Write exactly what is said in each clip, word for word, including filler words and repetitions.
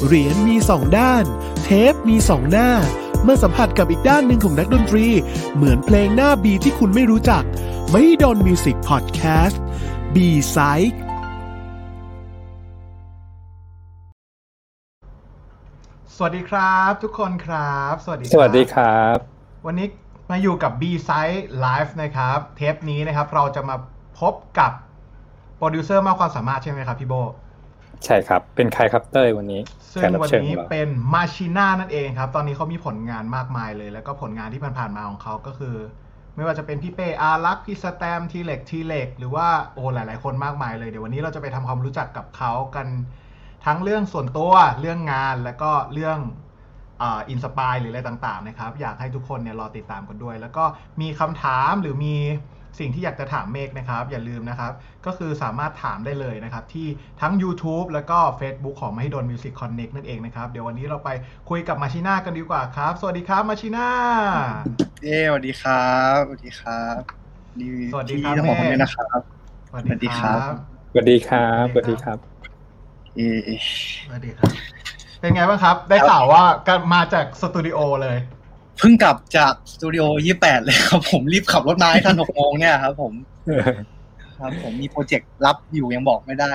เหรียญมีสองด้านเทปมีสองหน้าเมื่อสัมผัสกับอีกด้านหนึ่งของนักดนตรีเหมือนเพลงหน้า B ที่คุณไม่รู้จัก Mahidol Music Podcast B-Side สวัสดีครับทุกคนครับสวัสดีสวัสดีครับวันนี้มาอยู่กับ B-Side Live นะครับเทปนี้นะครับเราจะมาพบกับโปรดิวเซอร์มากความสามารถใช่ไหมครับพี่โบใช่ครับเป็นใครครับเต้ยวันนี้ซึ่งวันนี้เป็นมาชิน่านั่นเองครับตอนนี้เขามีผลงานมากมายเลยแล้วก็ผลงานที่ผ่านๆมาของเขาก็คือไม่ว่าจะเป็นพี่เป้อารักษ์พี่สแตมทีเล็กทีเล็กหรือว่าโอ้หลายๆคนมากมายเลยเดี๋ยววันนี้เราจะไปทำความรู้จักกับเขากันทั้งเรื่องส่วนตัวเรื่องงานแล้วก็เรื่องอ่าอินสปายหรืออะไรต่างๆนะครับอยากให้ทุกคนเนี่ยรอติดตามกันด้วยแล้วก็มีคำถามหรือมีสิ่งที่อยากจะถามเมฆนะครับอย่าลืมนะครับก็คือสามารถถามได้เลยนะครับที่ทั้ง YouTube แล้วก็ Facebook ของ Mahidol Music Connect นั่นเองนะครับเดี๋ยววันนี้เราไปคุยกับมาชิน่ากันดีกว่าครับสวัสดีครับมาชิน่าเย้สวัสดีครับสวัสดีครับสวัสดีครับเมฆนะครับสวัสดีครับสวัสดีครับสวัสดีครับเอ๊ะสวัสดีครับเป็นไงบ้างครับได้ข่าวว่าการมาจากสตูดิโอเลยเพิ่งกลับจากสตูดิโอยี่สิบแปดเลยครับผมรีบขับรถมาให้ทันหกโมงเนี่ยครับผมครับผมมีโปรเจกต์รับอยู่ยังบอกไม่ได้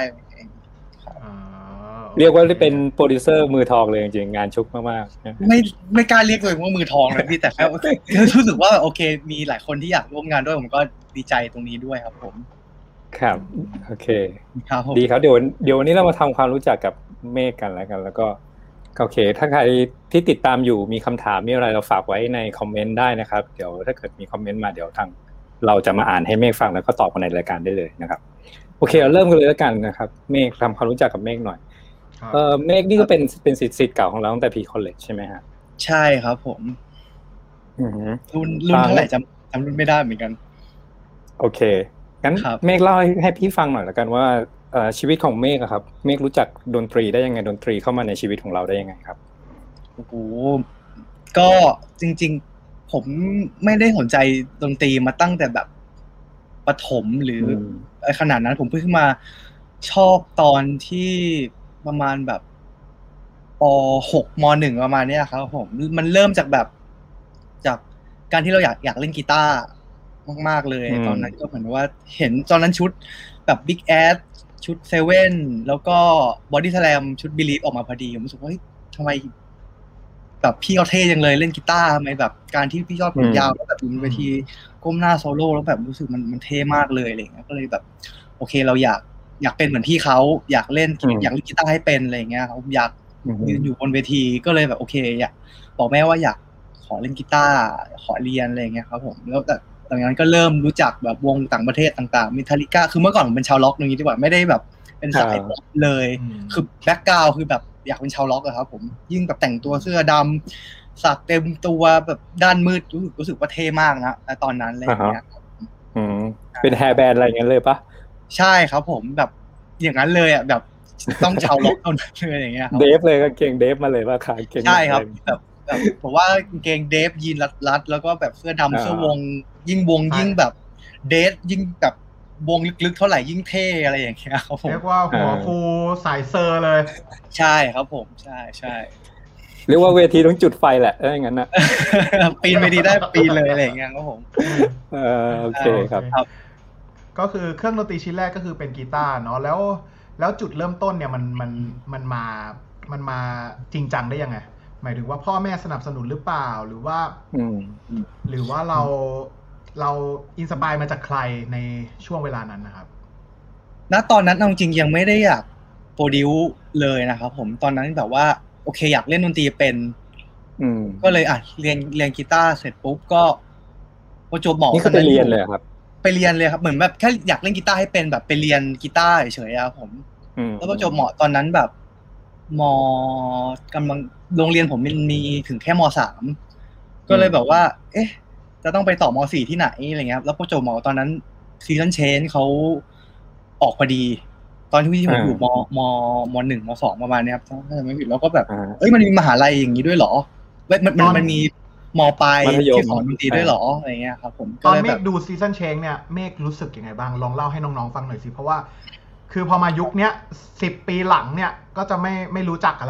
เรียกว่าเป็นโปรดิวเซอร์มือทองเลยจริงๆงานชุกมากๆไม่ไม่กล้าเรียกตัวเองว่ามือทองเลยพี่แต่แค่รู้สึกว่าโอเคมีหลายคนที่อยากร่วมงานด้วยผมก็ดีใจตรงนี้ด้วยครับผมครับโอเคดีครับเดี๋ยวเดี๋ยววันนี้เรามาทำความรู้จักกับเมฆกันแล้วกันแล้วก็โอเคถ้าใครที่ติดตามอยู่มีคำถามมีอะไรเราฝากไว้ในคอมเมนต์ได้นะครับเดี๋ยวถ้าเกิดมีคอมเมนต์มาเดี๋ยวทางเราจะมาอ่านให้เมฆฟังแล้วก็ตอบกันในรายการได้เลยนะครับโอเคเราเริ่มกันเลยแล้วกันนะครับเมฆทำความรู้จักกับเมฆหน่อยเออเมฆนี่ก็เป็นเป็นศิษย์ศิษย์เก่าของเราตั้งแต่พีคอลเลจใช่ไหมฮะใช่ครับผมรุ่นรุ่นเท่าไหร่จำจำรุ่นไม่ได้เหมือนกันโอเคงั้นเมฆเล่าให้พี่ฟังหน่อยแล้วกันว่าชีวิตของเมฆอะครับเมฆรู้จักดนตรีได้ยังไงดนตรีเข้ามาในชีวิตของเราได้ยังไงครับโอ้โหก็จริงๆผมไม่ได้สนใจดนตรีมาตั้งแต่แบบประถมหรือขนาดนั้นผมเพิ่งมาชอบตอนที่ประมาณแบบป.หก ม.หนึ่ง ประมาณนี้ครับผมมันเริ่มจากแบบจากการที่เราอยากอยากเล่นกีตาร์มากๆเลยตอนนั้นก็เหมือนว่าเห็นตอนนั้นชุดแบบ Big Ass ชุดเซเว่นแล้วก็ Body Slam ชุด Believe ออกมาพอดีผมรู้สึกว่าเฮ้ยทำไมแบบพี่เขาเท่จังเลยเล่นกีตาร์ทำไมแบบการที่พี่ยอดผมยาวแล้วแบบอยู่บนเวทีก้มหน้าโซโล่แล้วแบบรู้สึกมันมันเท่มากเลยอะไรเงี้ยก็เลยแบบโอเคเราอยากอยากเป็นเหมือนพี่เขาอยากเล่นอยากเล่นกีตาร์ให้เป็นอะไรเงี้ยครับอยากยืนอยู่บนเวทีก็เลยแบบโอเคอยากบอกแม่ว่าอยากขอเล่นกีตาร์ขอเรียนอะไรเงี้ยครับผมแล้วแต่หลังจากนั้นก็เริ่มรู้จักแบบวงต่างประเทศต่างๆมิทาลิก้าคือเมื่อก่อนผมเป็นชาวล็อกอย่างนี้ดีกว่าไม่ได้แบบเป็นสายเลยคือแบ็คกราวด์คือแบบอยากเป็นชาวล็อกอะครับผมยิ่งแบบแต่งตัวเสื้อดำสักเต็มตัวแบบด้านมืดรู้สึกรู้สึกว่าเท่มากนะตอนนั้นอะไรอย่างเงี้ยอืมเป็นแฮร์แบนด์อะไรอย่างเงี้ยเลยปะใช่ครับผมแบบอย่างนั้นเลยอะแบบต้องชาวล็อกเท่านั้นเลยอย่างเงี้ยเดฟเลยก็เก่งเดฟมาเลยว่าขายเก่งใช่ครับแบบแบบผมว่าเกงเดฟยีนรัดๆแล้วก็แบบเสื้อดำเสื้อวงยิ่งวงยิ่งแบบเดฟยิ่งแบบวงลึกๆเท่าไหร่ยิ่งเท่อะไรอย่างเงี้ยครับผมเรียกว่าหัวฟูสายเซอร์เลยใช่ครับผมใช่ใช่เรียกว่าเวทีต้องจุดไฟแหละเอออย่างนั้นนะปีนเวทีได้ปีนเลยอะไรอย่างเงี้ยครับผมเออโอเคครับก็คือเครื่องดนตรีชิ้นแรกก็คือเป็นกีตาร์เนาะแล้วแล้วจุดเริ่มต้นเนี่ยมันมันมันมามันมาจริงจังได้ยังไงหมายถึงว่าพ่อแม่สนับสนุนหรือเปล่าหรือว่าหรือว่าเราเราอินสปายมาจากใครในช่วงเวลานั้นนะครับณตอนนั้นเอาจริงยังไม่ได้อยากโปรดิวเลยนะครับผมตอนนั้นแบบว่าโอเคอยากเล่นดนตรีเป็นก็เลยอ่ะเรียนเรียนกีตาร์เสร็จปุ๊บก็ประจวบเหมาะนี่คือไปเรียนเลยครับไปเรียนเลยครับเหมือนแบบแค่อยากเล่นกีตาร์ให้เป็นแบบไปเรียนกีตาร์เฉยๆครับผมแล้วประจวบเหมาะตอนนั้นแบบม.กำลังโรงเรียนผมมันมีถึงแค่ม.สามก็เลยแบบว่าเอ๊ะจะต้องไปต่อม.สี่ที่ไหนอะไรเงี้ยแล้วประจวบเหมาะตอนนั้นซีซันเชนเขาออกพอดีตอนที่ผมอยู่มมมหนึ่งมสองประมาณนี้ครับถ้าจำไม่ผิดแล้วก็แบบเอ้ยมันมีมหาลัยอย่างนี้ด้วยเหรอมันมันมันมีมปลายที่สอนดนตรีด้วยเหรออะไรเงี้ยครับผมตอนเมฆดูซีซันเชนเนี่ยเมฆรู้สึกยังไงบ้างลองเล่าให้น้องๆฟังหน่อยสิเพราะว่าคือพอมายุคเนี้ยสิบปีหลังเนี่ยก็จะไม่ไม่รู้จักกันแล้วแหละ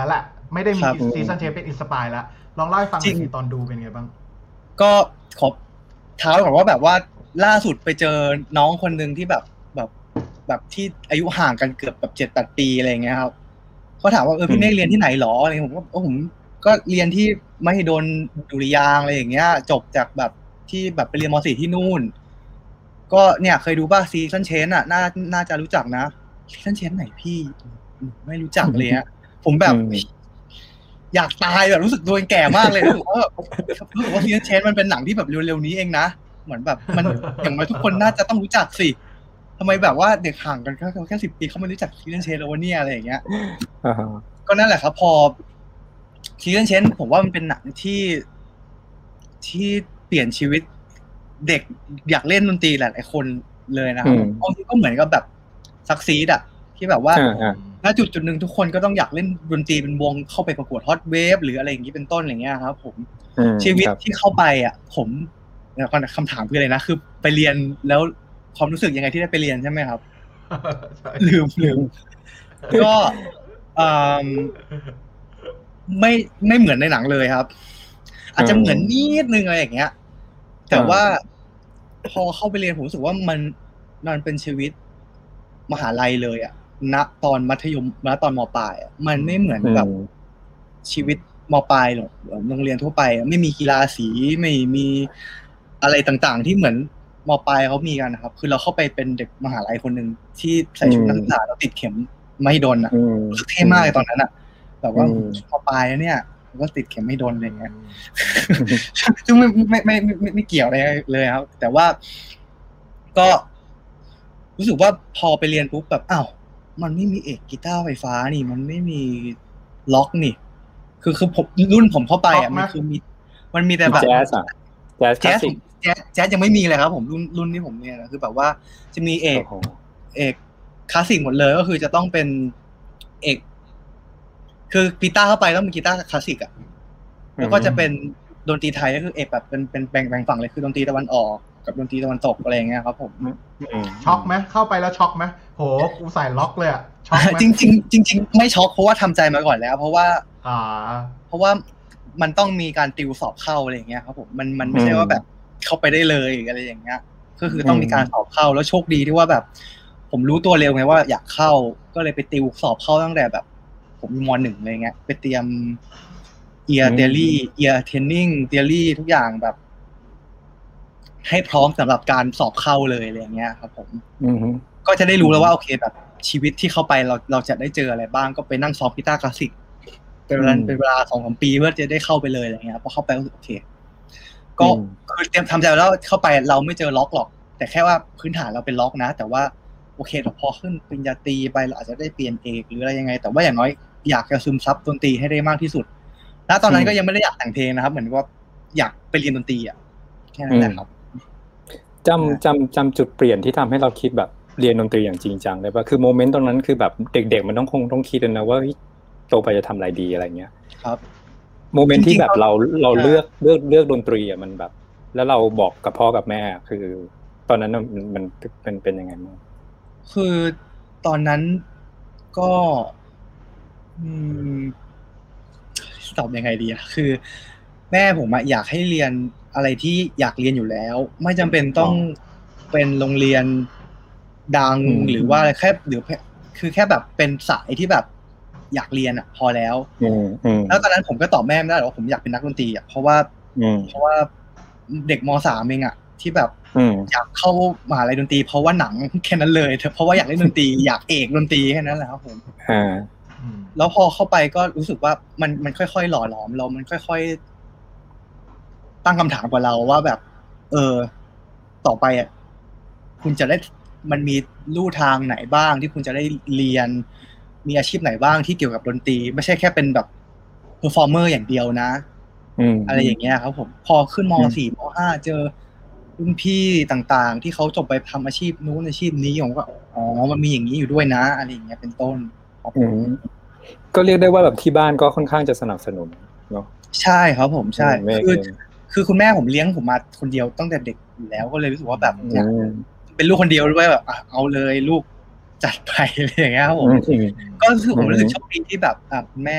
ไม่ได้มีซีซั่นเทปเป็นอินสปายแล้วลองเล่าให้ฟังหน่อยสิตอนดูเป็นไงบ้างก็ขอท้าก่อนว่าแบบว่าล่าสุดไปเจอน้องคนนึงที่แบบแบบแบบที่อายุห่างกันเกือบแบบ เจ็ดแปด ปีอะไรอย่างเงี้ยครับเขาถามว่าเออพี่เมฆเรียนที่ไหนหรออะไรผมก็โอ้ผมก็เรียนที่มหิดลดุริยางค์อะไรอย่างเงี้ยจบจากแบบที่แบบไปเรียนม.สี่ ที่นู่นก็เนี่ยเคยดูป่ะซีซั่นเชนอ่ะน่าน่าจะรู้จักนะซีซั่นเชนไหนพี่ไม่รู้จักเลยฮะผมแบบอยากตายแบบรู้สึกตัวเองแก่มากเลยรู้สึกว่ารู้สึกว่าซีซั่นเชนมันเป็นหนังที่แบบเร็วๆนี้เองนะเหมือนแบบมันอย่างน้อยทุกคนน่าจะต้องรู้จักสิทำไมแบบว่าเด็กห่างกันแค่แค่สิบปีเขาไม่รู้จักซีซั่นเชนแล้ววะเนี่ยอะไรอย่างเงี้ยก็นั่นแหละครับพอซีซั่นเชนผมว่ามันเป็นหนังที่ที่เปลี่ยนชีวิตเด็กอยากเล่นดนตรีหลายๆคนเลยนะครับบางทีก็เหมือนกับแบบซักซีดอะที่แบบว่าณจุดจุดหนึ่งทุกคนก็ต้องอยากเล่นดนตรีเป็นวงเข้าไปประกวดฮอตเวฟหรืออะไรอย่างนี้เป็นต้นอย่างเงี้ยครับผมชีวิตที่เข้าไปอ่ะผมคำถามคืออะไรนะคือไปเรียนแล้วความรู้สึกยังไงที่ได้ไปเรียนใช่ไหมครับลืมลืมก็ไม่ไม่เหมือนในหนังเลยครับอาจจะเหมือนนิดนึงอะไรอย่างเงี้ยแต่ว่าพอเข้าไปเรียนผมรู้สึกว่ามันมันเป็นชีวิตมหาลัยเลยอ่ะณตอนมัธยมณตอนม.ปลายอ่ะมันไม่เหมือนกับชีวิตม.ปลายหรอกโรงเรียนทั่วไปไม่มีกีฬาสีไม่มีอะไรต่างๆที่เหมือนม.ปลายเขามีกันนะครับคือเราเข้าไปเป็นเด็กมหาลัยคนนึงที่ใส่ชุดนักศึกษาแล้วติดเข็มไม่โดนอ่ะเท่มากเลยตอนนั้นอ่ะแบบว่าม.ปลายเนี่ยก็ติดเข็มไม่โดนอะไรเงี้ยซึ่งไม่ไม่ไม่ไม่ไม่เกี่ยวอะไรเลยครับแต่ว่าก็รู้สึกว่าพอไปเรียนปุ๊บแบบอ้าวมันไม่มีเอกกีตาร์ไฟฟ้านี่มันไม่มีล็อกนี่คือคือผมรุ่นผมเข้าไปอ่ะมันคือมีมันมีแต่แบบแจ๊สอ่ะแจ๊สคลาสสิกแจ๊สแจ๊สยังไม่มีเลยครับผมรุ่นรุ่นที่ผมเนี่ยคือแบบว่าจะมีเอกเอกคลาสสิกหมดเลยก็คือจะต้องเป็นเอกคือกีตาร์เข้าไปต้องเป็นกีตาร์คลาสสิกอ่ะแล้วก็จะเป็นดนตรีไทยก็คือเอกแบบเป็นเป็นแบ่งแบ่งฝั่งเลยคือดนตรีตะวันออกกับดนตรีตะวันตกอะไรอย่างเงี้ยครับผมช็อกไหมเข้าไปแล้วช็อกไหมโหกูใส่ล็อกเลยอ่ะช็อกไหมจริงจริงจริงๆไม่ช็อกเพราะว่าทำใจมาก่อนแล้วเพราะว่าอ่าเพราะว่ามันต้องมีการติวสอบเข้าอะไรอย่างเงี้ยครับผมมันมันไม่ใช่ว่าแบบเข้าไปได้เลยอะไรอย่างเงี้ยก็คือต้องมีการสอบเข้าแล้วโชคดีที่ว่าแบบผมรู้ตัวเร็วไงว่าอยากเข้าก็เลยไปติวสอบเข้าตั้งแต่แบบผมม.หนึ่งอะไรเงี้ยไปเตรียมเอียร์เทอรี่เอียร์เทรนนิ่งเทอรี่ทุกอย่างแบบให้พร้อมสำหรับการสอบเข้าเลยอะไรอย่างเงี้ยครับผมก็จะได้รู้แล้วว่าโอเคแบบชีวิตที่เข้าไปเราเราจะได้เจออะไรบ้างก็ไปนั่งซ้อมกีตาร์คลาสสิกเป็นเวลาเป็นเวลา สองถึงสาม ปีเพื่อจะได้เข้าไปเลยอะไรเงี้ยพอเข้าไปก็โอเคก็คือเตรียมทำใจแล้วเข้าไปเราไม่เจอล็อกหรอกแต่แค่ว่าพื้นฐานเราเป็นล็อกนะแต่ว่าโอเคพอขึ้นปริญญาตรีไปเราอาจจะได้เปลี่ยนเอกหรืออะไรยังไงแต่ว่าอย่างน้อยอยากจะซึมซับดนตรีให้ได้มากที่สุดณตอนนั้นก็ยังไม่ได้อยากแต่งเพลงนะครับเหมือนว่าอยากไปเรียนดนตรีอ่ะแค่นั้นแหละครับจำจำจำจุดเปลี่ยนที่ทำให้เราคิดแบบเรียนดนตรีอย่างจริงจังเลยป่ะคือโมเมนต์ตรงนั้นคือแบบเด็กๆมันต้องคงต้องคิดนะว่าโตไปจะทำอะไรดีอะไรเงี้ยครับโมเมนต์ที่แบบเราเราเลือกเลือกเลือกดนตรีอ่ะมันแบบแล้วเราบอกกับพ่อกับแม่คือตอนนั้นมันมันเป็นเป็นยังไงบ้างคือตอนนั้นก็อืมตอบยังไงดีอ่ะคือแม่ผมอะอยากให้เรียนอะไรที่อยากเรียนอยู่แล้วไม่จำเป็นต้องเป็นโรงเรียนดังหรือว่าแค่หรือคือแค่แบบเป็นสายที่แบบอยากเรียนอ่ะพอแล้วแล้วตอนนั้นผมก็ตอบแม่ไม่ได้หรอกว่าผมอยากเป็นนักดนตรีอ่ะเพราะว่าเพราะว่าเด็กม.สาม เองอ่ะที่แบบอยากเข้ามหาลัยดนตรีเพราะว่าหนังแค่นั้นเลยเพราะว่าอยากเล่นดนตรีอยากเอกดนตรีแค่นั้นแหละครับผมแล้วพอเข้าไปก็รู้สึกว่ามันมันค่อยๆหล่อหลอมเรามันค่อยๆตั้งคำถามกับเราว่าแบบเออต่อไปอ่ะคุณจะได้มันมีลู่ทางไหนบ้างที่คุณจะได้เรียนมีอาชีพไหนบ้างที่เกี่ยวกับดนตรีไม่ใช่แค่เป็นแบบเพอร์ฟอร์เมอร์อย่างเดียวนะอะไรอย่างเงี้ยครับผมพอขึ้นม.สี่ ม.ห้า เจอรุ่นพี่ต่างๆที่เขาจบไปทำอาชีพนู้นอาชีพนี้ผมก็อ๋อมันมีอย่างนี้อยู่ด้วยนะอะไรอย่างเงี้ยเป็นต้นก็เรียกได้ว่าแบบที่บ้านก็ค่อนข้างจะสนับสนุนเนาะใช่ครับผมใช่คือคือคุณแม่ผมเลี้ยงผมมาคนเดียวตั้งแต่เด็กอยู่แล้วก็เลยรู้สึกว่าแบบเนี่ยเป็นลูกคนเดียวด้วยแบบเอาเลยลูกจัดไปอะไรอย่างเงี้ยครับผมก็คือผมรู้สึกโชคดีที่แบบแม่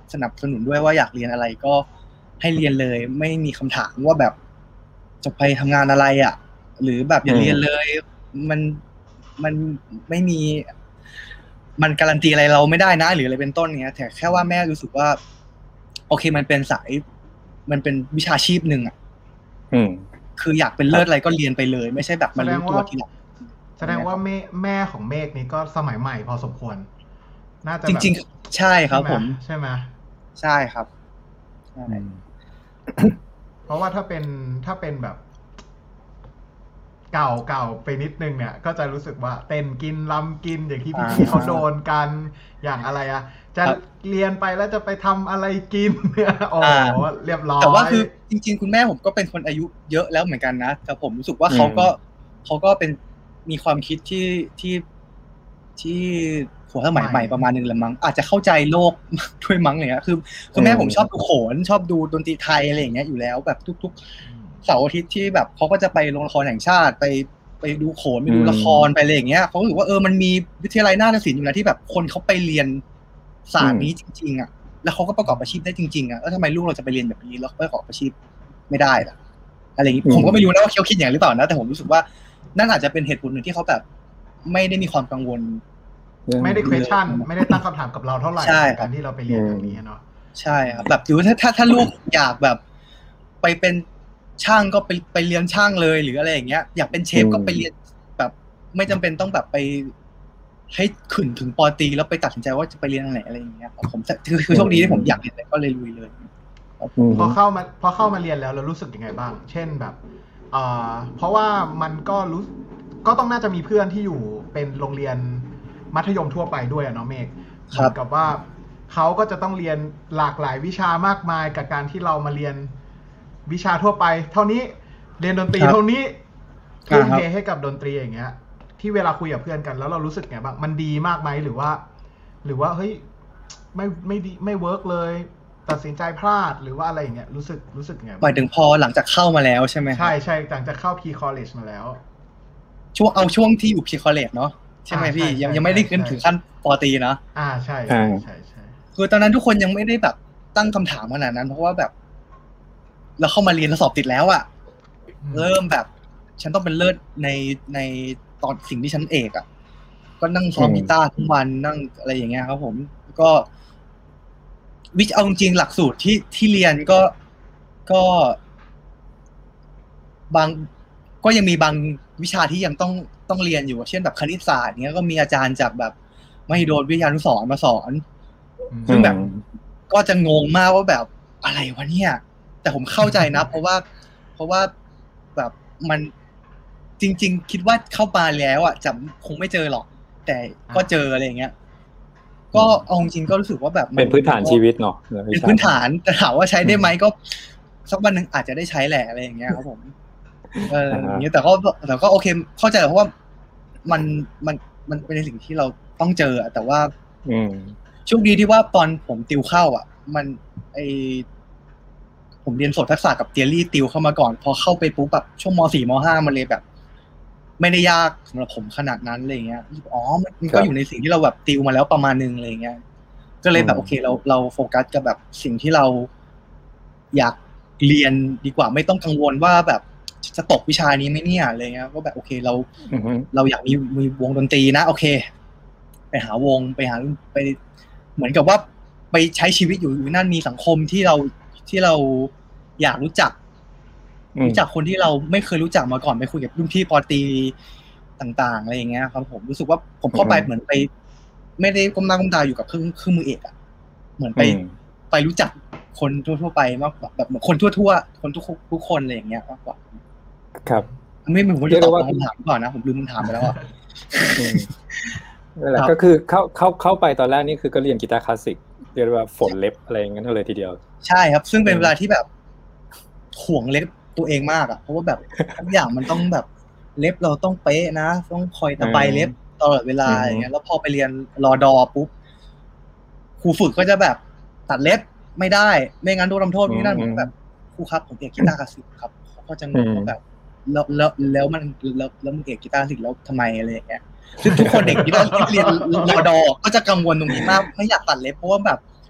สนับสนุนด้วยว่าอยากเรียนอะไรก็ให้เรียนเลยไม่มีคำถามว่าแบบจะไปทำงานอะไรอ่ะหรือแบบอย่าเรียนเลยมันมันไม่มีมันการันตีอะไรเราไม่ได้นะหรืออะไรเป็นต้นเงี้ยแต่แค่ว่าแม่รู้สึกว่าโอเคมันเป็นสายมันเป็นวิชาชีพหนึ่งอ่ะคืออยากเป็นเลิศอะไรก็เรียนไปเลยไม่ใช่แบบมารู้ตัวทีหลังแสดงว่าแม่แม่ของเมฆนี่ก็สมัยใหม่พอสมควรน่าจะจริงๆใช่ครับผมใช่ไหมใช่ครับใช่เพราะว่าถ้าเป็นถ้าเป็นแบบเก่าเก่าไปนิดนึงเนี่ยก็จะรู้สึกว่าเต้นกินลำกินอย่างที่พี่ๆเขาโดนกันอย่างอะไรอะจะเรียนไปแล้วจะไปทำอะไรกินเนี่ยโอ้เรียบร้อยแต่ว่าคือจริงๆคุณแม่ผมก็เป็นคนอายุเยอะแล้วเหมือนกันนะแต่ผมรู้สึกว่าเขาก็เขาก็เป็นมีความคิดที่ที่ที่หัวสมัยใหม่ประมาณนึงแหละมั้งอาจจะเข้าใจโลกด้วยมั้งอะไรเงี้ยคือคุณแม่ผมชอบดูโขนชอบดูดนตรีไทยอะไรอย่างเงี้ยอยู่แล้วแบบทุกๆเสาร์อาทิตย์ที่แบบเขาก็จะไปโรงละครแห่งชาติไปไปดูโขนไปดูละครไปอะไรอย่างเงี้ยเขารู้สึกว่าเออมันมีวิทยาลัยนาฏศิลป์อยู่นะที่แบบคนเขาไปเรียนศาสตร์นี้จริงๆอ่ะแล้วเขาก็ประกอบอาชีพได้จริงๆอ่ะแล้วทำไมลูกเราจะไปเรียนแบบนี้แล้วประกอบอาชีพไม่ได้ล่ะอะไรอย่างงี้ผมก็ไม่รู้นะว่าเขาคิดอย่างหรือเปล่านะแต่ผมรู้สึกว่านั่นอาจจะเป็นเหตุผลหนึ่งที่เขาแบบไม่ได้มีความกังวลไม่ได้ question ไม่ได้ตั้งคำถามกับเราเท่าไหร่ในการที่เราไปเรียนอย่างนี้เนาะใช่ครับแบบหรือถ้าถ้าถ้าลูกอยากแบบไปเป็นช่างก็ไปไปเรียนช่างเลยหรืออะไรอย่างเงี้ยอยากเป็นเชฟก็ไปเรียนแบบไม่จำเป็นต้องแบบไปให้ขึ้นถึงป.ตรีแล้วไปตัดสินใจว่าจะไปเรียนอะไรอะไรอย่างเงี้ยผมคือคือโชคดีที่ผมอยากเรียนอะไรก็เลยลุยเลยพอเข้ามาพอเข้ามาเรียนแล้วเรารู้สึกยังไงบ้างเช่นแบบเอ่อเพราะว่ามันก็รู้ก็ต้องน่าจะมีเพื่อนที่อยู่เป็นโรงเรียนมัธยมทั่วไปด้วยอะเนาะเมฆเหมือนกับว่าเขาก็จะต้องเรียนหลากหลายวิชามากมายกับการที่เรามาเรียนวิชาทั่วไปเท่านี้เรียนดนตรีเท่านี้ทุ่มเทให้กับดนตรีอย่างเงี้ยที่เวลาคุยกับเพื่อนกันแล้วเรารู้สึกไงบ้างมันดีมากไหมหรือว่าหรือว่าเฮ้ยไม่ไม่ดีไม่เวิร์กเลยตัดสินใจพลาดหรือว่าอะไรอย่างเงี้ยรู้สึกรู้สึกไงหมายถึงพอหลังจากเข้ามาแล้วใช่ไหมใช่ใช่หลังจากเข้า P College มาแล้วช่วงเอาช่วงที่อยู่ P College เนาะใช่ไหมพี่ยังยังไม่ได้ขึ้นถึงขั้นป.ตรีนะอ่าใช่ใช่ใช่ใช่คือตอนนั้นทุกคนยังไม่ได้แบบตั้งคำถามขนาดนั้นเพราะว่าแบบเราเข้ามาเรียนเราสอบติดแล้วอะเริ่มแบบฉันต้องเป็นเลิศในในตอนสิ่งที่ฉันเอกอะก็นั่งซ้อมกีตาร์ทุกวันนั่งอะไรอย่างเงี้ยครับผมก็วิชาเอาจริงหลักสูตรที่ที่เรียนก็ก็บางก็ยังมีบางวิชาที่ยังต้องต้องเรียนอยู่เช่นแบบคณิตศาสตร์เงี้ยก็มีอาจารย์จากแบบมหิดลวิทยานุสรณ์มาสอนซึ่งแบบก็จะงงมากว่าแบบอะไรวะเนี่ยแต่ผมเข้าใจนะเพราะว่าเพราะว่าแบบมันจริงๆคิดว่าเข้ามาแล้วอ่ะจะคงไม่เจอหรอกแต่ก็เจออะไรอย่างเงี้ยก็เอาจริงก็รู้สึกว่าแบบเป็นพื้นฐานชีวิตเนาะเป็นพื้นฐานแต่ถามว่าใช้ได้ไหมก็สักวันหนึ่งอาจจะได้ใช้แหละอะไรอย่างเงี้ยครับผมเอออย่างเงี้ยแต่ก็แต่ก็โอเคเข้าใจเพราะว่ามันมันมันเป็นสิ่งที่เราต้องเจอแต่ว่าโชคดีที่ว่าตอนผมติวเข้าอ่ะมันไอผมเรียนโสตทักษะกับเทียรี่ติวเข้ามาก่อนพอเข้าไปปุ๊บแบบช่วงม.สี่ ม.ห้ามันเลยแบบไม่ได้ยากสำหรับผมขนาดนั้นอะไรเงี้ยอ๋อมันก็อยู่ในสิ่งที่เราแบบติวมาแล้วประมาณนึงอะไรเงี้ยก็เลยแบบโอเคเราเราโฟกัสกับแบบสิ่งที่เราอยากเรียนดีกว่าไม่ต้องกังวลว่าแบบจะตกวิชานี้ไหมเนี่ยอะไรเงี้ยก็แบบโอเคเราเราอยากมีมีวงดนตรีนะโอเคไปหาวงไปหาไปเหมือนกับว่าไปใช้ชีวิตอยู่อยู่นั่นมีสังคมที่เราที่เราอยากรู้จักรู้จักคนที่เราไม่เคยรู้จักมาก่อนไปคุยกับรุ่นพี่ป.ตรีต่างๆอะไรอย่างเงี้ยครับผมรู้สึกว่าผมเข้าไปเหมือนไปไม่ได้ก้มหน้าก้มตาอยู่กับเครื่องเครื่องมือเอกอ่ะเหมือนไปไปรู้จักคนทั่วๆไปมากกว่าแบบเหมือนคนทั่วๆคนทุกทุกคนอะไรอย่างเงี้ยมากกว่าครับไม่ผมไม่ได้ตอบคำถามก่อนนะผมลืมคำถามไปแล้วอ่ะนั่นแหละก็คือเข้าเข้าเข้าไปตอนแรกนี่คือก็เรียนกีตาร์คลาสสิกเรียกว่าฝนเล็บอะไรอย่างเงี้ยเลยทีเดียวใช่ครับซึ่งเป็นเวลาที่แบบห่วงเล็บตัวเองมากอ่ะเพราะว่าแบบทุกอย่างมันต้องแบบเล็บเราต้องเป๊ะนะต้องคอยตะไบเล็บตลอดเวลาอย่างเงี้ยแล้วพอไปเรียนรอดอปุ๊บครูฝึกก็จะแบบตัดเล็บไม่ได้ไม่งั้นโดนทำโทษนี่นั่นเหมือนแบบครูครับผมเอกกีตาร์คลาสสิกครับเขาก็จะงงว่าแบบแล้วแล้วแล้วมันแล้วแล้วมึงเอกกีตาร์คลาสสิกแล้วทำไมอะไรอย่างเงี้ยซึ่งทุกคนเด็กที่เรียนรอดอก็จะกังวลตรงนี้มากไม่อยากตัดเล็บเพราะว่าแบบ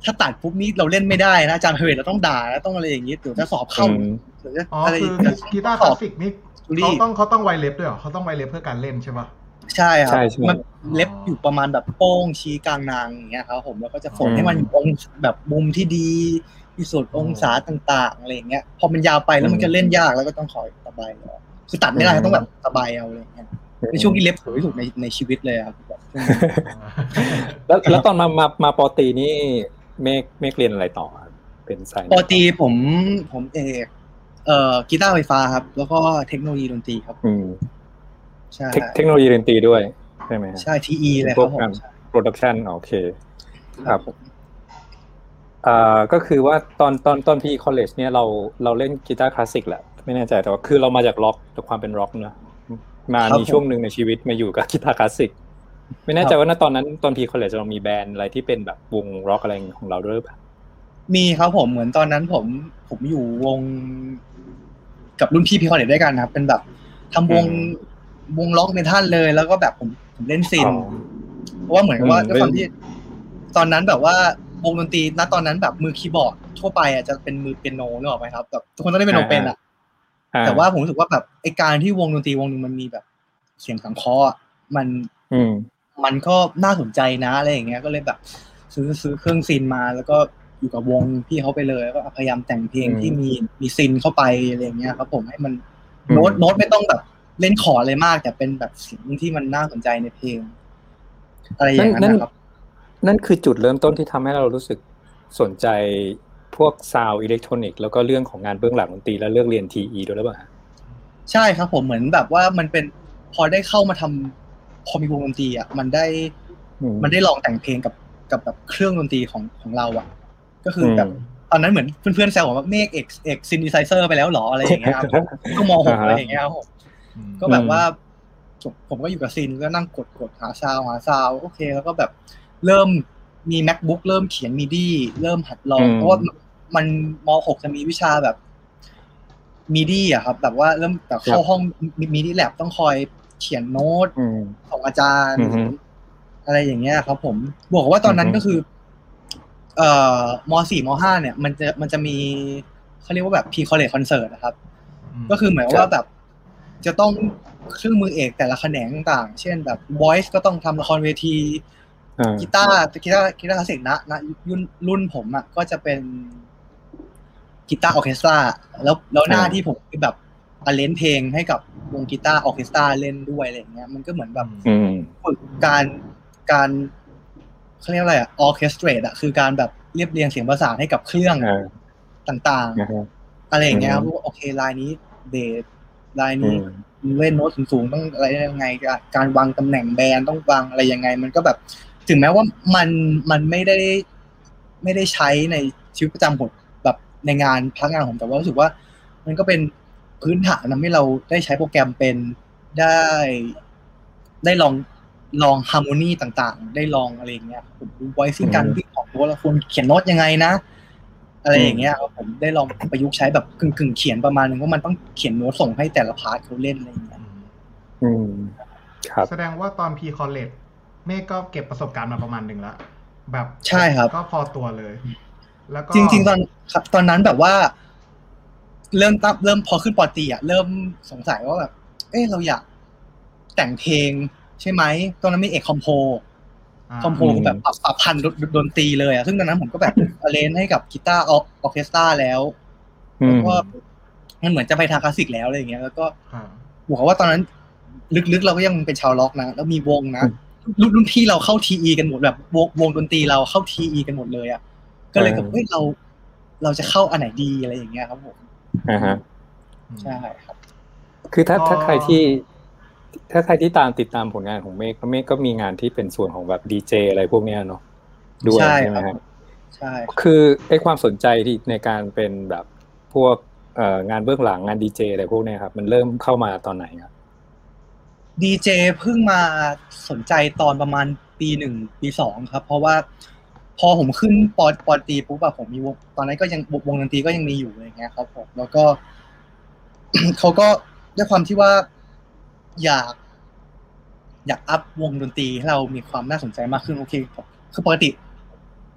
ถ้าตัดปุ๊บนี่เราเล่นไม่ได้นะอาจารย์ไพรเวทเราต้องด่าแล้วต้องอะไรอย่างนี้เดี๋ยวจะสอบเข้าหรืออ๋ออะไรคือกีตาร์คลาสสิกนี่เขาต้องเขาต้องไวเล็บด้วยเหรอเขาต้องไวเล็บเพื่อการเล่นใช่ป่ะใช่ครับมันเล็บอยู่ประมาณแบบโป้งชี้กลางนางอย่างเงี้ยครับผมแล้วก็จะฝนให้มันองศาแบบมุมที่ดีที่สุดองศาต่างๆอะไรอย่างเงี้ยพอมันยาวไปแล้วมันจะเล่นยากแล้วก็ต้องคอยตะไบเอาคือตัดไม่ได้ต้องแบบตะไบเอาอะไรอย่างเงี้ยในช่วงที่เล็บสวยที่สุดในในชีวิตเลยครับแล้วแล้วตอนมามามาปอตีนี่เมฆเมฆเรียนอะไรต่อเป็นสายปอตีผมผมเอกเอ่อกีตาร์ไฟฟ้าครับแล้วก็เทคโนโลยีดนตรีครับอืมใช่เทคโนโลยีดนตรีด้วยใช่ไหมใช่ ที อี เลยครับผมโปรดักชันโอเคครับอ่าก็คือว่าตอนตอนตอนพี่คอลเลจเนี่ยเราเราเล่นกีตาร์คลาสสิกแหละไม่แน่ใจแต่ว่าคือเรามาจากร็อกจากความเป็นร็อกนะมามีช่วงหนึ่งในชีวิตมาอยู่กับกีตาร์คลาสสิกไม่แน่ใจว่าณตอนนั้นตอนพี่คอลเลจเรามีแบรนด์อะไรที่เป็นแบบวงร็อกอะไรของเราด้วยป่ะมีครับผมเหมือนตอนนั้นผมผมอยู่วงกับรุ่นพี่พี่คอลเลจด้วยกันครับเป็นแบบทำวงวงล็อกเมทัลเลยแล้วก็แบบผมผมเล่นซินเพราะว่าเหมือนกับว่าด้วยความที่ตอนนั้นแบบว่าวงดนตรีณตอนนั้นแบบมือคีย์บอร์ดทั่วไปอ่ะจะเป็นมือเปียโนนึกออกไหมครับแบบทุกคนต้องได้เป็นโนเป็นอ่ะแต่ว่าผมรู้สึกว่าแบบไอ้การที่วงดนตรีวงนึงมันมีแบบเสียงสังเคราะห์มันมันก็น่าสนใจนะอะไรอย่างเงี้ยก็เลยแบบซื้อซื้อเครื่องซินมาแล้วก็อยู่กับวงพี่เขาไปเลยแล้วก็พยายามแต่งเพลงที่มีมีซินเข้าไปอะไรอย่างเงี้ยครับผมให้มันโน้ตโน้ตไม่ต้องแบบเล่นคอร์ดอะไรมากแต่เป็นแบบเสียงที่มันน่าสนใจในเพลงอะไรอย่างนั้นนะครับนั่นคือจุดเริ่มต้นที่ทำให้เรารู้สึกสนใจพวกซาวด์อิเล็กทรอนิกส์แล้วก็เรื่องของงานเบื้องหลังดนตรีและเลือกเรียน ที อี ด้วยหรือเปล่าใช่ครับผมเหมือนแบบว่ามันเป็นพอได้เข้ามาทำพอมีวงดนตรีอ่ะมันได้มันได้ลองแต่งเพลงกับกับแบบเครื่องดนตรีของของเราอ่ะก็คือแบบตอนนั้นเหมือนเพื่อนๆแซวว่าเมฆเอกเอกซินธิไซเซอร์ไปแล้วหรออะไรอย่างเงี้ยครับก็ม.หก อะไรอย่างเงี้ยครับก็แบบว่าผมก็อยู่กับซินก็นั่งกดกดหาซาวหาซาวโอเคแล้วก็แบบเริ่มมี MacBook เริ่มเขียนมิดี้เริ่มหัดลองเพราะว่ามันม.หก จะมีวิชาแบบมิดี้อ่ะครับแบบว่าเริ่มแบบเข้าห้องมิดี้แลบต้องคอยเขียนโน้ตของอาจารย์อะไรอย่างเงี้ยครับผมบอกว่าตอนนั้นก็คือเอ่อม.สี่ ม.ห้า เนี่ยมันจะมันจะมีเขาเรียกว่าแบบ Pre-College Concert นะครับก็คือหมายว่าแบบจะต้องเครื่องมือเอกแต่ละแขนงต่างๆเช่นแบบ voice ก็ต้องทำละครเวทีกีตาร์กีตาร์กีตาร์คลาสสิกนะนะรุ่นรุ่นผมอ่ะก็จะเป็นกีตาร์ออร์เคสตราแล้วแล้วหน้าที่ผมคือแบบอาเลนเพลงให้กับวงกีตาร์ออร์เคสตราเล่นด้วยอะไรอย่างเงี้ยมันก็เหมือนแบบฝึกการการเขาเรียกอะไรอ่ะออร์เคสเตรตอ่ะคือการแบบเรียบเรียงเสียงประสานให้กับเครื่องต่างๆอะไรอย่างเงี้ยว่าโอเคลายนี้เบสลายนี้เล่นโน้ตสูงๆต้องอะไรยังไงการวางตำแหน่งแบนต้องวางอะไรยังไงมันก็แบบถึงแม้ว่ามันมันไม่ได้ไม่ได้ใช้ในชีวิตประจำผมแบบในงานพักงานผมแต่ว่ารู้สึกว่ามันก็เป็นพื้นฐานทำให้เราได้ใช้โปรแกรมเป็นได้ได้ลองลองฮาร์โมนีต่างๆได้ลองอะไรอย่างเงี้ยผมดูไวซิ่งการวิ่งของตัวละครเขียนโน้ตยังไงนะอะไรอย่างเงี้ยครับผมได้ลองประยุกต์ใช้แบบกึ่งๆเขียนประมาณนึงว่ามันต้องเขียนโน้ตส่งให้แต่ละพาร์ทเขาเล่นอะไรอย่างเงี้ยอืมครับแสดงว่าตอนพีคอลเลจเมฆก็เก็บประสบการณ์มาประมาณนึงแล้วแบบใช่ครับก็พอตัวเลยแล้วก็จริงๆตอนตอนนั้นแบบว่าเริ่มตั้งเริ่มพอขึ้นปอตีอ่ะเริ่มสงสัยว่าแบบเออเราอยากแต่งเพลงใช่ไหมตอนนั้นมีเอกคอมโพคอมโพก็แบบปรับปรับพันดนตรีเลยอ่ะซึ่งตอนนั้นผมก็แบบอาเลนให้กับกีตาร์ออร์เคสตราแล้วแล้วก็มันเหมือนจะไปทางคลาสสิกแล้วอะไรอย่างเงี้ยแล้วก็บอกว่าตอนนั้นลึกๆเราก็ยังเป็นชาวล็อกนะแล้วมีวงนะรุ่นรุ่นพี่เราเข้า ที อี กันหมดแบบวงวงดนตรีเราเข้า ที อี กันหมดเลยอ่ะก็เลยกับเฮ้ยเราเราจะเข้าอันไหนดีอะไรอย่างเงี้ยครับผมอ่าฮะใช่ครับคือถ้าถ้าใครที่ถ้าใครที่ตามติดตามผลงานของเมฆเมฆก็มีงานที่เป็นส่วนของแบบดีเจอะไรพวกเนี้ยเนาะด้วยใช่ไหมครับใช่คือไอ้ความสนใจที่ในการเป็นแบบพวกเอ่องานเบื้องหลังงานดีเจอะไรพวกเนี้ยครับมันเริ่มเข้ามาตอนไหนครับดีเจเพิ่งมาสนใจตอนประมาณปีหนึ่งปีสองครับเพราะว่าพอผมขึ้นปอปอตีปุ๊บอะผมมีวงตอนนั้นก็ยังวงดนตรีก็ยังมีอยู่อะไรเงี้ยครับผมแล้วก็ เขาก็ด้วยความที่ว่าอยากอยากอัพวงดนตรีให้เรามีความน่าสนใจมากขึ้นโอเคคือปกติ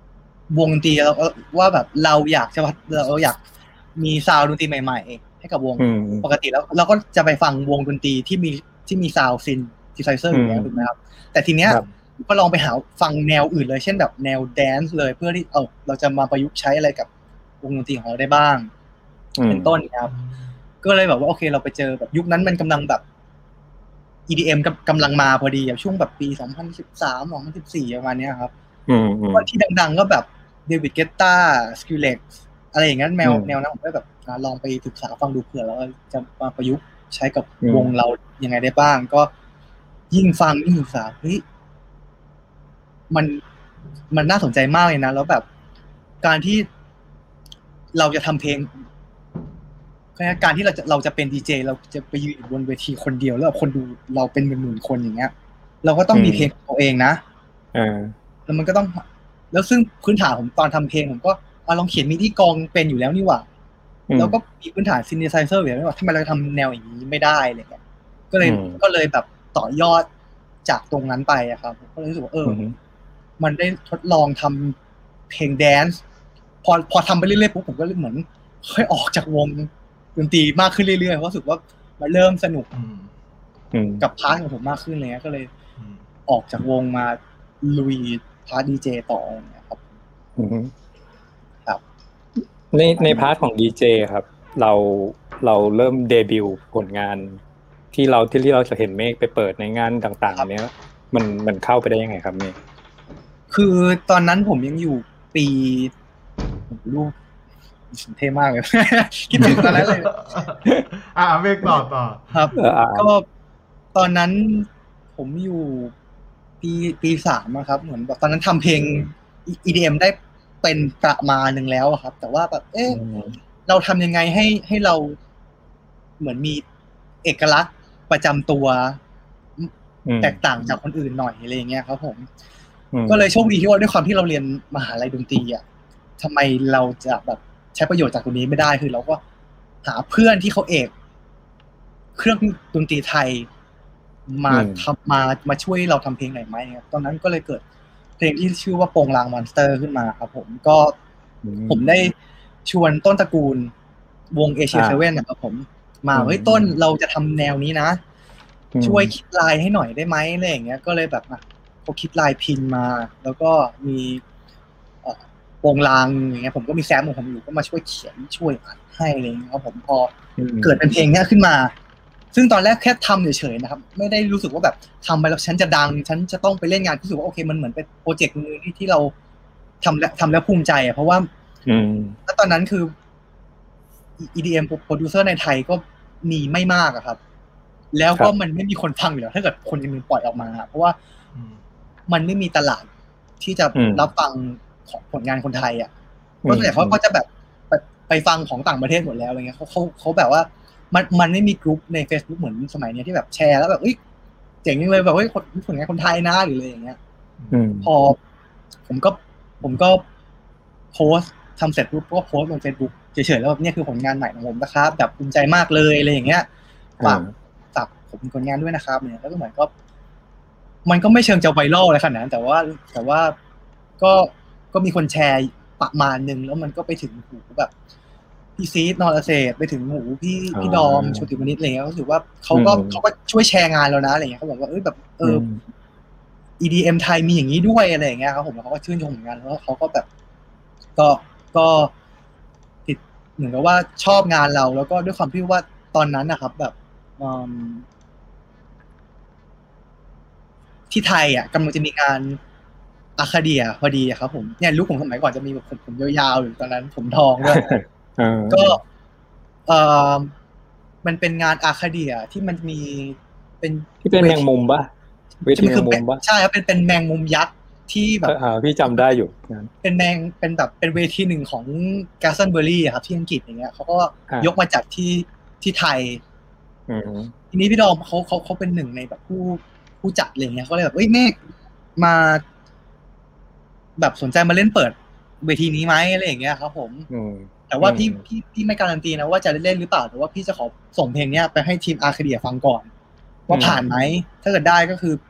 วงดนตรีแล้วว่าแบบเราอยากจะเราอยากมีซาวด์ดนตรีใหม่ๆให้กับวงปกติแล้วเราก็จะไปฟังวงดนตรีที่มีที่มีซาวด์ซินธิไซเซอร์อยู่แล้วถูกไหมครับแต่ทีเนี้ยก็ลองไปหาฟังแนวอื่นเลยเช่นแบบแนวแดนซ์เลยเพื่อที่เออเราจะมาประยุกต์ใช้อะไรกับวงดนตรีของเราได้บ้างเป็นต้นครับก็เลยแบบว่าโอเคเราไปเจอแบบยุคนั้นมันกำลังแบบ อี ดี เอ็ม กำลังมาพอดีช่วงแบบปีสองพันสิบสาม สองพันสิบสี่ประมาณนี้ครับก็ที่ดังๆก็แบบเดวิดเกตตาสกิลเล็กอะไรอย่างนั้นแนวแนวนั้นผมก็แบบลองไปศึกษาฟังดูเผื่อแล้วจะมาประยุกต์ใช้กับวงเรายังไงได้บ้างก็ยิ่งฟังยิ่งศึกษาเฮ้ยมันมันน่าสนใจมากเลยนะแล้วแบบการที่เราจะทำเพลงการที่เราจะเราจะเป็นดีเจเราจะไปยืนบนเวทีคนเดียวแล้วคนดูเราเป็นหมื่นๆคนอย่างเงี้ยเราก็ต้องมีเพลงของตัวเองนะแล้วมันก็ต้องแล้วซึ่งพื้นฐานผมตอนทำเพลงผมก็ลองเขียนมิดิกองเป็นอยู่แล้วนี่หว่าแล้วก็มีพื้นฐานซินธิไซเซอร์อยู่แล้วนี่หว่าทำไมเราทำแนวอย่างนี้ไม่ได้อะไรเงี้ยก็เลยก็เลยแบบต่อยอดจากตรงนั้นไปอะครับก็เลยรู้สึกว่าเออมันได้ทดลองทำเพลงแดนซ์พอพอทำไปเรื่อยๆปุ๊บผมก็เหมือนค่อยออกจากวงดนตรีมากขึ้นเรื่อยๆเพราะรู้สึกว่ามันเริ่มสนุกกับพาร์ทของผมมากขึ้นเลยก็เลยออกจากวงมาลุยพาร์ทดีเจต่อนะครับครับในในพาร์ทของดีเจครับเราเราเริ่มเดบิวต์ผลงานที่เราที่เราจะเห็นเมฆไปเปิดในงานต่างๆเนี้ยมันมันเข้าไปได้ยังไงครับเมฆคือตอนนั้นผมยังอยู่ปีรูปเท่มากเลยคิดถึงตอนนั้นเลยอ่าเมฆต่อต่อครับก็ตอนนั้นผมอยู่ปีปีสามครับเหมือนแบบตอนนั้นทำเพลง อี ดี เอ็ม ได้เป็นประมาณนึงแล้วครับแต่ว่าแบบเอ๊ะเราทำยังไงให้ให้เราเหมือนมีเอกลักษณ์ประจำตัวแตกต่างจากคนอื่นหน่อยอะไรอย่างเงี้ยครับผมก็เลยโชคดีที่ว่าด้วยความที่เราเรียนมหาลัยดนตรีอ่ะทำไมเราจะแบบใช้ประโยชน์จากตรงนี้ไม่ได้คือเราก็หาเพื่อนที่เขาเอกเครื่องดนตรีไทยมาทำมามาช่วยเราทำเพลงหน่อยไหมครับตอนนั้นก็เลยเกิดเพลงที่ชื่อว่าโปงลางมอนสเตอร์ขึ้นมาครับผมก็ผมได้ชวนต้นตระกูลวงเอเชียเซเว่นนะครับผมมาเฮ้ยต้นเราจะทำแนวนี้นะช่วยคิดลายให้หน่อยได้ไหมอะไรอย่างเงี้ยก็เลยแบบเขาคิดลายพินมาแล้วก็มีโปงลางอย่างเงี้ยผมก็มีแซมของผมอยู่ก็มาช่วยเขียนช่วยอัดให้อะไรอย่างเงี้ยครับผมพอเกิดเป็นเพลงนี้ขึ้นมาซึ่งตอนแรกแค่ทำเฉยๆนะครับไม่ได้รู้สึกว่าแบบทำไปแล้วฉันจะดังฉันจะต้องไปเล่นงานรู้สึกว่าโอเคมันเหมือนเป็นโปรเจกต์นึงที่ที่เราทำแล้วทำแล้วภูมิใจอ่ะเพราะว่าแล้วตอนนั้นคือ อี ดี เอ็ม โปรดิวเซอร์ในไทยก็มีไม่มากอะครับแล้วก็มันไม่มีคนฟังอยู่แล้วถ้าเกิดคนนึงปล่อยออกมาเพราะว่ามันไม่มีตลาดที่จะรับฟังของผลงานคนไทยอ่ะเพราะส่วนใหญ่เขาก็จะแบบไปไปฟังของต่างประเทศหมดแล้วอะไรเงี้ยเขาเขาเขาแบบว่ามันมันไม่มีกลุ่มใน Facebook เหมือนสมัยนี้ที่แบบแชร์แล้วแบบเอ้ยเจ๋งจังเลยแบบเฮ้ยคนผลงานคนไทยนะหรืออะไรอย่างเงี้ยพอผมก็ผมก็โพสต์ทำเสร็จปุ๊บก็โพสต์ลง Facebook เฉยๆแล้วแบบเนี่ยคือผลงานใหม่ของผมนะครับแบบภูมิใจมากเลยอะไรอย่างเงี้ยฝากฝากผมผลงานด้วยนะครับเนี่ยแล้วก็เหมือนก็มันก็ไม่เชิงจะไวรัลอะไรขนาดนั้นแต่ว่าแต่ว่าก็ก็มีคนแชร์ประมาณนึงแล้วมันก็ไปถึงหูแบบพี่ซีดนอร์เศษไปถึงหูพี่พี่ดอมโชติวณิชอะไรเงี้ยรู้สึกว่าเขาก็เขาก็ช่วยแชร์งานเรานะอะไรเงี้ยเขาบอกว่าเอ้ยแบบเออ อี ดี เอ็ม ไทยมีอย่างนี้ด้วยอะไรอย่างเงี้ยครับผมแล้วเขาก็ชื่นชมเหมือนกันแล้วเขาก็แบบก็ก็ติดเหมือนกับว่าชอบงานเราแล้วก็ด้วยความที่ว่าตอนนั้นนะครับแบบที่ไทยอ่ะกำลังจะมีงานอาคาเดียพอดีครับผมเนี่ยลูกผมสมัยก่อนจะมีแบบผมผมยาวๆอยู่ตอนนั้นผมทองด้วยก็เอ่อมันเป็นงานอาคาเดียที่มันมีเป็นที่เป็นแมงมุมป่ะเวทีแมงมุมป่ะใช่ครับเป็นเป็นแมงมุมยักษ์ที่แบบอ่าพี่จำได้อยู่เป็นแมงเป็นแบบเป็นเวทีหนึ่งของ Glastonbury ครับที่อังกฤษอย่างเงี้ยเขาก็ยกมาจัดที่ที่ไทยทีนี้พี่ดอมเขาเขาเขาเป็นหนึ่งในแบบผู้ผู้จัดอะไรเงี้ยเขาเลยแบบเอ้ยเมฆมาแบบสนใจมาเล่นเปิดเวทีนี้ไหมอะไรอย่างเงี้ยครับผมแต่ว่าพี่พี่พี่ไม่การันตีนะว่าจะเล่นหรือเปล่าแต่ว่าพี่จะขอส่งเพลงเนี้ยไปให้ทีมอาร์คาเดียฟังก่อนว่าผ่านไหมถ้าเกิดได้ก็คือ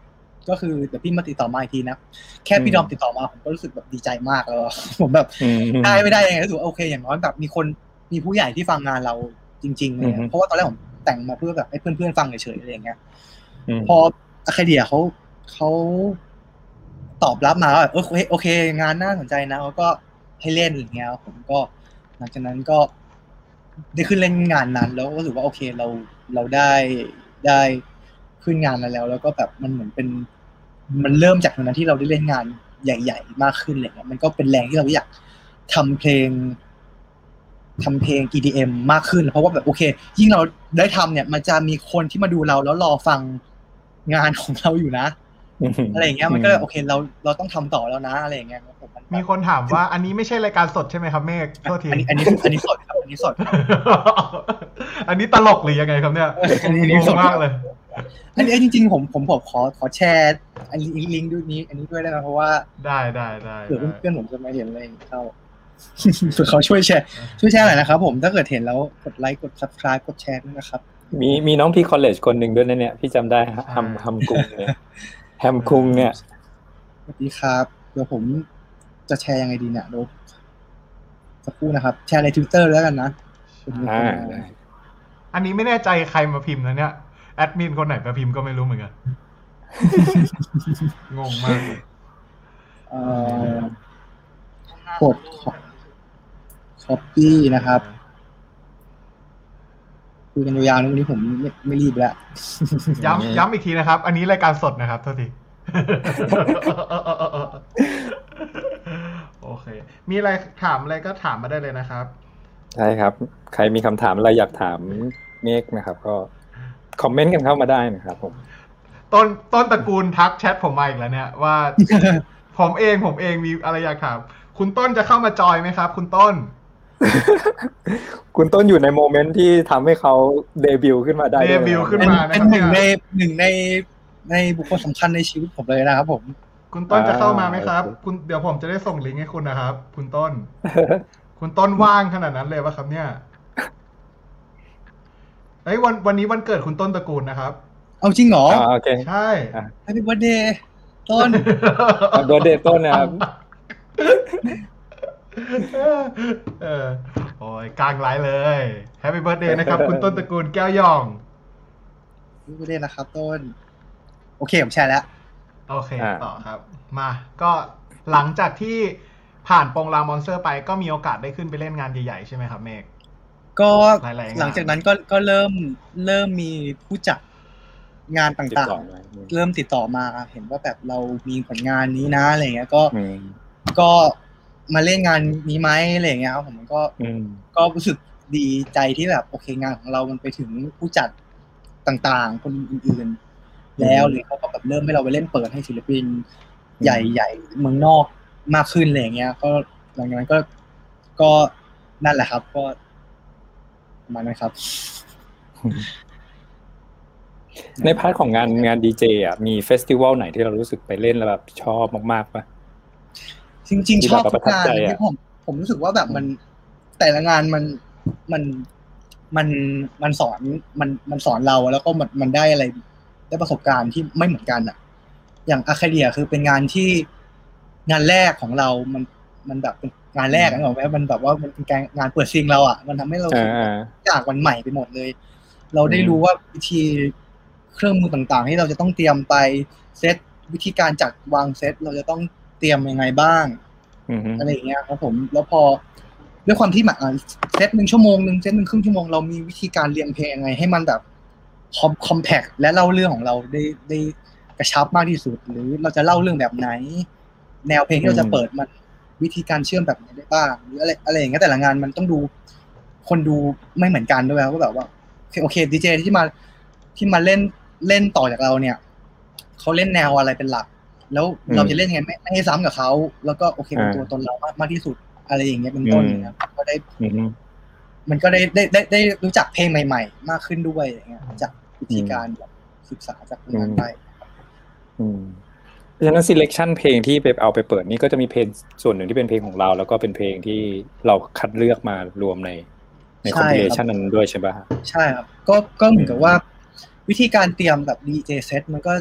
ก็คือเดี๋ยวพี่มาติดต่อมาอีกทีนะแค่พี่ดอมติดต่อมาผมก็รู้สึกแบบดีใจมากแล้วผมแบบได้ไม่ได้ยังไงรู้สึกโอเคอย่างน้อยแบบมีคนมีผู้ใหญ่ที่ฟังงานเราจริงๆเลยเพราะว่าตอนแรกผมแต่งมาเพื่อแบบให้เพื่อนๆฟังเฉยๆอะไรอย่างเงี้ยพออะคาเดียเขาเขาตอบรับมาว่าเออโอเคงานน่าสนใจนะเขาก็ให้เล่นอย่างเงี้ยผมก็หลังจากนั้นก็ได้ขึ้นเล่นงานนั้นแล้วก็รู้สึกว่าโอเคเราเราได้ได้ขึ้นงานแล้วแล้วก็แบบมันเหมือนเป็นมันเริ่มจากตรงนั้นที่เราได้เล่นงานใหญ่ๆมากขึ้นอะไรเงี้ยมันก็เป็นแรงที่เราอยากทำเพลงทำเพลง อี ดี เอ็ม มากขึ้นเพราะว่าแบบโอเคยิ่งเราได้ทำเนี่ยมันจะมีคนที่มาดูเราแล้วรอฟังงานของเราอยู่นะอะไรอย่างเงี้ยมันก็โอเคเราเราต้องทำต่อแล้วนะอะไรอย่างเงี้ยผมมีคนถามว่าอันนี้ไม่ใช่รายการสดใช่ไหมครับเมฆโทษทีอันนี้อันนี้อันนี้สดครับอันนี้สดอันนี้ตลกหรือยังไงครับเนี่ยอันนี้สดมากเลยอันนี้จริงๆผมผมผมขอขอแชร์อันลิงก์ด้วยนี้อันนี้ด้วยได้ไหมเพราะว่าได้ได้ได้เผื่อเพื่อนๆผมจะมาเห็นอะไรเข้าเผื่อเขาช่วยแชร์ช่วยแชร์หน่อยนะครับผมถ้าเกิดเห็นแล้วกดไลค์กด Subscribe กดแชร์ด้วยนะครับมีมีน้องที่คอลเลจคนหนึ่งด้วยนะเนี่ยพี่จำได้ฮะฮัมฮัมกุงเนี่ยแฮมคุงเนี่ยสวัสดีครับเดี๋ยวผมจะแชร์ยังไงดีเนี่ยเดี๋ยวสักครู่นะครับแชร์ใน Twitter แล้วกันนะอ่าอันนี้ไม่แน่ใจใครมาพิมพ์นะเนี่ยแอดมินคนไหนมาพิมพ์ก็ไม่รู้เหมือนกันงงมากเลยเอ่อกด copy นะครับคุยกันยาวๆนะวันนี้ผมไม่ไม่รีบแล้วย้ำย้ำอีกทีนะครับอันนี้รายการสดนะครับโทษทีโอเคมีอะไรถามอะไรก็ถามมาได้เลยนะครับใช่ครับใครมีคำถามอะไรอยากถามเมฆนะครับก็คอมเมนต์กันเข้ามาได้นะครับผมต้นต้นตระกูลทักแชทผมมาอีกแล้วเนี่ยว่าผมเองผมเองมีอะไรอยากถามคุณต้นจะเข้ามาจอยไหมครับคุณต้นคุณต้นอยู่ในโมเมนต์ที่ทำให้เขาเดบิวต์ขึ้นมาได้เดบิวต์ขึ้นมาเป็นหนึ่งในหนึ่งในในบุคคลสำคัญในชีวิตผมเลยนะครับผมคุณต้นจะเข้ามาไหมครับคุณเดี๋ยวผมจะได้ส่งลิงก์ให้คุณนะครับคุณต้นคุณต้นว่างขนาดนั้นเลยป่ะครับเนี่ยเฮ้ยวันวันนี้วันเกิดคุณต้นตระกูลนะครับเอาจริงเหรออ๋อโอเคใช่ Happy Birthday ต้น Happy Birthday ต้นนะครับเออโอ้ยกลางไลฟ์เลย Happy Birthday นะครับคุณต้นตระกูลแก้วย่อง Happy Birthday นะครับต้นโอเคผมแชร์แล้วโอเคต่อครับมาก็หลังจากที่ผ่านปงลามอนสเตอร์ไปก็มีโอกาสได้ขึ้นไปเล่นงานใหญ่ๆใช่ไหมครับเมฆก็หลังจากนั้นก็ก็เริ่มเริ่มมีผู้จัดงานต่างๆเริ่มติดต่อมาเห็นว่าแบบเรามีผลงานนี้นะอะไรเงี้ยก็ก็มาเล่นงานนี้ไหมอะไรเงี้ยครับผมก็ก็รู้สึกดีใจที่แบบโอเคงานของเรามันไปถึงผู้จัดต่างๆคนอื่นๆแล้วหรือเขาก็แบบเริ่มให้เราไปเล่นเปิดให้ศิลปินใหญ่ๆเมืองนอกมากขึ้นอะไรเงี้ยก็หลังจากนั้นก็ก็นั่นแหละครับก็มาไหมครับในพาร์ทของงานงานดีเจอ่ะมีเฟสติวัลไหนที่เรารู้สึกไปเล่นแล้วแบบชอบมากๆป่ะจริงๆชอบทุกงานที่ผมผมรู้สึกว่าแบบมันแต่ละงานมันมันมันมันสอนมันมันสอนเราแล้วก็มันมันได้อะไรได้ประสบการณ์ที่ไม่เหมือนกันอ่ะอย่างอะคาเดียคือเป็นงานที่งานแรกของเรามันมันแบบเป็นงานแรกนะบอกไหมมันแบบว่ามันเป็นการงานเปิดซิงเราอ่ะมันทำให้เราจากวันใหม่ไปหมดเลยเราได้รู้ว่าวิธีเครื่องมือต่างๆที่เราจะต้องเตรียมไปเซตวิธีการจัดวางเซตเราจะต้องเตรียมยังไงบ้างอะไรอย่างเงี้ยครับผมแล้วพอด้วยความที่แบบเซตหนึ่งชั่วโมงหนึ่งเซตหนึ่งครึ่งชั่วโมงเรามีวิธีการเรียงเพลงยังไงให้มันแบบคอมคอมแพคและเล่าเรื่องของเราได้ได้กระชับมากที่สุดหรือเราจะเล่าเรื่องแบบไหนแนวเพลงที่เราจะเปิดมันวิธีการเชื่อมแบบไหนได้บ้างหรืออะไรอะไรอย่างเงี้ยแต่ละงานมันต้องดูคนดูไม่เหมือนกันด้วยว่าแบบว่าโอเคดีเจที่มาที่มาเล่นเล่นต่อจากเราเนี่ยเขาเล่นแนวอะไรเป็นหลักแล้วเราจะเล่นยังไงไม่ไม่ให้ซ้ำกับเขาแล้วก็โอเคเป็นตัวตนเรามากที่สุดอะไรอย่างเงี้ยเป็นต้นนะครับก็ได้มันก็ได้ได้ได้ได้รู้จักเพลงใหม่ๆมากขึ้นด้วยอย่างเงี้ยจากวิธีการแบบศึกษาจากงานไปเพราะฉะนั้น selection เพลงที่ไปเอาไปเปิดนี่ก็จะมีเพลงส่วนหนึ่งที่เป็นเพลงของเราแล้วก็เป็นเพลงที่เราคัดเลือกมารวมในใน compilation นั้นด้วยใช่ป่ะใช่ครับก็ก็เหมือนกับว่าวิธีการเตรียมแบบ ดี เจ set มันก็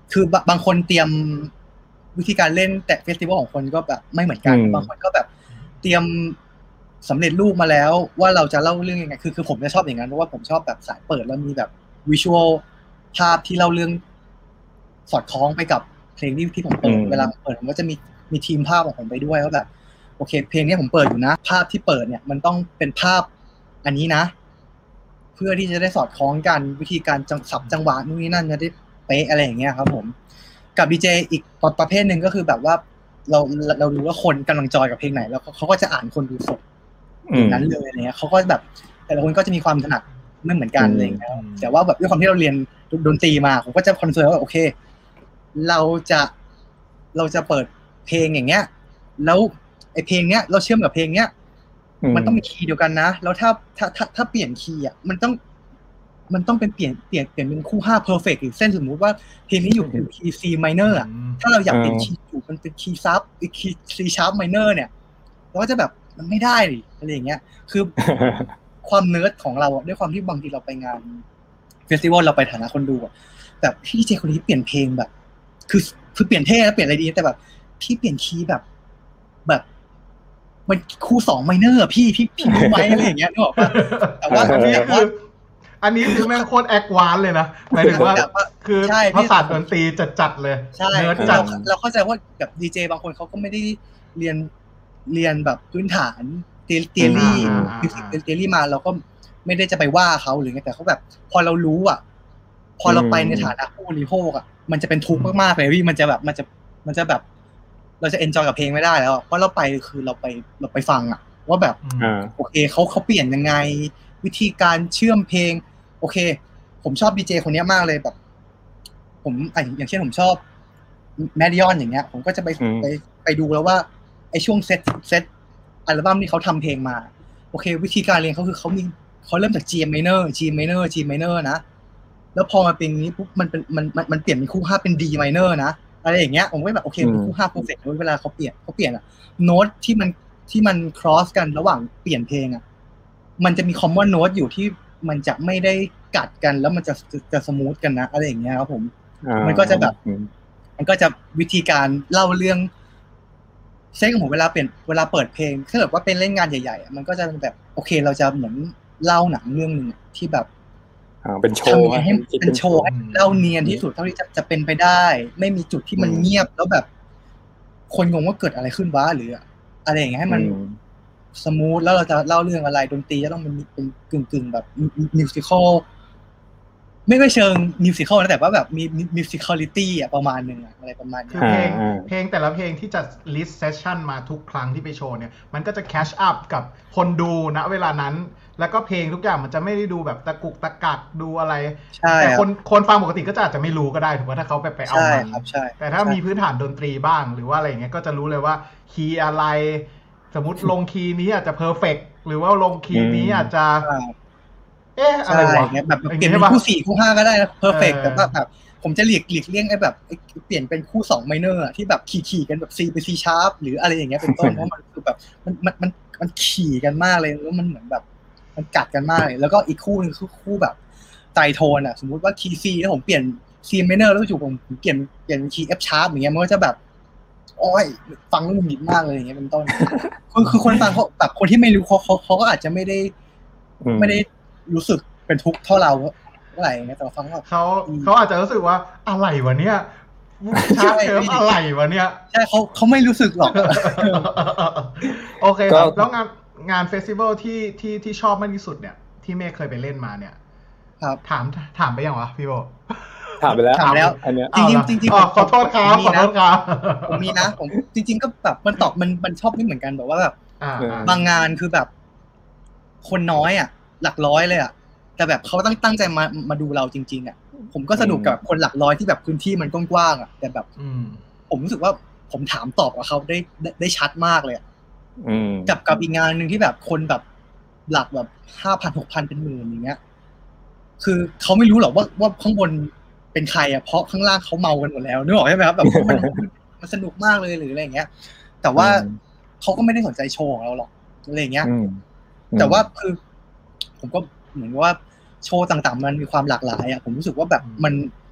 คือบางคนเตรียมวิธีการเล่นแต่เฟสติวัลของคนก็แบบไม่เหมือนกันบางคนก็แบบเตรียมสำเร็จรูปมาแล้วว่าเราจะเล่าเรื่องยังไงคือคือผมจะชอบอย่างนั้นเพราะว่าผมชอบแบบสายเปิดแล้วมีแบบวิชวลภาพที่เล่าเรื่องสอดคล้องไปกับเพลงที่ที่ผมเปิดเวลาเปิดผมก็จะมีมีทีมภาพของผมไปด้วยว่าแบบโอเคเพลงนี้ผมเปิดอยู่นะภาพที่เปิดเนี่ยมันต้องเป็นภาพอันนี้นะเพื่อที่จะได้สอดคล้องกันวิธีการจังสับจังหวะนู่นนี่นั่นจะได้เป๊ะอะไรอย่างเงี้ยครับผมกับดีเจอีกประเภทหนึ่งก็คือแบบว่าเราเรารู้ว่าคนกำลังจอยกับเพลงไหนแล้วเขาก็จะอ่านคนดูสดนั้นเลยอะไรเงี้ยเขาก็แบบแต่ละคนก็จะมีความถนัดไม่เหมือนกันอะไรอย่างเงี้ยแต่ว่าแบบด้วยความที่เราเรียนดนตรีมาผมก็จะคอนเซิร์นว่าโอเคเราจะเราจะเปิดเพลงอย่างเงี้ยแล้วไอเพลงเนี้ยเราเชื่อมกับเพลงเนี้ยมันต้องมีคีย์เดียวกันนะแล้วถ้าถ้าถ้าถ้าเปลี่ยนคีย์อ่ะมันต้องมันต้องเป็นเปลี่ยนเปลี่ยนเปลี่ยนเป็นคู่ห้า perfect อีกเส้นสมมุติว่าเพลงนี้อยู่อยู่คีย์ C minor อ่ะถ้าเราอยากเปลี่ยนคีย์อยู่มันเป็นคีย์ซับอีกคีย์ C sharp minor เนี่ยเราก็จะแบบมันไม่ได้ดิอะไรอย่างเงี้ยคือความเนิร์ดของเราด้วยความที่บางทีเราไปงานเฟสติวัลเราไปฐานะคนดูอ่ะแบบพี่เจคนนี้เปลี่ยนเพลงแบบคือคือเปลี่ยนเท่แล้วเปลี่ยนอะไรดีแต่แบบพี่เปลี่ยนคีย์แบบแบบมันคู่สองไมเนอร์อ่ะพี่พี่พี่รู้ไหมอะไรอย่างเงี้ยนึกออกป่ะแต่ว่าอันนี้คืออันนี้คือแม่งโคตรแอดวานซ์เลยนะหมายถึงว่าคือภาษาดนตรีจัดๆเลยใช่เราเราเข้าใจว่าแบบดีเจบางคนเขาก็ไม่ได้เรียนเรียนแบบพื้นฐานเทอรี่มิวสิกเทอรี่มาเราก็ไม่ได้จะไปว่าเขาหรือไงแต่เขาแบบพอเรารู้อ่ะพอเราไปในฐานะผู้บริโภคอ่ะมันจะเป็นทุกข์มากๆเลยพี่มันจะแบบมันจะมันจะแบบเราจะเอนจอยกับเพลงไม่ได้แล้วเพราะเราไปคือเราไปเราไปฟังอ่ะว่าแบบโอเคเขาเขาเปลี่ยนยังไงวิธีการเชื่อมเพลงโอเคผมชอบดีเจคนนี้มากเลยแบบผมอย่างเช่นผมชอบแมดดิออนอย่างเงี้ยผมก็จะไปไปไปดูแล้วว่าไอ้ช่วงเซตเซตอัลบั้มที่เขาทำเพลงมาโอเควิธีการเรียนเขาคือเขามีเขาเริ่มจาก G minor G minor G minor นะแล้วพอมาเป็นนี้ปุ๊บมันเป็นมันมันเปลี่ยนเป็นคู่ห้าเป็น D minor นะอะไรอย่างเงี้ยผมก็แบบโอเคเป็นคู่ห้า perfect เวลาเขาเปลี่ยนเขาเปลี่ยนอะโน้ตที่มันที่มัน cross กันระหว่างเปลี่ยนเพลงอะมันจะมี common note อยู่ที่มันจะไม่ได้กัดกันแล้วมันจะจะสมูทกันนะอะไรอย่างเงี้ยครับผมมันก็จะแบบมันก็จะวิธีการเล่าเรื่องเซ็กของผมเวลาเปลี่ยนเวลาเปิดเพลงถ้าเกิดว่าเป็นเล่นงานใหญ่ๆมันก็จะเป็นแบบโอเคเราจะเหมือนเล่าหนังเรื่องนึงที่แบบอ่าเป็นโชว์ให้เป็นโชว์ให้เล่าเนียนที่สุดเท่าที่จะจะเป็นไปได้ไม่มีจุดที่มันเงียบแล้วแบบคนงงว่าเกิดอะไรขึ้นวะหรืออะไรอย่างเงี้ยให้มันสมูทแล้วเราจะเล่าเรื่องอะไรดนตรีจะต้องมันเป็นกึ่งๆแบบมิวสิคอลไม่ไม่เชิงมิวสิคอลนะแต่ว่าแบบมีมิวสิคอลิตี้อ่ะประมาณนึงอ่ะอะไรประมาณนี้คือเพลงเพลงแต่ละเพลงที่จะลิสต์เซสชั่นมาทุกครั้งที่ไปโชว์เนี่ยมันก็จะแคชอัพกับคนดูณเวลานั้นแล้วก็เพลงทุกอย่างมันจะไม่ได้ดูแบบตะกุกตะกักดูอะไรแต่คนคนฟังปกติก็จะอาจจะไม่รู้ก็ได้ถูกป่ะถ้าเขาไปไปเอามันแต่ถ้ามีพื้นฐานดนตรีบ้างหรือว่าอะไรอย่างเงี้ยก็จะรู้เลยว่าคีย์อะไรสมมติลงคีย์นี้อาจจะเพอร์เฟกต์หรือว่าลงคีย์นี้อาจจะเอ๊ะอะไรวะแบบเปลี่ยนเป็นคู่สี่คู่ห้าก็ได้นะเพอร์เฟกต์แต่ว่าแบบผมจะหลีกหลีกเลี่ยงไอ้แบบเปลี่ยนเป็นคู่สองไมเนอร์ที่แบบขี่ๆกันแบบ C ไป C sharp หรืออะไรอย่างเงี้ยเป็นต้นเพราะมันคือแบบมันมันมันมันขี่กันมากเลยแล้วมันเหมือนแบบมันกัดกันมากเลยแล้วก็อีกคู่นึงคือคู่แบบไตรโทนอ่ะสมมุติว่าคีย์ C แล้วผมเปลี่ยน C minor แล้วจู่ผมเปลี่ยนเปลี่ยนคีย์ F sharp อย่างเงี้ยมันก็จะแบบโอ้ยฟังแล้วหงุดหงิดมากเลยอย่างเงี้ยเป็นต้นคือคือคนฟังเขาแบบคนที่ไม่รู้เขาเขาเขาก็อาจจะไม่ได้ไม่ได้รู้สึกเป็นทุกข์เท่าเราเท่าไหร่เงี้ยแต่ฟังเขาเขาเขาอาจจะรู้สึกว่าอะไรวะเนี่ยชาเชิมอะไรวะเนี่ยใช่เขาเขาไม่รู้สึกหรอกโอเคครับแล้วงานงานเฟสติวัลที่ที่ที่ชอบมากที่สุดเนี่ยที่เมฆเคยไปเล่นมาเนี่ยครับถามถามไปยังวะพี่โบถามไปแล้วถามแล้วอันเนี้ยจริงจริงจริงขอโทษครับขอโทษครับผมมีนะผมจริงๆก็แบบมันตอบมันมันชอบไม่เหมือนกันแบบว่าแบบบางงานคือแบบคนน้อยอ่ะหลักร้อยเลยอ่ะแต่แบบเขาตั้งตั้งใจมามาดูเราจริงๆอ่ะผมก็สนุกกับคนหลักร้อยที่แบบพื้นที่มันกว้างๆอ่ะแต่แบบผมรู้สึกว่าผมถามตอบกับเขาได้ได้ชัดมากเลยอ่ะกับกับอีกงานนึงที่แบบคนแบบหลักแบบห้าพันหกพันเป็นหมื่นอย่างเงี้ยคือเขาไม่รู้หรอกว่าว่าข้างบนเป็นใครอ่ะเพราะข้างล่างเขาเมากันหมดแล้วนึกออกใช่ไหมครับแบบมันมันสนุกมากเลยหรืออะไรอย่างเงี้ยแต่ว่าเขาก็ไม่ได้สนใจโชว์ของเราหรอกอะไรอย่างเงี้ยแต่ว่าคือผมก็เหมือนว่าโชว์ต่างๆมันมีความหลากหลายอ่ะผมรู้สึกว่าแบบมัน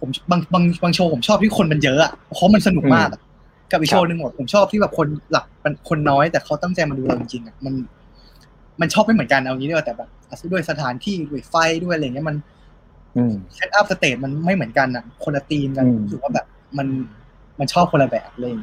ผมบางบางบางโชว์ผมชอบที่คนมันเยอะอ่ะเพราะมันสนุกมากกับอีกโชว์นึงหมดผมชอบที่แบบคนหลักคนน้อยแต่เขาตั้งใจมาดูเราจริงๆอ่ะมันมันชอบไม่เหมือนกันเอางี้ดีกว่าแต่แบบด้วยสถานที่ด้วยไฟด้วยอะไรเงี้ยมันเซตอัพสเตจมันไม่เหมือนกันอ่ะคนละธีมกันรู้สึกว่าแบบมันมันชอบคนละแบบเลย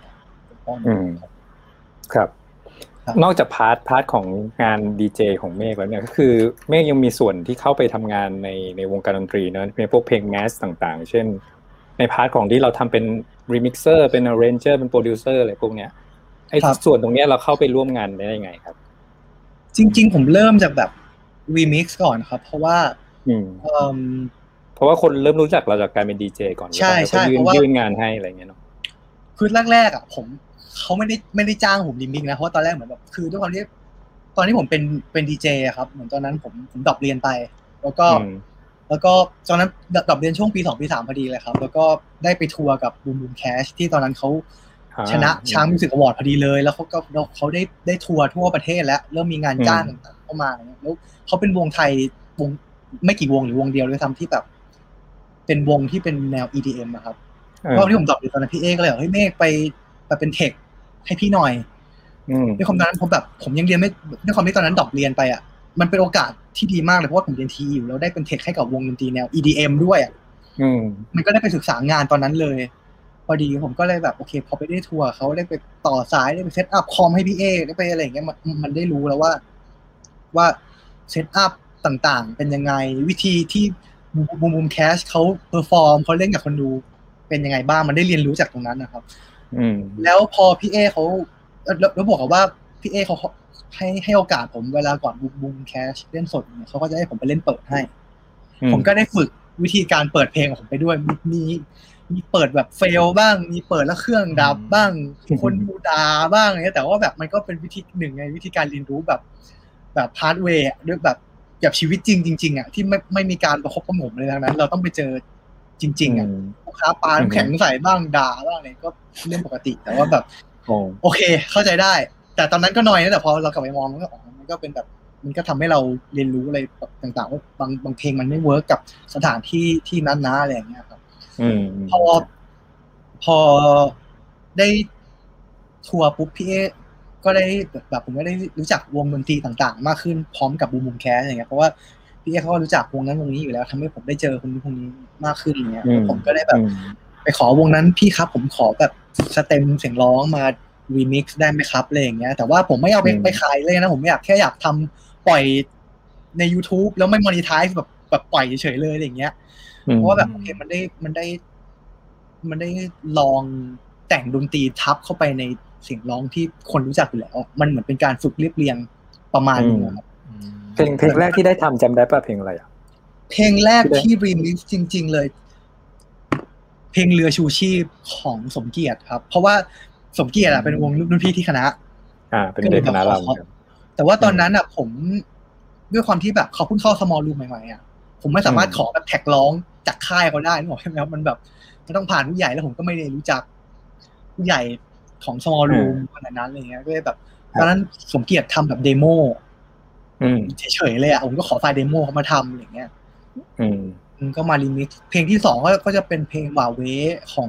ครับนอกจากพาร์ทพาร์ทของงานดีเจของเมฆแล้วเนี่ยก็คือเมฆยังมีส่วนที่เข้าไปทำงานในในวงการดนตรีนะในพวกเพลงแมสต่างๆเช่นในพาร์ทของที่เราทำเป็นรีมิกเซอร์เป็นอาร์เรนเจอร์เป็นโปรดิวเซอร์อะไรพวกเนี้ยไอ้ส่วนตรงเนี้ยเราเข้าไปร่วมงานได้ยังไงครับจริงๆผมเริ่มจากแบบรีมิกซ์ก่อนครับเพราะว่าเพราะว่าคนเริ่มรู้จักเราจากการเป็นดีเจก่อนใช่ใช่เพราะว่ายื่นงานให้อะไรเงี้ยเนาะคือแรกๆอ่ะผมเขาไม่ได้ไม่ได้จ้างผมรีมิกซ์นะเพราะตอนแรกเหมือนแบบคือด้วยความที่ตอนที่ผมเป็นเป็นดีเจอะครับเหมือนตอนนั้นผมผมดรอปเรียนไปแล้วก็แล้วก็ตอนนั้นดรอปเรียนช่วงปีสองปีสามพอดีเลยครับแล้วก็ได้ไปทัวร์กับบูมบูมแคชที่ตอนนั้นเขาชนะช้างมิวสิกอวอร์ดพอดีเลยแล้วเขาก็เขาได้ได้ทัวร์ทั่วประเทศแล้วเริ่มมีงานจ้างต่างๆเข้ามาแล้วเขาเป็นวงไทยวงไม่กี่วงหรือวงเดียวด้วยซ้ำที่แบบเป็นวงที่เป็นแนว อี ดี เอ็ม นะครับตอนที่ผมดรอปอยู่ตอนนั้นพี่เอกก็เลยบอกเฮ้ยเมฆไปไปเป็นเทคให้พี่หน่อยในความตอนนั้นผมแบบผมยังเรียนไม่ในความที่ตอนนั้นดรอปเรียนไปอ่ะมันเป็นโอกาสที่ดีมากเลยเพราะว่าผมเรียนทีอยู่แล้วได้เป็นเทคให้กับวงดนตรีแนว อี ดี เอ็ม ด้วยอ่ะมันก็ได้ไปศึกษางานตอนนั้นเลยพอดีผมก็เลยแบบโอเคพอไปได้ทัวร์เขาได้ไปต่อสายได้ไปเซตอัพคอมให้พี่เอได้ไปอะไรอย่างเงี้ยมันมันได้รู้แล้วว่าว่าเซตอัพต่างๆเป็นยังไงวิธีที่บูมบูมแคชเขาเพอร์ฟอร์มเขาเล่นกับคนดูเป็นยังไงบ้างมันได้เรียนรู้จากตรงนั้นนะครับแล้วพอพี่เอเขาแล้วบอกกับว่าพี่เอเขาให้ให้โอกาสผมเวลาก่อนบูมบูมแคชเล่นสดเนี่ยเขาก็จะให้ผมไปเล่นเปิดให้ผมก็ได้ฝึกวิธีการเปิดเพลงของผมไปด้วยมีมีเปิดแบบเฟลบ้างมีเปิดแล้วเครื่องดับบ้างคนดูด่าบ้างอะไรเงี้ยแต่ว่าแบบมันก็เป็นวิธีหนึ่งไงวิธีการเรียนรู้แบบแบบพาร์ทเวย์ด้วยแบบแบบชีวิตจริงจริงๆอ่ะที่ไม่ไม่มีการประคบประหงมเลยทั้งนั้นเราต้องไปเจอจริงๆอ่ะลูกค้าปาน้ำแข็งใส่บ้างด่าบ้างอะไรก็เรื่องปกติแต่ว่าแบบโอเคเข้าใจได้แต่ตอนนั้นก็น้อยนะแต่พอเรากลับไปมองมันก็อ๋อมันก็เป็นแบบมันก็ทำให้เราเรียนรู้อะไรต่างๆว่าบางบางเพลงมันไม่เวิร์กกับสถานที่ที่นั้นนะอะไรอย่างเงี้ยครับพอพอได้ทัวร์ปุ๊บพี่เอก็ได้แบบผมก็ได้รู้จักวงดนตรีต่างๆมากขึ้นพร้อมกับบูมบูมแคสอย่างเงี้ยเพราะว่าพี่เอเขาก็รู้จักวงนั้นวงนี้อยู่แล้วทำให้ผมได้เจอคนนี้คนนี้มากขึ้นอย่างเงี้ยผมก็ได้แบบไปขอวงนั้นพี่ครับผมขอแบบสเต็มเสียงร้องมารีมิกซ์ได้ไหมครับอะไรอย่างเงี้ยแต่ว่าผมไม่เอาไปไปขายเลยนะผมอยากแค่อยากทำปล่อยใน YouTube แล้วไม่มอนิไทซ์แบบแบบปล่อยเฉยๆเลยอย่างเงี้ยเพราะว่าแบบโอเคมันได้มันได้มันได้ลองแต่งดนตรีทับเข้าไปในเสียงร้องที่คนรู้จักอยู่แล้วมันเหมือนเป็นการฝึกเรียบเรียงประมาณนึงครับเพลงเพลงแรกที่ได้ทำจำได้ป่ะเพลงอะไรอ่ะเพลงแรกที่รีมิกซ์จริงๆเลยเพลงเรือชูชีพของสมเกียรติครับเพราะว่าสมเกียรติอ่ะเป็นวงรุ่นพี่ที่คณะอ่าเป็นเด็กคณะเราแต่ว่าตอนนั้นอ่ะผมด้วยความที่แบบเขาเพิ่งเข้าสมอลรูมใหม่ๆอ่ะผมไม่สามารถขอแบบแท็กร้องจากค่ายเขาได้นึกออกไหมครับมันแบบมันต้องผ่านผู้ใหญ่แล้วผมก็ไม่ได้รู้จักผู้ใหญ่ของสมอลรูมขนาดนั้นอะไรเงี้ยก็เลยแบบตอนนั้นสมเกียรติทำแบบเดโมเฉยๆเลยอ่ะผมก็ขอไฟล์เดโมเขามาทำอย่างเงี้ยก็มารีมิกซ์เพลงที่สองก็ก็จะเป็นเพลงหว่าเวของ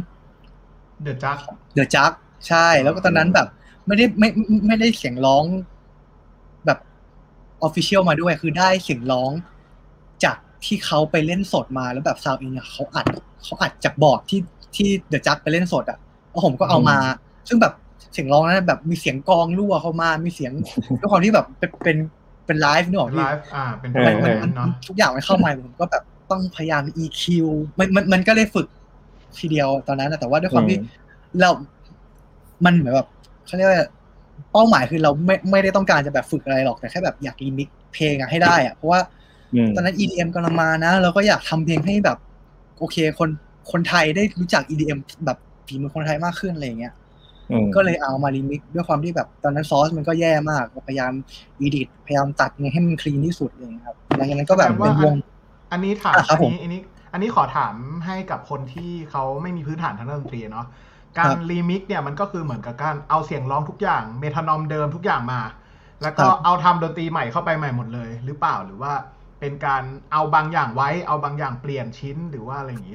The Jug The Jug ใช่แล้วก็ตอนนั้นแบบไม่ได้ไม่ไม่ได้เสียงร้องแบบ official มาด้วยคือได้เสียงร้องจากที่เขาไปเล่นสดมาแล้วแบบซาวด์อินเขาอัดเขาอัดจากบอร์ดที่ที่ The Jug ไปเล่นสดอ่ะแล้วผมก็เอามาซึ่งแบบเสียงร้องนั้นแบบมีเสียงกลองรั่วเข้ามามีเสียงด้วยความที่แบบเป็นเป็นเป็นไลฟ์นึกออกพี่ไลฟ์อ่าเป็นมันเนาะทุกอย่างมันเข้ามาผมก็แบบต้องพยายาม อี คิว มันมันมันก็เลยฝึกทีเดียวตอนนั้นแต่ว่าด้วยความที่เรามันเหมือนแบบเขาเรียกว่าเป้าหมายคือเราไม่ไม่ได้ต้องการจะแบบฝึกอะไรหรอกแต่แค่แบบอยากรีมิกซ์เพลงอะให้ได้อะเพราะว่าตอนนั้น อี ดี เอ็ม กำลังมานะเราก็อยากทำเพลงให้แบบโอเคคนคนไทยได้รู้จัก อี ดี เอ็ม แบบฝีมือคนไทยมากขึ้นอะไรอย่างเงี้ยก็เลยเอามารีมิกซ์ด้วยความที่แบบตอนนั้นซอสมันก็แย่มากพยายามอีดิทพยายามตัดไงให้มันคลีนที่สุดเลยครับหลังจากนั้นก็แบบเป็นวงอันนี้ถามอันนี้อันนี้อันนี้ขอถามให้กับคนที่เขาไม่มีพื้นฐานทางด้านดนตรีเนาะการรีมิกซ์เนี่ยมันก็คือเหมือนกับการเอาเสียงร้องทุกอย่างเมทานอมเดิมทุกอย่างมาแล้วก็เอาทำดนตรีใหม่เข้าไปใหม่หมดเลยหรือเปล่าหรือว่าเป็นการเอาบางอย่างไว้เอาบางอย่างเปลี่ยนชิ้นหรือว่าอะไรอย่างนี้ครับ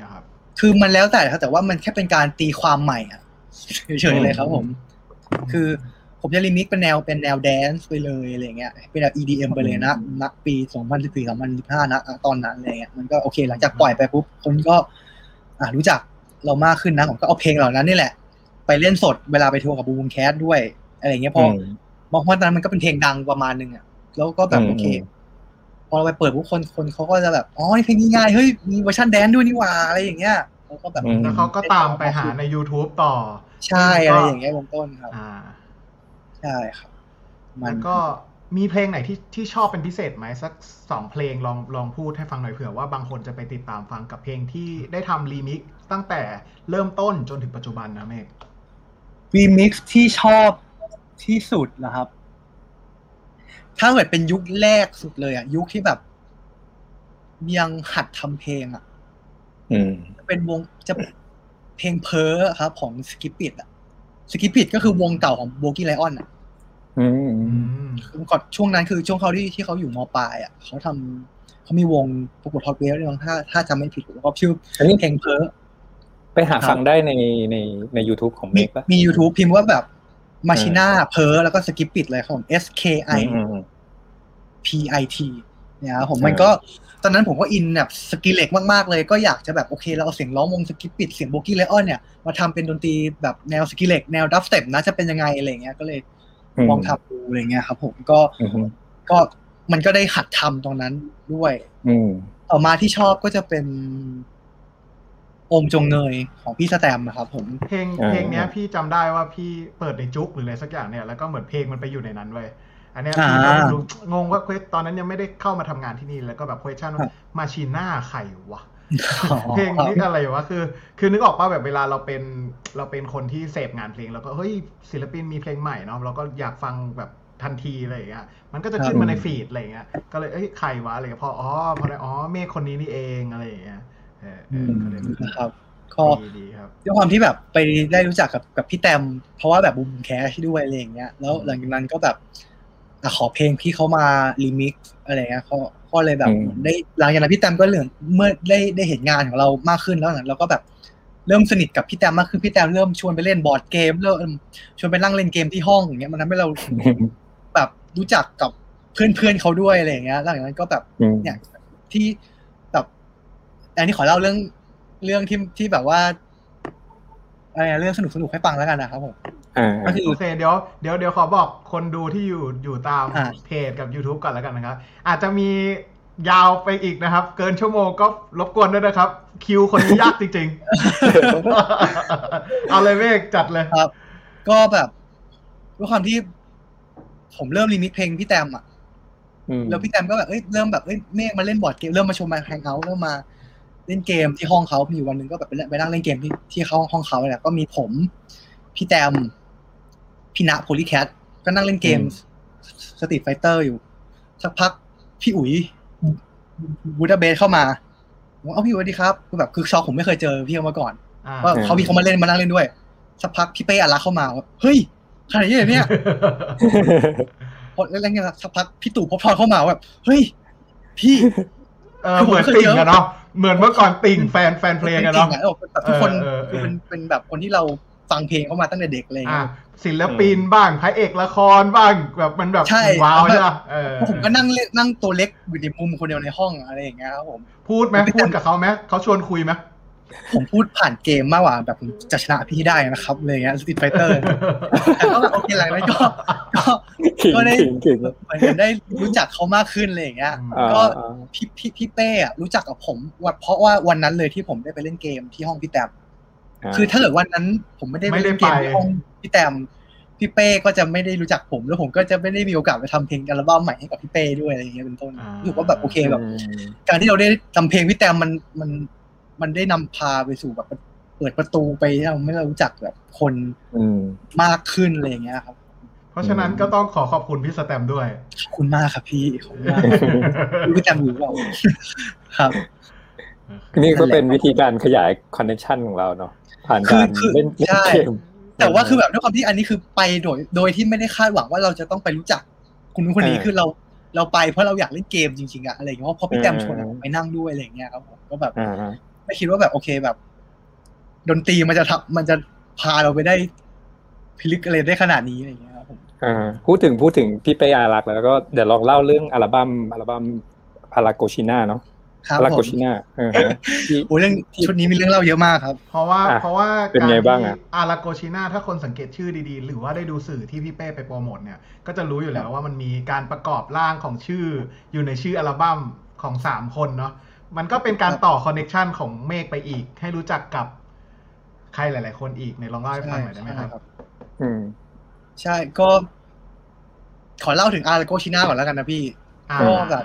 คือมันแล้วแต่ครับแต่ว่ามันแค่เป็นการตีความใหม่อ่ะเฉยๆเลยครับผมคือผมจะรีมิกซ์เป็นแนวเป็นแนวแดนซ์ไปเลยอะไรเงี้ยเป็นแบบ อี ดี เอ็ม ไปเลยนะณปีสองพันสิบสี่ สองพันสิบห้านะตอนนั้นอะไรเงี้ยมันก็โอเคหลังจากปล่อยไปปุ๊บคนก็อ่ะรู้จักเรามากขึ้นนะผมก็เอาเพลงเหล่านั้นนี่แหละไปเล่นสดเวลาไปทัวร์กับบูมแคสด้วยอะไรเงี้ยพอมองว่าตอนนั้นมันก็เป็นเพลงดังประมาณนึงอ่ะแล้วก็แบบโอเคพอเราไปเปิดปุ๊บคนคนเขาก็จะแบบอ๋อเพลงนี้ง่ายเฮ้ยมีเวอร์ชันแดนซ์ด้วยนี่หว่าอะไรอย่างเงี้ยแล้วก็แบบแล้วเขาก็ตามไปหาใน YouTube ต่อใช่อะไรอย่างเงี้ยเป็นต้นครับอ่าใช่ครับมันก็มีเพลงไหนที่ที่ชอบเป็นพิเศษไหมสักสองเพลงลองลองพูดให้ฟังหน่อยเผื่อว่าบางคนจะไปติดตามฟังกับเพลงที่ได้ทำรีมิกซ์ตั้งแต่เริ่มต้นจนถึงปัจจุบันนะเมฆรีมิกซ์ที่ชอบที่สุดนะครับถ้าเกิดเป็นยุคแรกสุดเลยอ่ะยุคที่แบบยังหัดทำเพลงอ่ะเป็นวงจะเพลงเพ้อครับของสกิปปิดอ่ะสกิปปิดก็คือวงเก่าของโบกี้ไลออนอ่ะก่อนช่วงนั้นคือช่วงเขาที่ที่เขาอยู่ม.ปลายอ่ะเขาทำเขามีวงประกวดฮอตเวฟด้วยมั้งถ้าถ้าจำไม่ผิดแล้วก็ชื่อเพลงเพ้อไปหาฟังได้ในในใน YouTube ของเมฆป่ะมี YouTube พิมพ์ว่าแบบมาชิน่าเพ้อแล้วก็สกิปปิดเลยครับผม S K I P I T เนี่ยครับผมมันก็ตอนนั้นผมก็อินแบบสกิลเล็กมากๆเลยก็อยากจะแบบโอเคเราเอาเสียงร้องวงสกิปปิดเสียงโบกี้ไลออนเนี่ยมาทำเป็นดนตรีแบบแนวสกิลเล็กแนวดับสเต็ปนะจะเป็นยังไงอะไรเงี้ยก็เลยลองทำดูอะไรเงี้ยครับผมก็ก็มันก็ได้หัดทำตรงนั้นด้วยต่อมาที่ชอบก็จะเป็นโอมจงเงยของพี่สแตมนะครับผมเพลงเพลงเนี้ยพี่จำได้ว่าพี่เปิดในจุ๊กหรืออะไรสักอย่างเนี่ยแล้วก็เหมือนเพลงมันไปอยู่ในนั้นเว้ยอันนี้พี่ก็ไม่รู้งงว่าตอนนั้นยังไม่ได้เข้ามาทำงานที่นี่แล้วก็แบบ question ว่ามาชิน่าใครวะเพลงนี้อะไรวะคือคือนึกออกป่ะแบบเวลาเราเป็นเราเป็นคนที่เสพงานเพลงแล้วก็เฮ้ยศิลปินมีเพลงใหม่เนาะเราก็อยากฟังแบบทันทีอะไรอย่างเงี้ยมันก็จะขึ้นมาในฟีดอะไรอย่างเงี้ยก็เลยเอ้ยใครวะอะไรพออ๋อพอได้อ๋อเมฆคนนี้นี่เองอะไรอย่างเงี้ยเออเออก็เลยครับก็ด้วยความที่แบบไปได้รู้จักกับกับพี่แตมเพราะว่าแบบบูมแคชด้วยอะไรอย่างเงี้ยแล้วหลังจากนั้นก็แบบขอเพลงพี่เขามารีมิกซ์อะไรเงี้ยเขาก็เลยแบบได้หลังจากนั้นพี่แตมก็เริ่มเมื่อได้ได้เห็นงานของเรามากขึ้นแล้วเราก็แบบเริ่มสนิทกับพี่แตมมากขึ้นพี่แตมเริ่มชวนไปเล่นบอร์ดเกมเริ่มชวนไปนั่งเล่นเกมที่ห้องอย่างเงี้ยมันทำให้เราแบบรู้จักกับเพื่อนเพื่อนเขาด้วยอะไรอย่างเงี้ยหลังจากนั้นก็แบบเนี่ยที่แบบอันนี้ขอเล่าเรื่องเรื่องที่ที่แบบว่าอะไรเรื่องสนุกสนุกให้ฟังแล้วกันนะครับผมโอเคเดี๋ยวเดี๋ยวเดี๋ยวขอบอกคนดูที่อยู่อยู่ตามเพจกับ YouTube ก่อนแล้วกันนะครับอาจจะมียาวไปอีกนะครับเกินชั่วโมงก็รบกวนด้วยนะครับคิวคนนี้ยากจริงๆเอาเลยเมฆจัดเลยครับก็แบบด้วยความที่ผมเริ่มรีมิกเพลงพี่แตมอ่ะแล้วพี่แตมก็แบบเอ้ยเริ่มแบบเอ้ยเมฆมาเล่นบอร์ดเกมเริ่มมาชมมาแฮงเอาท์เริ่มมาเล่นเกมที่ห้องเขามีอยู่วันนึงก็แบบไปไปนั่งเล่นเกมที่ที่เขาห้องเขาเนี่ยก็มีผมพี่แตมพี่ณโพลีแคทก็นั่งเล่นเกมสตรีทไฟเตอร์อยู่สักพักพี่อุ๋ยบูดาเบสเข้ามาผมเอาพี่อุ๋ยดีครับคือแบบคือช็อกผมไม่เคยเจอพี่เขามาก่อนว่าเขาพี่เขามาเล่นมานั่งเล่นด้วยสักพักพี่เป้อารักเข้ามาเฮ้ยขนาดนี้เลยเนี่ยพอแล้วไงสักพักพี่ตู่พบทรเข้ามาแบบเฮ้ยพี่เออเหมือนติ่งกันเนาะเหมือนเมื่อก่อนติ่งแฟนแฟนเพลงกันเนาะแบบทุกคนคือเป็นเป็นแบบคนที่เราฟังเพลงเข้ามาตั้งแต่เด็กอะไรอย่างเงี้ยศิลปินบ้างพระเอกละครบ้างแบบมันแบบว้าวใช่ป่ะผมก็นั่งนั่งตัวเล็กอยู่ในมุมคนเดียวในห้องอะไรอย่างเงี้ยครับผมพูดไหมพูดกับเขาไหมเขาชวนคุยไหมผมพูดผ่านเกมมากกว่าแบบผมจะชนะพี่ได้นะครับอะไรเงี้ยสตรีทไฟเตอร์แต่ก็แบบโอเคหลังนั้นก็ก็ได้เหมือนได้รู้จักเขามากขึ้นอะไรอย่างเงี้ยก็พี่พี่พี่เป้อะรู้จักกับผมเพราะว่าวันนั้นเลยที่ผมได้ไปเล่นเกมที่ห้องพี่แตมคือถ้าเกิดวันนั้นผมไม่ได้ไปเล่นเกมที่ห้องพี่แตมพี่เป้ก็จะไม่ได้รู้จักผมแล้วผมก็จะไม่ได้มีโอกาสไปทำเพลงอัลบั้มใหม่ให้กับพี่เป้ด้วยอะไรอย่างเงี้ยเป็นต้นรู้สึกว่าแบบโอเคแบบการที่เราได้ทำเพลงพี่แตมมันมันมันได้นำพาไปสู่แบบเปิดประตูไปให้เราไม่รู้จักแบบคนมากขึ้นอะไรอย่างเงี้ยครับเพราะฉะนั้นก็ต้องขอขอบคุณพี่สแตมด้วยขอบคุณมากครับพี่ขอบคุณมากพี่สแตมอยู่เราครับนี่ก็เป็นวิธีการขยายคอนเนคชั่นของเราเนาะผ่านการเล่นเกมแต่ว่าคือแบบด้วยความที่อันนี้คือไปโดยโดยที่ไม่ได้คาดหวังว่าเราจะต้องไปรู้จักคนนู้นคนนี้คือเราเราไปเพราะเราอยากเล่นเกมจริงๆอะอะไรอย่างเงี้ยเพราะพี่แตมชวนไปนั่งด้วยอะไรอย่างเงี้ยครับผมก็แบบไม่คิดว่าแบบโอเคแบบดนตรีมันจะทำมันจะพาเราไปได้พิลึกอะไรได้ขนาดนี้อะไรอย่างเงี้ยครับผมอ่าพูดถึงพูดถึงพี่เป้อารักษ์แล้วก็เดี๋ยวลองเล่าเรื่องอัลบั้มอัลบั้มพาราโกชิน่าเนาะพาราโกชิน่าเออโอ้เรื่องชุดนี้มีเรื่องเล่าเยอะมากครับเพราะว่าเพราะว่าเป็นไงบ้างอ่ะอาราโกชิน่าถ้าคนสังเกตชื่อดีๆหรือว่าได้ดูสื่อที่พี่เป้ไปโปรโมทเนี่ยก็จะรู้อยู่แล้วว่ามันมีการประกอบร่างของชื่ออยู่ในชื่ออัลบั้มของสามคนเนาะมันก็เป็นการต่อคอนเนคชั่นของเมฆไปอีกให้รู้จักกับใครหลายๆคนอีกในลองเล่าให้ฟังหน่อยได้ไหมครับอืมใช่ก็ขอเล่าถึงอาราโกชิน่าก่อนแล้วกันนะพี่ก็แบบ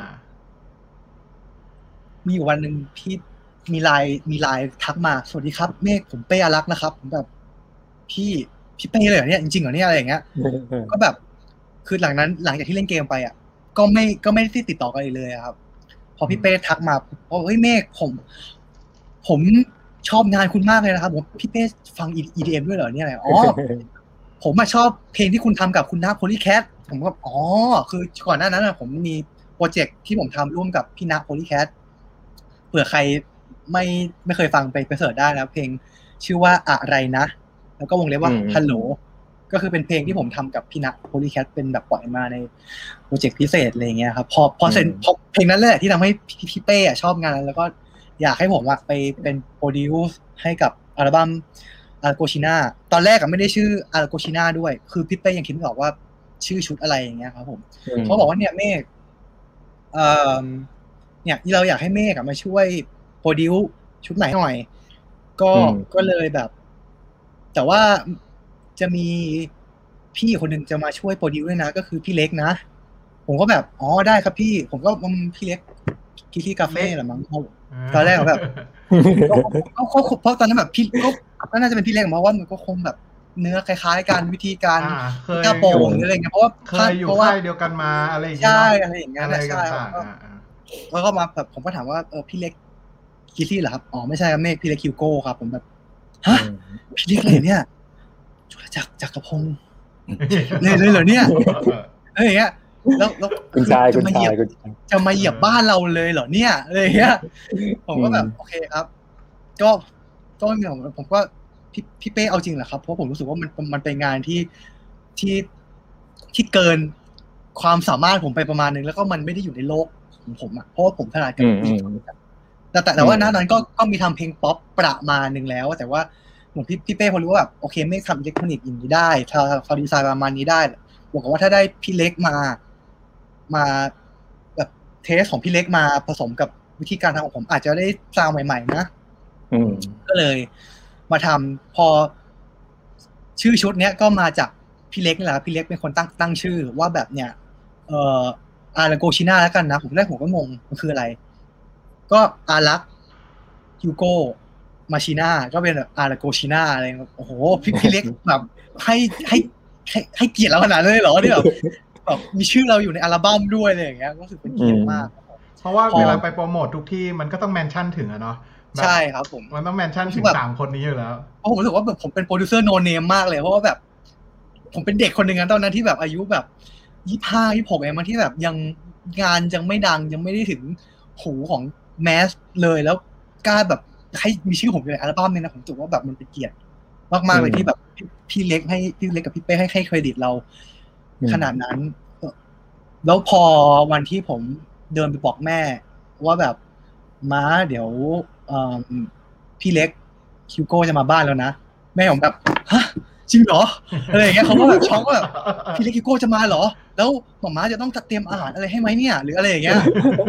มีอยู่วันหนึ่งพี่มีไลน์มีไลน์ทักมาสวัสดีครับเมฆผมเป้อารักษ์นะครับผมแบบพี่พี่เป้เลยเหรอเนี่ยจริงๆเหรอเนี่ยอะไรอย่างเงี้ยก็แบบคือหลังนั้นหลังจากที่เล่นเกมไปอ่ะก็ไม่ก็ไม่ได้ติดต่อกันเลยครับพอพี่เป้ทักมาบอกเฮ้ยเมฆผมผมชอบงานคุณมากเลยนะครับผมพี่เป้ฟัง อี ดี เอ็ม ด้วยเหรอเนี่ยอะไรอ๋อผมมาชอบเพลงที่คุณทำกับคุณนาโพลีแคทผมก็อ๋อคือก่อนหน้านั้นผมมีโปรเจกต์ที่ผมทำร่วมกับพี่นาโพลีแคทเผื่อใครไม่ไม่เคยฟังไปไปเสิร์ชได้นะเพลงชื่อว่าอะไรนะแล้วก็วงเล็บว่าฮัลโหลก็คือเป็นเพลงที่ผมทำกับพี่ณโพลีแคทเป็นแบบปล่อยมาในโปรเจกต์พิเศษอะไรเงี้ยครับพอพอเสร็จพอเพลงนั้นแหละที่ทำให้พี่เป้ชอบงานแล้วก็อยากให้ผมไปเป็นโปรดิวซ์ให้กับอัลบั้มอาราโกชิน่าตอนแรกไม่ได้ชื่ออาราโกชิน่าด้วยคือพี่เป้ยังคิดไม่ออกว่าชื่อชุดอะไรอย่างเงี้ยครับผมเขาบอกว่าเนี่ยเมฆเอ่อเนี่ยเราอยากให้เมฆมาช่วยโปรดิวซ์ชุดใหม่หน่อยก็ก็เลยแบบแต่ว่าจะมีพี่คนหนึ่งจะมาช่วยโปรดิวซ์ด้วยนะก็คือพี่เล็กนะผมก็แบบอ๋อได้ครับพี่ผมก็พี่เล็กกิลี่กาเฟ่แหละมั้งตอนแรกแบบก็เพราะตอนนั้นแบบพี่ก็น่าจะเป็นพี่เล็กเพราะว่ามันก็คงแบบเนื้อคล้ายๆกันวิธีการหน้าโป่งอะไรเงี้ยเพราะว่าเคยอยู่ค่ายเดียวกันมาอะไรอย่างเงี้ยใช่อะไรอย่างเงี้ยใช่แล้วก็มาแบบผมก็ถามว่าเออพี่เล็กกิลี่เหรอครับอ๋อไม่ใช่ครับเมฆพี่เล็กคิวโก้ครับผมแบบฮะพี่เล็กเลยเนี่ยจุลจักรจักรพงศ์เลยเลยเหรอเนี่ยอะไรอย่างเงี้ยแล้วแล้วคุณชายคุณชายจะมาเหยียบบ้านเราเลยเหรอเนี่ยอะไรอย่างเงี้ยผมก็แบบโอเคครับก็ก็ไม่มีผมผมก็พี่พี่เป้เอาจริงเหรอครับเพราะผมรู้สึกว่ามันมันเป็นงานที่ที่ที่เกินความสามารถผมไปประมาณนึงแล้วก็มันไม่ได้อยู่ในโลกของผมอ่ะเพราะว่าผมถนัดกับแต่แต่ว่านั้นนั้นก็ก็มีทำเพลงป๊อปประมาณนึงแล้วแต่ว่าเหมือนพี่พี่เป้พอรู้ว่าแบบโอเคไม่ทำอิเล็กทรอนิกส์อย่างนี้ได้ทำฟาดีไซน์ประมาณนี้ได้บอกว่าถ้าได้พี่เล็กมามาแบบเทสของพี่เล็กมาผสมกับวิธีการทำของผมอาจจะได้ซาวด์ใหม่ๆนะก็เลยมาทำพอชื่อชุดเนี้ยก็มาจากพี่เล็กนี่แหละพี่เล็กเป็นคนตั้งตั้งชื่อว่าแบบเนี้ยเอ่ออาราโกชิน่าแล้วกันนะผมแรกผมก็งงมันคืออะไรก็อารักฮิวโก้มาชิน่าก็เป็นอาราโกชิน่าอะไรโอ้โหพี่พี่เล็กแบบให้ให้ให้ให้เกียรติเราขนาดนั้นเลยเหรอที่แบบแบบมีชื่อเราอยู่ในอัลบั้มด้วยอะไรอย่างเงี้ยรู้สึกเป็นเกียรติมากเพราะว่าเวลาไปโปรโมททุกที่มันก็ต้องแมนชั่นถึงอะเนาะใช่ครับผมมันต้องแมนชั่นถึงสามคนนี้อยู่แล้วเพราะผมรู้สึกว่าแบบผมเป็นโปรดิวเซอร์โนเนมมากเลยเพราะว่าแบบผมเป็นเด็กคนหนึ่งนะตอนนั้นที่แบบอายุแบบยี่สิบห้า ยี่สิบหกเองมันที่แบบยังงานยังไม่ดังยังไม่ได้ถึงหูของแมสเลยแล้วกล้าแบบให้มีชื่อผมอยู่ในอัลบั้มเนี่ยนะผมรู้สึกว่าแบบมันเป็นเกียรติมากๆเลยที่แบบพี่เล็กให้พี่เล็กกับพี่เป้ให้ให้เครดิตเราขนาดนั้นแล้วพอวันที่ผมเดินไปบอกแม่ว่าแบบม้าเดี๋ยวพี่เล็กคิวโก้จะมาบ้านแล้วนะแม่ผมแบบฮะจริงเหรออะไรอย่างเงี้ยเขาก็แบบช็อกว่าแบบพี่เล็กคิวโก้จะมาเหรอแล้วหม่าม้าจะต้องจัดเตรียมอาหารอะไรให้ไหมเนี่ยหรืออะไรอย่างเงี้ย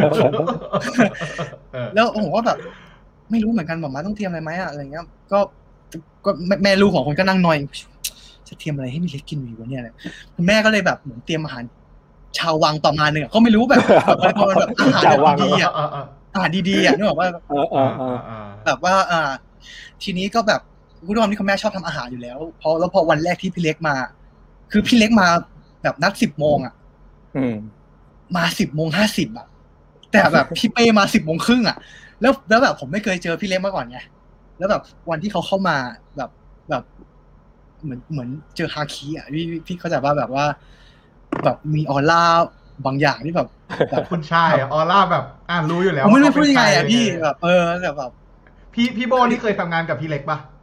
แล้วผมก็แบบไม่รู้เหมือนกันหม่าม้าต้องเตรียมอะไรไหมอะอะไรเงี้ยก็ก็แม่ลูกของคนก็นั่งนอยจะเตรียมอะไรให้พี่เล็กกินอยู่วะเนี่ยคุณแม่ก็เลยแบบเหมือนเตรียมอาหารชาววังประมาณนึงอ่ะก็ไม่รู้แบบแบบอาหารดีๆอ่ะอาหารดีๆอ่ะนึกออกว่าแบบว่าอ่าทีนี้ก็แบบคุณผู้ชมที่คุณแม่ชอบทำอาหารอยู่แล้วพอแล้วพอวันแรกที่พี่เล็กมาคือพี่เล็กมาแบบนัดสิบโมงอ่ะมาสิบโมงห้าสิบอ่ะแต่แบบพี่เป้มาสิบโมงครึ่งอ่ะแล้วแล้วแบบผมไม่เคยเจอพี่เล็กมาก่อนไงแล้วแบบวันที่เขาเข้ามาแบบแบบเหมือนเหมือนเจอฮาคิอ่ะพี่พี่เข้าใจว่าแบบว่าแบบมีออร่าบางอย่างที่แบบแบบคุณชายออร่าแบบอ่ารู้อยู่แล้วผมไม่รู้พูดยังไงอ่ะพี่แบบเออแบบแบบพี่พี่โบนี่เคยทำงานกับพี่เล็กป่ะ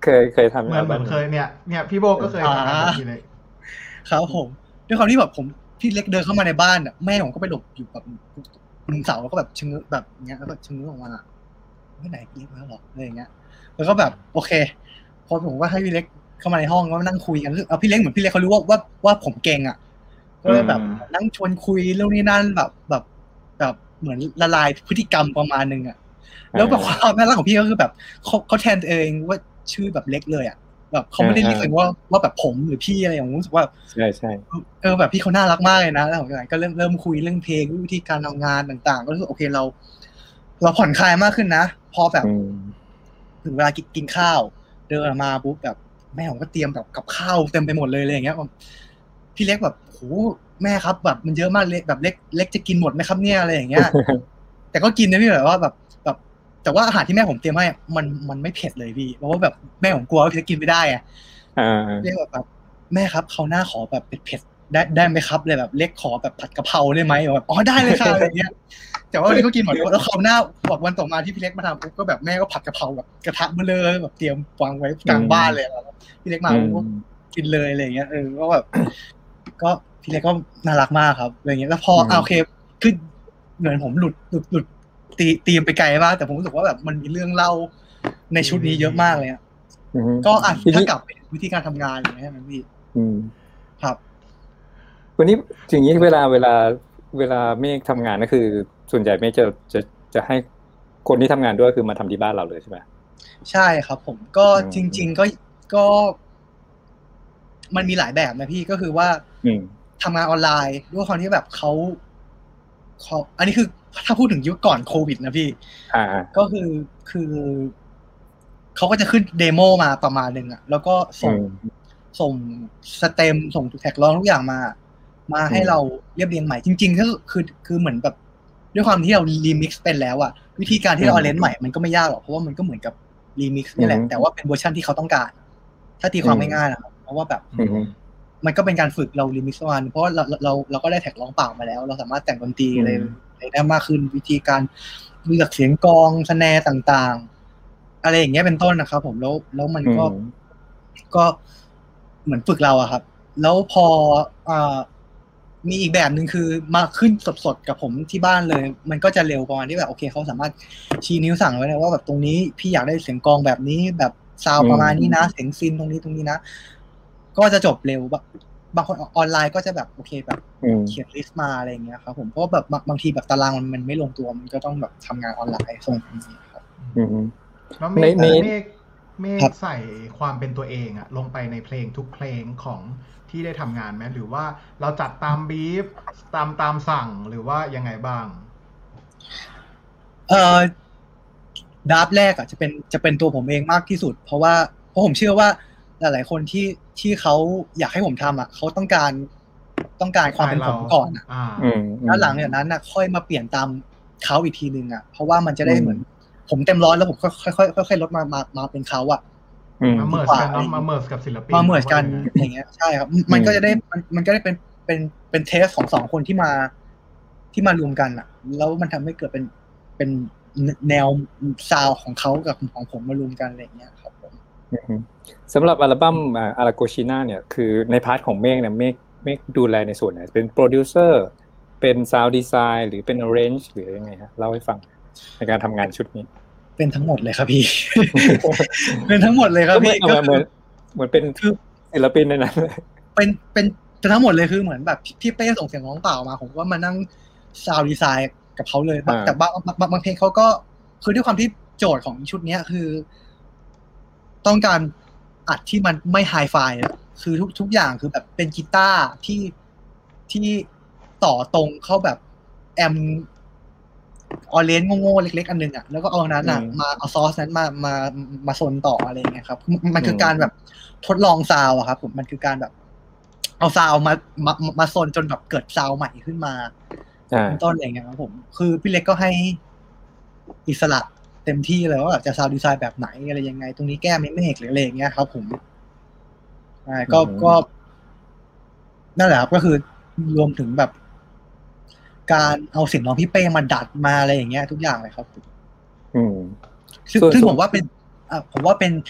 เคยเคยทำเหมือนเหมือนเคยเนี่ยเนี่ยพี่โบก็เคยทำงานกับพี่เล็กครับผมด้วยความที่แบบผมพี่เล็กเดินเข้ามาในบ้านอ่ะแม่ผมก็ไปหลบอยู่แบบมุมเสาแล้วก็แบบชะเง้อแบบเงี้ยแล้วก็ชะเง้อออกมาไม่ไหนพี่เล็กมาหรออะไรอย่างเงี้ยแล้วก็แบบโอเคพอผมว่าให้พี่เล็กเข้ามาในห้องแล้วนั่งคุยกันเอาพี่เล็กเหมือนพี่เล็กเขารู้ว่าว่าว่าผมเก่งอ่ะก็เลยแบบนั่งชวนคุยเรื่องนี้นั่นแบบแบบแบบเหมือนละลายพฤติกรรมประมาณนึงอ่ะแล้วแบบความน่ารักของพี่ก็คือแบบเขาเขาแทนตัวเองว่าชื่อแบบเล็กเลยอ่ะแบบเขาไม่ได้เรียกเลยว่าว่าแบบผมหรือพี่อะไรอย่างผมรู้สึกว่าใช่ใช่เออแบบพี่เขาน่ารักมากเลยนะแล้วหลังจากนั้นก็เริ่มเริ่มคุยเรื่องเพลงวิธีการทำงานต่างๆก็รู้สึกโอเคเราเราผ่อนคลายมากขึ้นนะพอแบบถึงเวลากินข้าวเดินมาปุ๊บแบบแม่ผมก็เตรียมแบบกับข้าวเต็มไปหมดเลยอะไรอย่างเงี้ยพี่เล็กแบบโหแม่ครับแบบมันเยอะมากเล็กแบบเล็กเล็กจะกินหมดไหมครับเนี่ยอะไรอย่างเงี้ยแต่ก็กินนะพี่แบบว่าแบบแบบแต่ว่าอาหารที่แม่ผมเตรียมให้มันมันไม่เผ็ดเลยพี่เพราะว่าแบบแม่ผมกลัวว่าพี่จะกินไม่ได้อะเรียกแบบแม่ครับเขาหน้าขอแบบเผ็ดๆได้ได้ไหมครับเลยแบบเล็กขอแบบผัดกะเพราได้ไหมแบบอ๋อได้เลยค่ะอะไรอย่างเงี้ยแต่ว่าวันนี้เขากินหมดแล้วเขาหน้าบอกวันต่อมาที่พี่เล็กมาทำปุ๊บก็แบบแม่ก็ผัดกะเพราแบบกระทะเบลอแบบเตรียมวางไว้กลางบ้านเลยพี่เล็กมาปุ๊บกินเลยอะไรอย่างเงี้ยเออก็แบบก็พี่เล็กก็น่ารักมากครับอะไรอย่างเงี้ยแล้วพอโอเคคือเหมือนผมหลุดหลุดหลุดตีตีมไปไกลมากแต่ผมรู้สึกว่าแบบมันมีเรื่องเล่าในชุดนี้เยอะมากเลยอ่ะก็อ่ะถ้ากลับไปวิธีการทำงานอะไรเงี้ยนะพี่ครับวันนี้อย่างนี้เวลาเวลาเวลาเมฆทำงานก็คือส่วนใหญ่เมฆจะจะจะให้คนที่ทำงานด้วยคือมาทำที่บ้านเราเลยใช่ไหมใช่ครับผมก็จริงๆก็ก็มันมีหลายแบบนะพี่ก็คือว่าทำงานออนไลน์ด้วยความที่แบบเขาเขาอันนี้คือถ้าพูดถึงยุคก่อนโควิดนะพี่ก็คือคือเขาก็จะขึ้นเดโมมาประมาณนึงอ่ะแล้วก็ส่งส่งสเต็มส่งแท็กร้องทุกอย่างมามาให้เราเรียบเรียงใหม่จริงๆก็คือคือเหมือนแบบด้วยความที่เรารีมิกซ์เป็นแล้วอ่ะวิธีการที่เราเอาเลนส์ใหม่มันก็ไม่ยากหรอกเพราะว่ามันก็เหมือนกับรีมิกซ์นี่แหละแต่ว่าเป็นเวอร์ชันที่เขาต้องการถ้าตีความง่ายๆนะครับเพราะว่าแบบมันก็เป็นการฝึกเรารีมิกซ์วันเพราะเราเราเราก็ได้แท็กร้องเปล่ามาแล้วเราสามารถแต่งดนตรีอะไรได้มากขึ้นวิธีการเลือกเสียงกลองสแนร์ต่างๆอะไรอย่างเงี้ยเป็นต้นนะครับผมแล้วแล้วมันก็ก็เหมือนฝึกเราอะครับแล้วพออ่ามีอีกแบบหนึ่งคือมาขึ้นสดๆกับผมที่บ้านเลยมันก็จะเร็วประมาณที่แบบโอเคเขาสามารถชี้นิ้วสั่งไว้เลยว่าแบบตรงนี้พี่อยากได้เสียงกลองแบบนี้แบบซาวประมาณนี้นะเสียงซินตรงนี้ตรงนี้นะก็จะจบเร็วบางคนออนไลน์ก็จะแบบโอเคแบบเขียนลิสต์มาอะไรอย่างเงี้ยครับผมเพราะแบบบางทีแบบตารางมันมันไม่ลงตัวมันก็ต้องแบบทำงานออนไลน์ส่งนี้ครับแล้วเมฆเมฆเมฆใส่ความเป็นตัวเองอะลงไปในเพลงทุกเพลงของที่ได้ทำงานไหมหรือว่าเราจัดตามบีฟตามตามสั่งหรือว่ายังไงบ้างเอ่อดราฟแรกอ่ะจะเป็นจะเป็นตัวผมเองมากที่สุดเพราะว่าเพราะผมเชื่อว่าหลายๆคนที่ที่เขาอยากให้ผมทำอ่ะเขาต้องการต้องการความเป็นผมก่อนอ่ะแล้วหลังจากนั้นอ่ะค่อยมาเปลี่ยนตามเขาอีกทีนึงอ่ะเพราะว่ามันจะได้เหมือนผมเต็มร้อยแล้วผมค่อยๆค่อยๆลดมามามาเป็นเขาอ่ะมาเมิร์จกันเนาะมาเมิร์จกับศิลปินมาเมิร์จกันอย่างเงี้ยใช่ครับมันก็จะได้มันมันก็ได้เป็นเป็นเป็นเทสของสองคนที่มาที่มารวมกันอ่ะแล้วมันทำให้เกิดเป็นเป็นแนวซาวของเขากับของผมมารวมกันอะไรอย่างเงี้ยครับผมสำหรับอัลบั้มอาราโกชิน่าเนี่ยคือในพาร์ทของเมฆเนี่ยเมฆเมฆดูแลในส่วนไหนเป็นโปรดิวเซอร์เป็นซาวด์ดีไซน์หรือเป็น arrange หรือยังไงฮะเล่าให้ฟังในการทำงานชุดนี้เป็นทั้งหมดเลยครับพี่ เป็นทั้งหมดเลยครับพี่ก็เหมือนเหมือนเป็นคือศิลปินในนั้นเป็นเป็นเป็นทั้งหมดเลยคือเหมือนแบบพี่เป้ส่งเสียงร้องเปล่ามาผมก็มานั่งซาวด์ดีไซน์กับเขาเลยแต่บางบางบางเพลงเขาก็คือด้วยความที่โจทย์ของชุดนี้คือต้องการอัดที่มันไม่ไฮไฟคือทุกทุกอย่างคือแบบเป็นกีตาร์ที่ที่ต่อตรงเข้าแบบแอมออเรนจ์โง่ๆเล็กๆอันนึงอ่ะแล้วก็เอานั้นอ่ะมาเอาซอสนั้นมามามาซนต่ออะไรอย่างเงี้ยครับมันคือการแบบทดลองซาวอะครับผมมันคือการแบบเอาซาวมามามาซนจนแบบเกิดซาวใหม่ขึ้นมาเป็นต้นอะไรเงี้ยครับผมคือพี่เล็กก็ให้อิสระเต็มที่เลยว่าจะซาวด์ดีไซน์แบบไหนอะไรยังไงตรงนี้แก้ไม่ไม่เอกหรืออะไรอย่างเงี้ยครับผมใช่ก็ก็นั่นแหละครับก็คือรวมถึงแบบการเอาเสียงร้องพี่เป้มาดัดมาอะไรอย่างเงี้ยทุกอย่างเลยครับอืมซึ่งซึ่งผมว่าเป็นอ่าผมว่าเป็น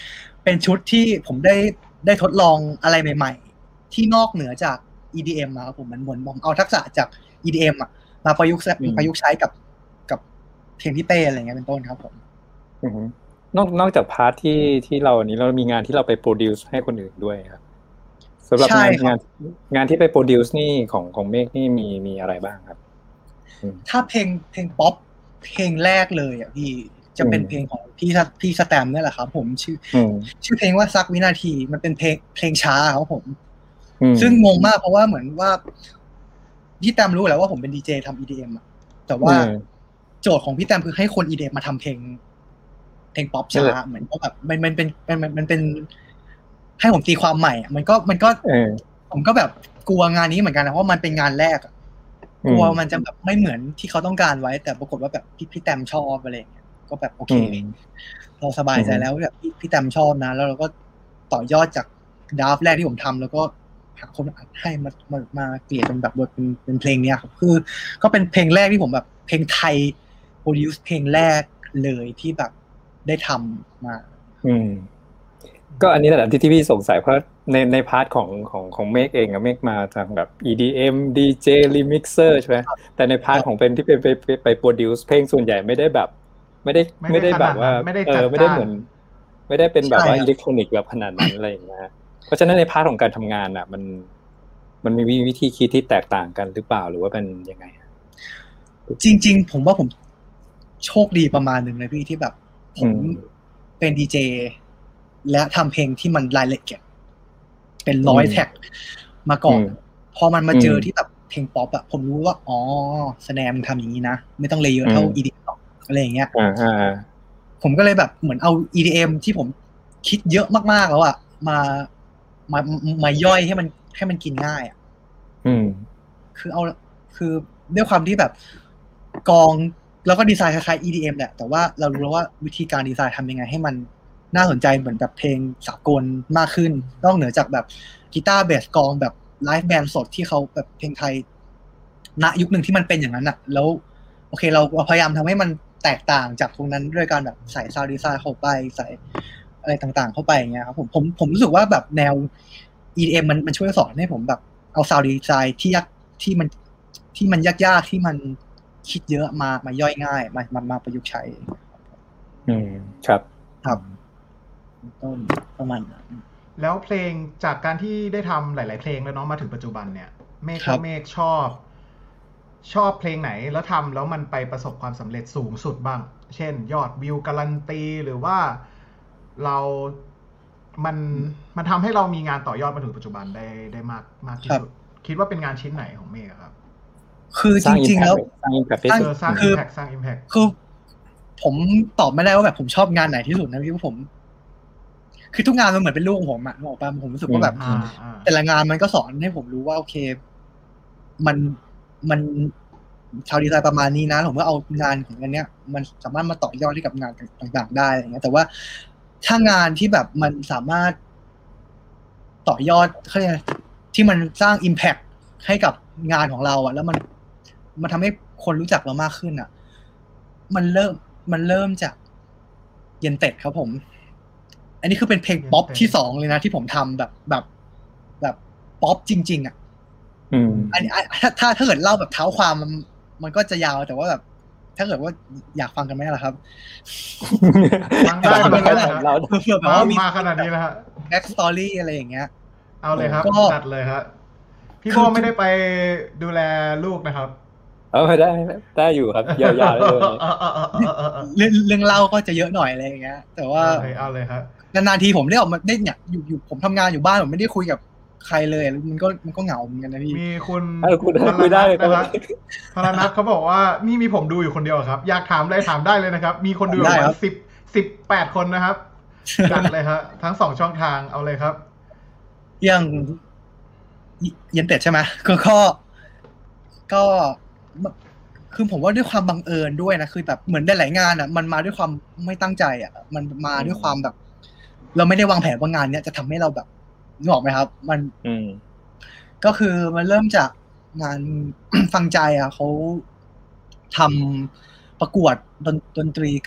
เป็นชุดที่ผมได้ได้ทดลองอะไรใหม่ๆที่นอกเหนือจาก อี ดี เอ็ม มาครับผมมันเหมือนผมเอาทักษะจาก อี ดี เอ็ม อ่ะมาประยุกต์ประยุกต์ใช้กับกับเพลงพี่เป้อะไรเงี้ยเป็นต้นครับผมนอกนอกจากพาร์ทที่ที่เราอันนี้เรามีงานที่เราไปโปรดิวซ์ให้คนอื่นด้วยครับสำหรับงานงานงานที่ไปโปรดิวซ์นี่ของของเมฆนี่มีมีอะไรบ้างครับถ้าเพลงเพลงป๊อปเพลงแรกเลยอ่ะพี่จะเป็นเพลงของพี่พี่สแตมนี่แหละครับผมชื่อชื่อเพลงว่าซักวินาทีมันเป็นเพลงเพลงช้าครับผมซึ่งงงมากเพราะว่าเหมือนว่าพี่แตมรู้แหละว่าผมเป็นดีเจทำ อี ดี เอ็ม อ่ะแต่ว่าโจทย์ของพี่แตมคือให้คน อี ดี เอ็ม มาทำเพลงเพลงป๊อปช้าเหมือนว่าแบบมันมันเป็นมันมันเป็นให้ผมตีความใหม่อ่ะมันก็มันก็ผมก็แบบกลัวงานนี้เหมือนกันนะเพราะมันเป็นงานแรกกลัวมันจะแบบไม่เหมือนที่เขาต้องการไว้แต่ปรากฏว่าแบบพี่พี่แตมชอบอะไรอย่างเงี้ยก็แบบโอเคเราสบายใจแล้วแบบพี่พี่แตมชอบนะแล้วเราก็ต่อยอดจากดราฟแรกที่ผมทำแล้วก็หาคนอัดให้มามามาเกลี่ยจนแบบเป็นเป็นเพลงเนี้ยครับคือก็เป็นเพลงแรกที่ผมแบบเพลงไทยโปรดิวซ์เพลงแรกเลยที่แบบได้ทำมาอืมก็อันนี้แหละที่ที่พี่สงสัยเพราะในในพาร์ทของของของเมฆเองอะเมฆมาทางแบบ อี ดี เอ็ม ดี เจ Remixer ใช่ไหมแต่ในพาร์ทของเป็นที่ไปไปไปไปโปรดิวซ์เพลงส่วนใหญ่ไม่ได้แบบไม่ได้ไม่ได้แบบว่าเออไม่ได้เหมือนไม่ได้เป็นแบบว่าอิเล็กทรอนิกส์แบบขนาดนั้นอะไรอย่างเงี้ยเพราะฉะนั้นในพาร์ทของการทำงานอ่ะมันมันมีวิธีคิดที่แตกต่างกันหรือเปล่าหรือว่าเป็นยังไงจริงๆผมว่าผมโชคดีประมาณนึงนะพี่ที่แบบผมเป็นดีเจและทำเพลงที่มันรายละเอียดเป็นร้อยแท็กมาก่อนพอมันมาเจอที่แบบเพลงป๊อปอะผมรู้ว่าอ๋อแสดงมันทำอย่างนี้นะไม่ต้องเลเยอร์เท่า อี ดี เอ็ม หรอกอะไรอย่างเงี้ยผมก็เลยแบบเหมือนเอา อี ดี เอ็ม ที่ผมคิดเยอะมากๆแล้วอะมามามาย่อยให้มันให้มันกินง่ายอะคือเอาคือด้วยความที่แบบกองแล้วก็ดีไซน์คล้ายๆ อี ดี เอ็ม แหละแต่ว่าเรารู้แล้วว่าวิธีการดีไซน์ทำยังไงให้มันน่าสนใจเหมือนแบบเพลงสากลมากขึ้นนอกเหนือจากแบบกีตาร์เบสกลองแบบไลฟ์แบนด์สดที่เขาแบบเพลงไทยณยุคหนึ่งที่มันเป็นอย่างนั้นอ่ะแล้วโอเคเราพยายามทำให้มันแตกต่างจากตรงนั้นด้วยการแบบใส่ซาวด์ดีไซน์เข้าไปใส่อะไรต่างๆเข้าไปอย่างเงี้ยครับผมผมผมรู้สึกว่าแบบแนว อี ดี เอ็ม มันมันช่วยสอนให้ผมแบบเอาซาวด์ดีไซน์ที่ยากที่มันที่มันยากๆที่มันคิดเยอะมามาย่อยง่ายมามามาประยุกต์ใช้อืมครับครับต้นประมาณนั้นแล้วเพลงจากการที่ได้ทำหลายๆเพลงแล้วเนาะมาถึงปัจจุบันเนี่ยเมฆเมฆชอบชอบเพลงไหนแล้วทำแล้วมันไปประสบความสำเร็จสูงสุดบ้างเช่นยอดวิวการันตีหรือว่าเรามันมันทำให้เรามีงานต่อยอดมาถึงปัจจุบันได้ได้มากมากที่สุดคิดว่าเป็นงานชิ้นไหนของเมฆครับคือจริงๆแล้วสร้าง impact สร้าง impact สร้าง impact คือผมตอบไม่ได้ว่าแบบผมชอบงานไหนที่สุดนะพี่ว่าผมคือทุกงานมันเหมือนเป็นลูกของผมอะบอกป่ะผมรู้สึกว่าแบบแต่ละงานมันก็สอนให้ผมรู้ว่าโอเคมันมันชาวดีไซน์ประมาณนี้นะผมก็เอางานของอันเนี้ยมันสามารถมาต่อยอดให้กับงานต่างๆได้อะไรเงี้ยแต่ว่าถ้างานที่แบบมันสามารถต่อยอดเขาเรียกที่มันสร้าง impact ให้กับงานของเราอะแล้วมันมันทำให้คนรู้จักเรามากขึ้นอะมันเริ่มมันเริ่มจากเย็นเต็ดครับผมอันนี้คือเป็นเพลงป๊อปที่สองเลยนะที่ผมทำแบบแบบแบบป๊อปจริงๆอ่ะอันนี้ถ้าถ้าถ้าเกิดเล่าแบบเท้าความมันมันก็จะยาวแต่ว่าแบบถ้าเกิดว่าอยากฟังกันไหมล่ะครับฟังได้เหมือนกันเราเผื่อแบบว่ามีมาขนาดนี้แล้วฮะแบ็กสตอรี่อะไรอย่างเงี้ยเอาเลยครับจัดเลยครับพี่โบไม่ได้ไปดูแลลูกนะครับเออได้ได้อยู่ครับยาวๆเลยเรื่องเรื่องเล่าก็จะเยอะหน่อยอะไรอย่างเงี้ยแต่ว่าเอาเลยครับนานๆทีผมได้ออกมาได้เนี่ยอยู่อยู่ผมทำงานอยู่บ้านผมไม่ได้คุยกับใครเลยมันก็มันก็เหงาเหมือนกันนะพี่มีคุณคุยได้นะครับพลนัทเขาบอกว่านี่มีผมดูอยู่คนเดียวครับอยากถามอะไรถามได้เลยนะครับมีคนดูประมาณสิบสิบแปดคนนะครับจัดเลยครับทั้งสองช่องทางเอาเลยครับอย่างเย็นเต็ดใช่ไหมก็ก็ก็คือผมว่าด้วยความบังเอิญด้วยนะคือแบบเหมือนได้หลายงานอ่ะมันมาด้วยความไม่ตั้งใจอ่ะมันมาด้วยความแบบเราไม่ได้วางแผนว่างานเนี้ยจะทำให้เราแบบนึกออกไหมครับมันก็คือมันเริ่มจากงานฟังใจอ่ะเขาทำประกวดดนตรีกับ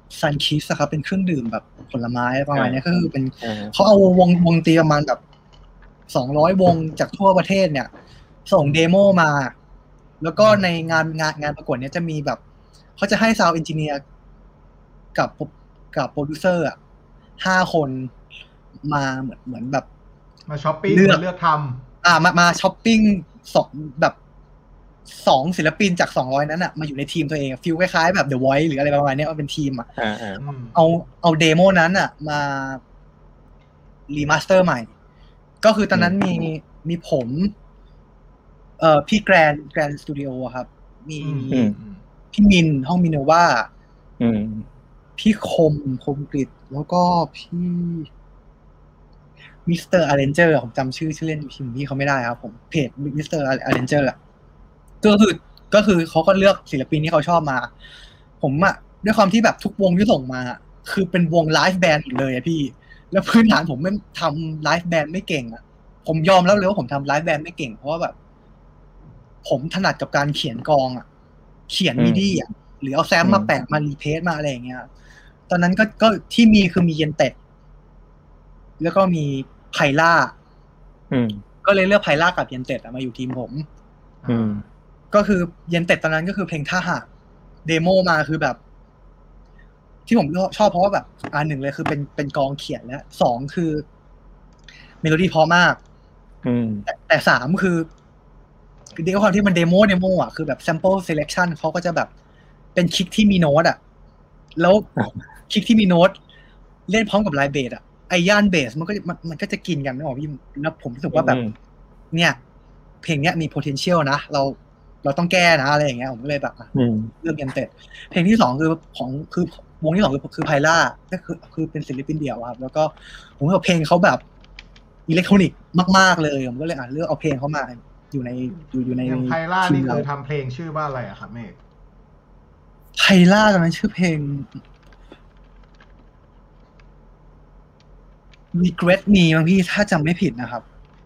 ซันคิสครับเป็นเครื่องดื่มแบบผลไม้ประมาณนี้ก็คือเป็นอ่าเขาเอาวงวงดนตรีประมาณแบบสองร้อยวงจากทั่วประเทศเนี่ย ส่งเดโมมา แล้วก็ในงานงานงานประกวดเนี้ยจะมีแบบเขาจะให้ซาวด์เอนจิเนียร์กับกับโปรดิวเซอร์อ่ะห้าคนมาเหมือนเหมือนแบบมาช้อปปิ้งเลือกมาเลือกทอ่ามามาช้อปปิ้งสองแบบสองศิลปินจากสองร้อยนั้นอ่ะมาอยู่ในทีมตัวเองฟีลคล้ายๆแบบ The Voice หรืออะไรประมาณเนี้ยมันเป็นทีมอ่ะอ่าอ่าำอืมเอาเอาเดโมนั้นอ่ะมารีมาสเตอร์ใหม่ ก็คือตอนนั้นมีมีผมเอ่อพี่แกรนแกรนสตูดิโอครับ มีอืมพี่มินห้องมินเนว่าอืมพี่คมคมกริดแล้วก็พี่มิสเตอร์อาร์เรนเจอร์ผมจำชื่อชื่อเล่นพิมพ์พี่เขาไม่ได้ครับผมเพจมิสเตอร์อาร์เรนเจอร์อ่ะก็คือก็คือเขาก็เลือกศิลปินที่เขาชอบมา ผมอ่ะด้วยความที่แบบทุกวงที่ส่งมา คือเป็นวงไลฟ์แบนด์หมดเลยอะพี่ แล้วพื้นฐานผมไม่ทำไลฟ์แบนด์ไม่เก่งอ่ะผมยอมแล้วเลยว่าผมทำไลฟ์แบนด์ไม่เก่งเพราะว่าแบบ ผมถนัดกับการเขียนกลองอ่ะ เขียนมิดี้อ่ะหรือเอาแซมมาแปะมารีเพสมาอะไรอย่างเงี้ยตอนนั้นก็ก็ที่มีคือมีเยนเต็ดแล้วก็มีไพล่าอืมก็เลยเลือกไพล่ากับเยนเต็ดมาอยู่ทีมผมอืมก็คือเยนเต็ดตอนนั้นก็คือเพลงท่าหากเดโมมาคือแบบ ที่ผมชอบเพราะว่าแบบอันหนึ่งเลยคือเป็นเป็นกองเขียนแล้วสองคือเมโลดี้เพราะมากอืมแต่แต่สามคือคือด้วยความที่มันเดโมเดโมอ่ะคือแบบ sample selection เขาก็จะแบบเป็นคลิกที่มีโน้ตอ่ะแล้วคลิกที่มีโน้ตเล่นพร้อมกับไลน์เบสอ่ะไอย่านเบสมันก็มันมันก็จะกินกันนะพี่แล้วผมรู้สึกว่าแบบเนี่ยเพลงเนี้ยมี potential นะเราเราต้องแก้นะอะไรอย่างเงี้ยผมก็เลยแบบเลือกเยนเต็ดเพลงที่สองคือของคือวงที่สองคือคือไพล่าก็คือคือเป็นศิลปินเดี่ยวครับแล้วก็ผมว่าเพลงเขาแบบอิเล็กทรอนิกส์มากๆเลยผมก็เลยอ่านเลือกเอาเพลงเขามาอยู่ในอยู่อยู่ในอย่างไพล่านี่คือทำเพลงชื่อว่าอะไรอะครับเมฆไพล่าตอนนั้นชื่อเพลง regret me มั้งพี่ถ้าจำไม่ผิดนะครับ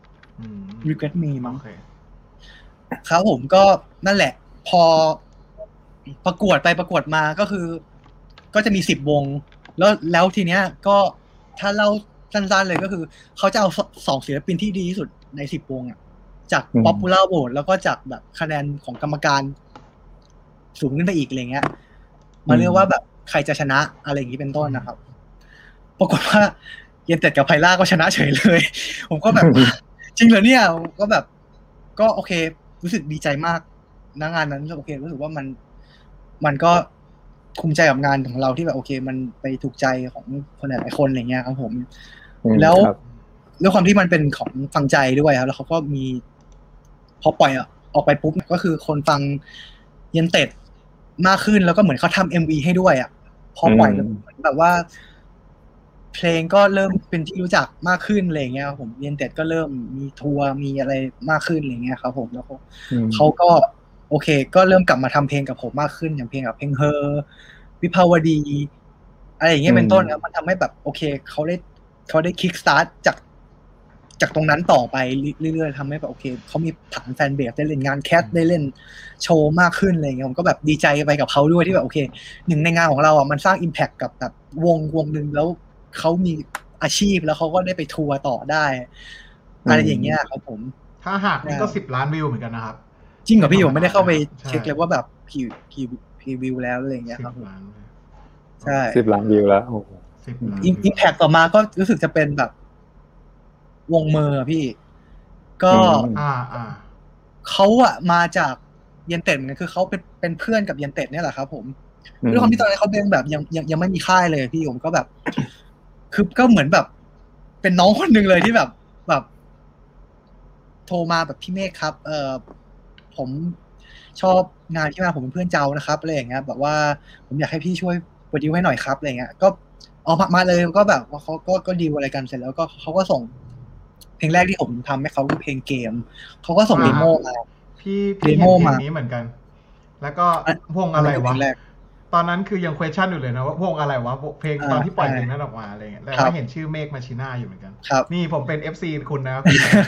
regret me มั้งครับผมก็นั่นแหละ พอประกวดไปประกวดมาก็คือ ก็จะมีสิบวงแล้วแล้วทีเนี้ยก็ถ้าเล่าสั้นๆเลยก็คือเขาจะเอาสองศิลปินที่ดีที่สุดในสิบวงอ่ะจาก popular vote แล้วก็จากแบบคะแนนของกรรมการสูงขึ้นไปอีกอะไรเงี้ยมาเรียกว่าแบบใครจะชนะอะไรอย่างนี้เป็นต้นนะครับปรากฏว่าเยนเต็ดกับไพล่าก็ชนะเฉยเลยผมก็แบบ จริงเหรอเนี่ยก็แบบก็โอเครู้สึกดีใจมากณงานนั้นโอเครู้สึกว่ามันมันก็ภูมิใจกับงานของเราที่แบบโอเคมันไปถูกใจของคนหลายๆคนอะไรเงี้ยครับผมแล้วด้วยความที่มันเป็นของฟังใจด้วยครับแล้วเขาก็มีพอปล่อยออกไปปุ๊บก็คือคนฟังเยนเต็ดมากขึ้นแล้วก็เหมือนเขาทำเอ็มวีให้ด้วยอ่ะพอปล่อยแล้วเหมือนแบบว่าเพลงก็เริ่มเป็นที่รู้จักมากขึ้นอะไรเงี้ยครับผมเยนเต็ดก็เริ่มมีทัวร์มีอะไรมากขึ้นอะไรเงี้ยครับผมแล้วเขาก็โอเคก็เริ่มกลับมาทำเพลงกับผมมากขึ้นอย่างเพลงกับเพลงเฮอวิภาวดีอะไรอย่างเงี้ยเป็นต้นครับมันทำให้แบบโอเคเขาได้เขาได้คิกสตาร์ทจากจากตรงนั้นต่อไปเรื่อยๆทำให้แบบโอเคเขามีฐานแฟนเบสได้เล่นงานแคสได้เล่นโชว์มากขึ้นอะไรเงี้ยผมก็แบบดีใจไปกับเขาด้วยที่แบบโอเคหนึ่งในงานของเราอ่ะมันสร้างอิมแพคกับแบบวงวงนึงแล้วเขามีอาชีพแล้วเขาก็ได้ไปทัวร์ต่อได้อะไรอย่างเงี้ยครับผมถ้าหากนี่ก็สิบล้านวิวเหมือนกันนะครับจริงเหรอพี่ผมไม่ได้เข้าไปเช็คเลยว่าแบบกี่กี่กี่วิวแล้วอะไรอย่างเงี้ยครับใช่สิบล้านวิวแล้วโอ้อิมแพคต่อมาก็รู้สึกจะเป็นแบบวงเมอร์พี่ก็อ่าอ่าเขาอะมาจากเยนเต็ดเหมือนกันคือเขาเป็นเป็นเพื่อนกับเยนเต็ดเนี่ยแหละครับผมด้วยความที่ตอนนั้นเขาเป็นแบบยังยังยังไม่มีค่ายเลยพี่ผมก็แบบคือก็เหมือนแบบเป็นน้องคนหนึ่งเลยที่แบบแบบโทรมาแบบพี่เมฆครับเอ่อผมชอบงานที่มาผมเป็นเพื่อนเจ้านะครับอะไรอย่างเงี้ยแบบว่าผมอยากให้พี่ช่วยโปรดิวให้หน่อยครับอะไรเงี้ยก็เอามาเลยก็แบบว่าเขาก็ก็ดีลอะไรกันเสร็จแล้วก็เขาก็ส่งเพลงแรกที่ผมทำให้เขาคือเพลงเกมเขาก็ส่งเดโมมาพี่พี่เห็นเพลงนี้เหมือนกันแล้วก็วงอะไรวะตอนนั้นคือยัง question อยู่เลยนะว่าวงอะไรวะเพลงตอนที่ปล่อยเพลงนั้นออกมาอะไรเงี้ยแล้วก็เห็นชื่อเมฆมาชิน่าอยู่เหมือนกันนี่ผมเป็น เอฟ ซี คุณนะครับ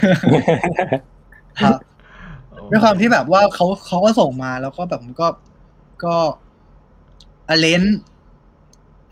ครับด้วยความที่แบบว่าเขาเขาก็ส่งมาแล้วก็แบบผมก็ก็อเลน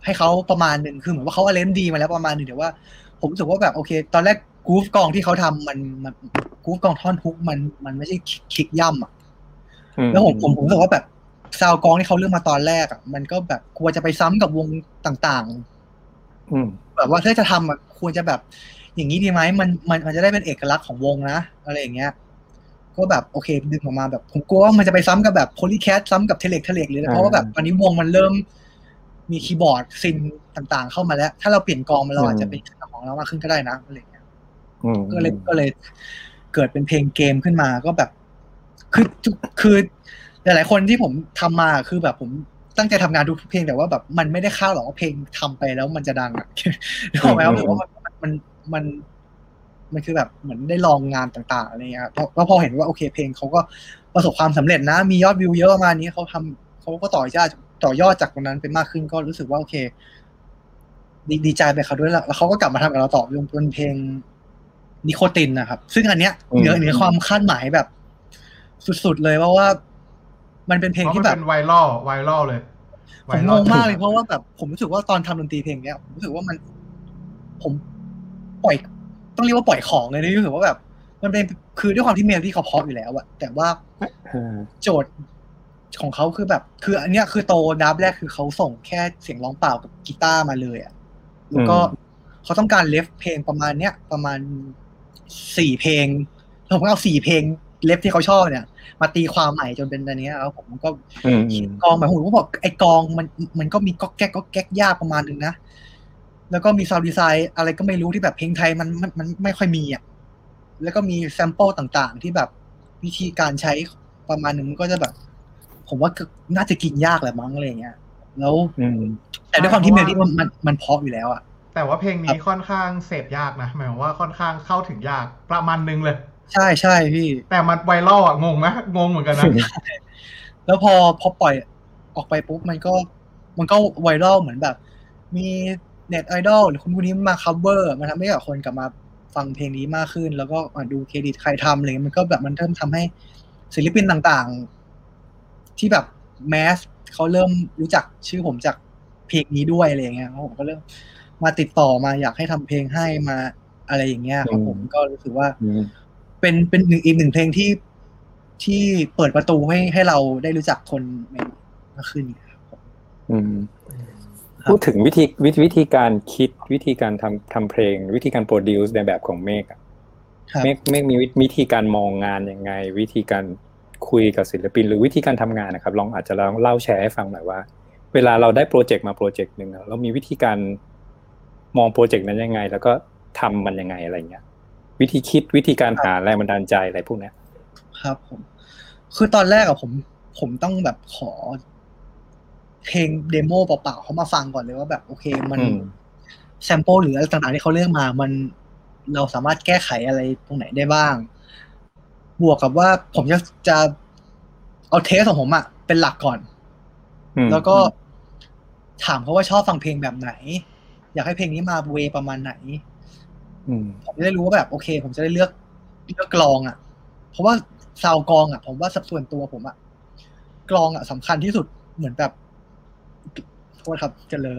ให้เขาประมาณนึงคือเหมือนว่าเขาอารมณ์ดีมาแล้วประมาณนึงแต่ว่าผมรู้สึกว่าแบบโอเคตอนแรกกรูฟกองที่เขาทำมันมันกรูฟกองท่อนฮุกมันมันไม่ใช่คลิกย่ำอ่ะแล้วผมผมผมรู้สึกว่าแบบซาวกองที่เขาเลือกมาตอนแรกอ่ะมันก็แบบกลัวจะไปซ้ำกับวงต่างๆแบบว่าถ้าจะทำอ่ะควรจะแบบอย่างนี้ดีไหมมันมันมันจะได้เป็นเอกลักษณ์ของวงนะอะไรอย่างเงี้ยก็แบบโอเคดึงออกมาแบบผมกลัวว่ามันจะไปซ้ำกับแบบโพลีแคทซ้ำกับเทเล็กเทเล็กเลยเพราะว่าแบบตอนนี้วงมันเริ่มมีคีย์บอร์ดซินต่างๆเข้ามาแล้วถ้าเราเปลี่ยนกองมันเราอาจจะเป็นของเรามากขึ้นก็ได้นะอะไรอย่างเงี้ยก็เลยก็เลยเกิดเป็นเพลงเกมขึ้นมาก็แบบคือคือหลายๆคนที่ผมทำมาคือแบบผมตั้งใจทำงานทุกเพลงแต่ว่าแบบมันไม่ได้คาดหรอกว่าเพลงทำไปแล้วมันจะดังอ่ะนึกออกไหมว่ามันมันมันคือแบบเหมือนได้ลองงานต่างๆอะไรเงี้ยเพราะพอเห็นว่าโอเคเพลงเขาก็ประสบความสำเร็จนะมียอดวิวเยอะประมาณนี้เขาทำเขาก็ต่อยอดต่อยอดจากตรงนั้นเป็นมากขึ้นก็รู้สึกว่าโอเคดีดีใจไปเขาด้วยแล้วเขาก็กลับมาทำกับเราต่อเป็นเพลงนิโคตินนะครับซึ่งอันเนี้ยเหนือเหนือความคาดหมายแบบสุดๆเลยเพราะว่ามันเป็นเพลงที่แบบเป็นไวรัลไวรัลเลยผมงงมากเลยเพราะว่าแบบผมรู้สึกว่าตอนทำดนตรีเพลงเนี้ยผมรู้สึกว่ามันผมปล่อยต้องเรียกว่าปล่อยของเลยรู้สึกว่าแบบมันเป็นคือด้วยความที่เมโลดี้เขาเพราะอยู่แล้วอะแต่ว่าโจทย์ของเขาคือแบบคืออันเนี้ยคือโตดับแรกคือเขาส่งแค่เสียงร้องเปล่ากับกีตาร์มาเลยอะแล้วก็เขาต้องการเลฟเพลงประมาณเนี้ยประมาณสี่เพลงผมก็เอาสี่เพลงเลฟที่เขาชอบเนี่ยมาตีความใหม่จนเป็นอันนี้แล้วผมก็กองแบบผมก็บอกไอ้กองมันมันก็มีก๊อกแก๊กก๊อกแก๊กยากประมาณนึงนะแล้วก็มีซาวด์ดีไซน์อะไรก็ไม่รู้ที่แบบเพลงไทยมันมันมันไม่ค่อยมีอ่ะแล้วก็มีแซมเปิลต่างๆที่แบบวิธีการใช้ประมาณนึงมันก็จะแบบผมว่าน่าจะกินยากแหละมั้งอะไรเงี้ยแล้วแต่ด้วยความที่เมโลดี้มันมันมันเพราะอยู่แล้วอ่ะแต่ว่าเพลงนี้ค่อนข้างเสพยากนะหมายถึงว่าค่อนข้างเข้าถึงยากประมาณนึงเลยใช่ใช่พี่แต่มันไวรัลอ่ะงงไหมงงเหมือนกันนะแล้วพอพอปล่อยออกไปปุ๊บมันก็มันก็ไวรัลเหมือนแบบมีเน็ตไอดอลหรือคนพวกนี้มาคัฟเวอร์มันทำให้กับคนกลับมาฟังเพลงนี้มากขึ้นแล้วก็ดูเครดิตใครทำอะไรเงี้ยมันก็แบบมันเริ่มทำให้ศิลปินต่างๆที่แบบแมสเขาเริ่มรู้จักชื่อผมจากเพลงนี้ด้วยอะไรเงี้ยผมก็เริ่มมาติดต่อมาอยากให้ทำเพลงให้มาอะไรอย่างเงี้ยครับผมก็รู้สึกว่าเป็นเป็นหนึ่งอีกหนึ่งเพลงที่ที่เปิดประตูให้ให้เราได้รู้จักคนมากขึ้นครับพูดถึงวิธีวิธีวิธีการคิดวิธีการทำทำเพลงวิธีการโปรดิวซ์ในแบบของเมฆเมฆเมฆมีวิธีการมองงานยังไงวิธีการคุยกับศิลปินหรือวิธีการทำงานนะครับลองอาจจะลองเล่าแชร์ให้ฟังหน่อยว่าเวลาเราได้โปรเจกต์มาโปรเจกต์นึงเรามีวิธีการมองโปรเจกต์นั้นยังไงแล้วก็ทำมันยังไงอะไรเงี้ยวิธีคิดวิธีการหาแรงบันดาลใจอะไรพวกนี้ครับผมคือตอนแรกอะผมผมต้องแบบขอเพลงเดโมเปล่าๆเขามาฟังก่อนเลยว่าแบบโอเคมันแซมเปิลหรืออะไรต่างๆที่เขาเลือกมามันเราสามารถแก้ไขอะไรตรงไหนได้บ้างบวกกับว่าผมจะจะเอาเทสของผมอะเป็นหลักก่อนแล้วก็ถามเขาว่าชอบฟังเพลงแบบไหนอยากให้เพลงนี้มาเวประมาณไหนผมจะได้รู้ว่าแบบโอเคผมจะได้เลือกเลือกกลองอ่ะเพราะว่าซาวกลองอ่ะผมว่าสัดส่วนตัวผมอ่ะกลองอ่ะสำคัญที่สุดเหมือนแบบโทษครับเจริญ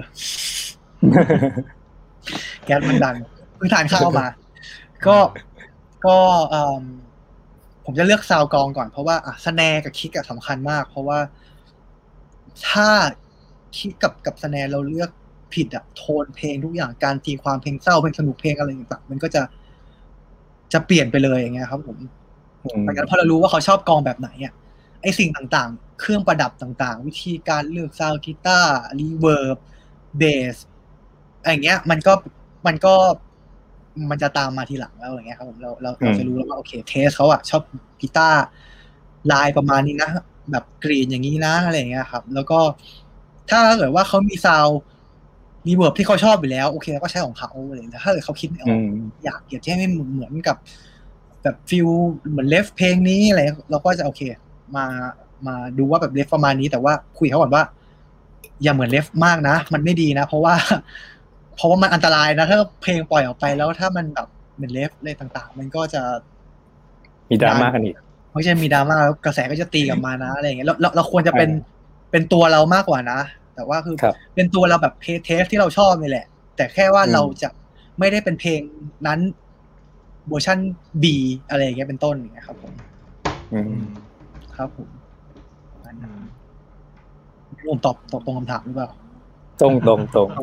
แก๊สมันดังเพิ่งทานข้าวมาก็ก็ผมจะเลือกซาวกลองก่อนเพราะว่าอ่ะสแนร์กับคิกอ่ะสำคัญมากเพราะว่าถ้าคิกกับกับสแนร์เราเลือกผิดอะโทนเพลงทุกอย่างการตีความเพลงเศร้าเพลงสนุกเพลงอะไรต่างๆมันก็จะจะเปลี่ยนไปเลยอย่างเงี้ยครับผมเพราะงั้นพอเรารู้ว่าเขาชอบกองแบบไหนอ่ะไอสิ่งต่างๆเครื่องประดับต่างๆวิธีการเลือกซาวด์กีตาร์รีเวิร์บเบสอะไรเงี้ยมันก็มันก็มันจะตามมาทีหลังแล้วอย่างเงี้ยครับผมเราเราเราจะรู้แล้วว่าโอเคเทสเขาอ่ะชอบกีตาร์ลายประมาณนี้นะแบบกรีนอย่างนี้นะอะไรอย่างเงี้ยครับแล้วก็ถ้าเกิดว่าเขามีซาวด์รีเวิร์บที่เขาชอบอยู่แล้วโอเคแล้วก็ใช้ของเขาอะไรแต่ถ้าเกิดเขาคิดไม่ออกอยากเก็บให้ไม่เหมือนกับแบบฟิลเหมือนเลฟเพลงนี้อะไรเราก็จะโอเคมามาดูว่าแบบเลฟประมาณนี้แต่ว่าคุยเขาก่อนว่าอย่าเหมือนเลฟมากนะมันไม่ดีนะเพราะว่าเพราะว่ามันอันตรายนะถ้าเพลงปล่อยออกไปแล้วถ้ามันแบบเหมือนเลฟอะไรต่างๆมันก็จะมีดราม่ากันอีกไม่ใช่มีดราม่าแล้วกระแสก็จะตีกลับมานะอะไรอย่างเงี้ยเราเราควรจะเป็นเป็นตัวเรามากกว่านะแต่ว่าคือเป็นตัวเราแบบเพย์เทสที่เราชอบนี่แหละแต่แค่ว่าเราจะไม่ได้เป็นเพลงนั้นเวอร์ชัน B อะไรอย่างเงี้ยเป็นต้นอย่างเงี้ยครับผมอืมครับผมผมตอบตอบตรงคำถามหรือเปล่าตรงตรงตรง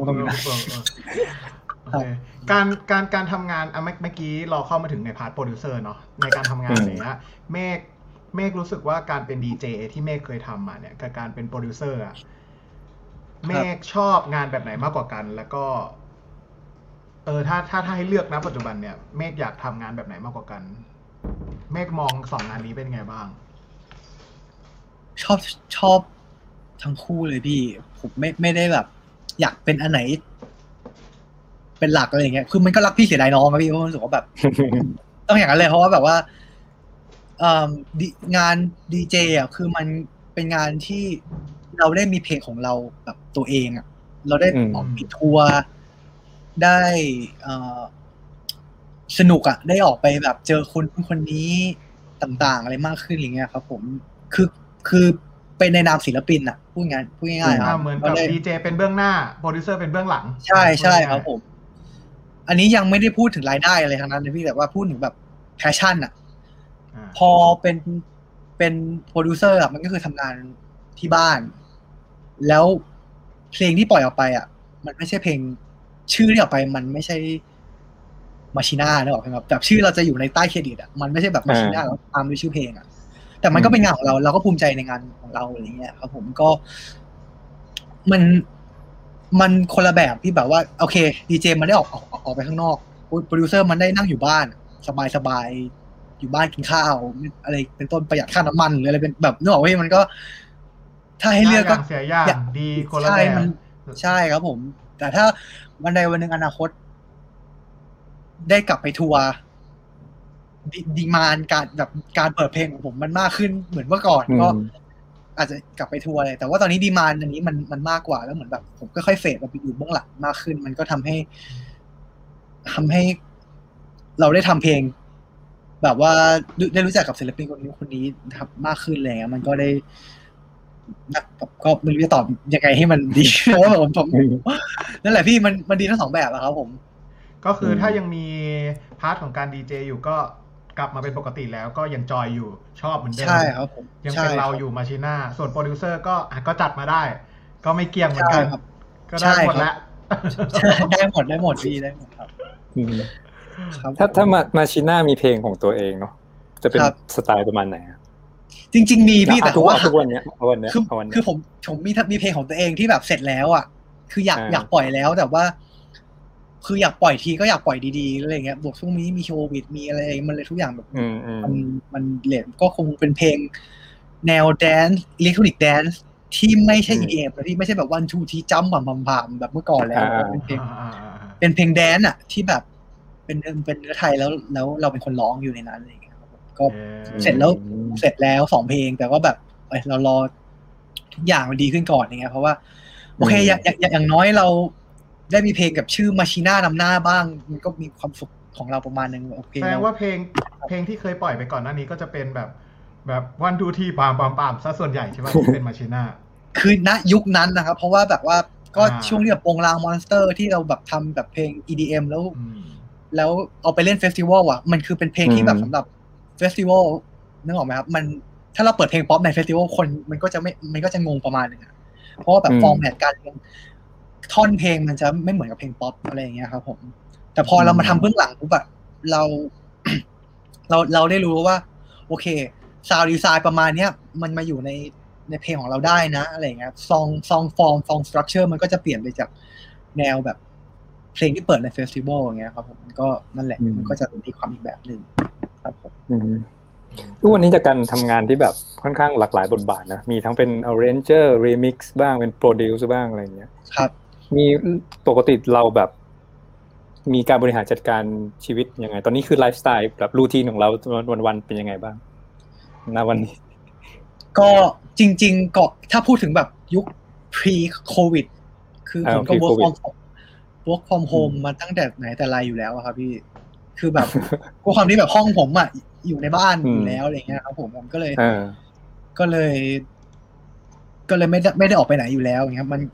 การการการทำงานอ่ะเมื่อกี้เราเข้ามาถึงในพาร์ทโปรดิวเซอร์เนาะในการทำงานเนี้ยเมฆเมฆรู้สึกว่าการเป็นดีเจที่เมฆเคยทำมาเนี่ยกับการเป็นโปรดิวเซอร์อะเมฆชอบงานแบบไหนมากกว่ากันแล้วก็เออถ้าถ้าถ้าให้เลือกนะปัจจุบันเนี่ยเมฆอยากทำงานแบบไหนมากกว่ากันเมฆมองสองงานนี้เป็นไงบ้างชอบชอบทั้งคู่เลยพี่ผมไม่ไม่ได้แบบอยากเป็นอันไหนเป็นหลักอะไรอย่างเงี้ยคือมันก็รักพี่เสียดายน้องครับพี่เพราะรู้สึกว่าแบบต้องอย่างนั้นเลยเพราะว่าแบบว่าเอ่องานดีเจอ่ะคือมันเป็นงานที่เราได้มีเพลงของเราแบบตัวเองอ่ะเราได้ออกปิดทัวร์ได้เอ่อสนุกอ่ะได้ออกไปแบบเจอคนคนนี้ต่างๆอะไรมากขึ้นอย่างเงี้ยครับผมคือคือเป็นในนามศิลปินอ่ะพูดง่ายพูดง่ายๆครับเหมือนกับดีเจเป็นเบื้องหน้าโปรดิวเซอร์เป็นเบื้องหลังใช่ใช่ครับผมอันนี้ยังไม่ได้พูดถึงรายได้อะไรทั้งนั้นนะพี่แต่ว่าพูดถึงแบบแพชชั่นอ่ะพอเป็นเป็นโปรดิวเซอร์อ่ะมันก็คือทำงานที่บ้านแล้วเพลงที่ปล่อยออกไปอ่ะมันไม่ใช่เพลงชื่อที่ออกไปมันไม่ใช่มาชิน่าเนอะครับแบบชื่อเราจะอยู่ในใต้เครดิตอ่ะมันไม่ใช่แบบมาชิน่าเราตามด้วยชื่อเพลงอ่ะแต่มันก็เป็นงานของเราเราก็ภูมิใจในงานของเราอะไรเงี้ยครับผมก็มันมันคนละแบบที่แบบว่าโอเคดีเจมันได้ออกออกออกไปข้างนอกโปรดิวเซอร์มันได้นั่งอยู่บ้านสบายสบายอยู่บ้านกินข้าวอะไรเป็นต้นประหยัดค่าน้ำมันหรืออะไรเป็นแบบนึกออกว่ามันก็ถ้าให้เลือกก็เสียอย่างดีคนละแบบใช่ครับผมแต่ถ้าวันใดวันหนึ่งอนาคตได้กลับไปทัวร์ดีมานการแบบการเปิดเพลงของผมมันมากขึ้นเหมือนเมื่อก่อนก็อาจจะกลับไปทัวร์เลยแต่ว่าตอนนี้ดีมานอันนี้มันมันมากกว่าแล้วเหมือนแบบผมก็ค่อยเฟดไปอยู่เบื้องหลังมากขึ้นมันก็ทำให้ทำให้เราได้ทำเพลงแบบว่าได้รู้จักกับศิลปินคนนี้คนนี้ครับมากขึ้นเลยมันก็ได้ก็ไม่รู้จะตอบยังไงให้มันดีเพราะว่าผมผมนั่นแหละพี่มันมันดีทั้งสองแบบอะครับผมก็คือถ้ายังมีพาร์ทของการดีเจอยู่ก็กลับมาเป็นปกติแล้วก็ยังจอยอยู่ชอบเหมือนเดิมใช่ครับผมยังเป็นเราอยู่มาชิน่าส่วนโปรดิวเซอร์ก็ก็จัดมาได้ก็ไม่เกี่ยงเหมือนกันก็ได้หมดแล้วได้หมดได้หมดพี่ได้หมดครับถ้าถ้ามามาชิน่ามีเพลงของตัวเองเนาะจะเป็นสไตล์ประมาณไหนจริงๆมีพี่แต่ว่าทุกวันเนี้ยวันเนี้ยคือคือผมผมมีมีเพลงของตัวเองที่แบบเสร็จแล้วอ่ะคืออยากอยากปล่อยแล้วแต่ว่าคืออยากปล่อยทีก็อยากปล่อยดีๆอะไรเงี้ยบวกช่วงนี้มีโควิดมีอะไรมันเลยทุกอย่างแบบมันมันเลทก็คงเป็นเพลงแนวแดนซ์อิเล็กทรอนิกส์แดนซ์ที่ไม่ใช่ อี ดี เอ็ม แล้วที่ไม่ใช่แบบวันทูทีจัมป์บ่มๆแบบเมื่อก่อนแล้วเป็นเพลงเป็นเพลงแดนซ์อ่ะที่แบบเป็นเป็นเนื้อไทยแล้วแล้วเราเป็นคนร้องอยู่ในนั้นอะไรเงี้ยก็เสร็จแล้วเสร็จแล้วสองเพลงแต่ก็แบบเรารอทุกอย่างมันดีขึ้นก่อนอย่างเงี้ยเพราะว่าโอเคอย่างอย่างน้อยเราได้มีเพลงกับชื่อมาชิน่านำหน้าบ้างมันก็มีความสุขของเราประมาณนึงโอเคแสดงว่าเพลงเพลงที่เคยปล่อยไปก่อนหน้านี้ก็จะเป็นแบบแบบวันทูทีปามปามปามซะส่วนใหญ่ใช่ไหมที่เป็นมาชิน่าคือณยุคนั้นนะครับเพราะว่าแบบว่าก็ช่วงที่แบบโปงลางมอนสเตอร์ที่เราแบบทำแบบเพลง อี ดี เอ็ม แล้วแล้วเอาไปเล่นเฟสติวัลอ่ะมันคือเป็นเพลงที่แบบสำหรับเฟสติวัลนึกออกไหมครับมันถ้าเราเปิดเพลงป๊อปในเฟสติวัลคนมันก็จะไม่มันก็จะงงประมาณนึงอ่ะเพราะว่าแบบฟอร์แมตการท่อนเพลงมันจะไม่เหมือนกับเพลงป๊อปอะไรอย่างเงี้ยครับผมแต่พอเรามาทำเบื้องหลังปุ๊บแบบเรา เราเราได้รู้ว่าโอเคซาวด์ดีไซน์ประมาณเนี้ยมันมาอยู่ในในเพลงของเราได้นะอะไรอย่างเงี้ยซองซองฟอร์มซองสตรัคเจอร์มันก็จะเปลี่ยนไปจากแนวแบบเพลงที่เปิดในเฟสติวัลอย่างเงี้ยครับผมมันก็นั่นแหละมันก็จะมีความอีกแบบนึงครับผมทุกวันนี้จากการทำงานที่แบบค่อนข้างหลากหลายบทบาทนะมีทั้งเป็น arranger remix บ้างเป็น produce บ้างอะไรอย่างเงี้ยครับมีปกติเราแบบมีการบริหารจัดการชีวิตยังไงตอนนี้คือไลฟ์สไตล์แบบรูทีนของเราวันๆเป็นยังไงบ้างณวันนี้ก็จริงๆก็ถ้าพูดถึงแบบยุค pre covid คือผมก็ work from work from home มาตั้งแต่ไหนแต่ไรอยู่แล้วครับพี่คือแบบก็ความที่แบบห้องผมอ่ะอยู่ในบ้านอยู่แล้วอะไรเงี้ยครับผมผมก็เลยก็เลยก็เลยไม่ได้ไม่ได้ออกไปไหนอยู่แล้วอย่างเงี้ยมัน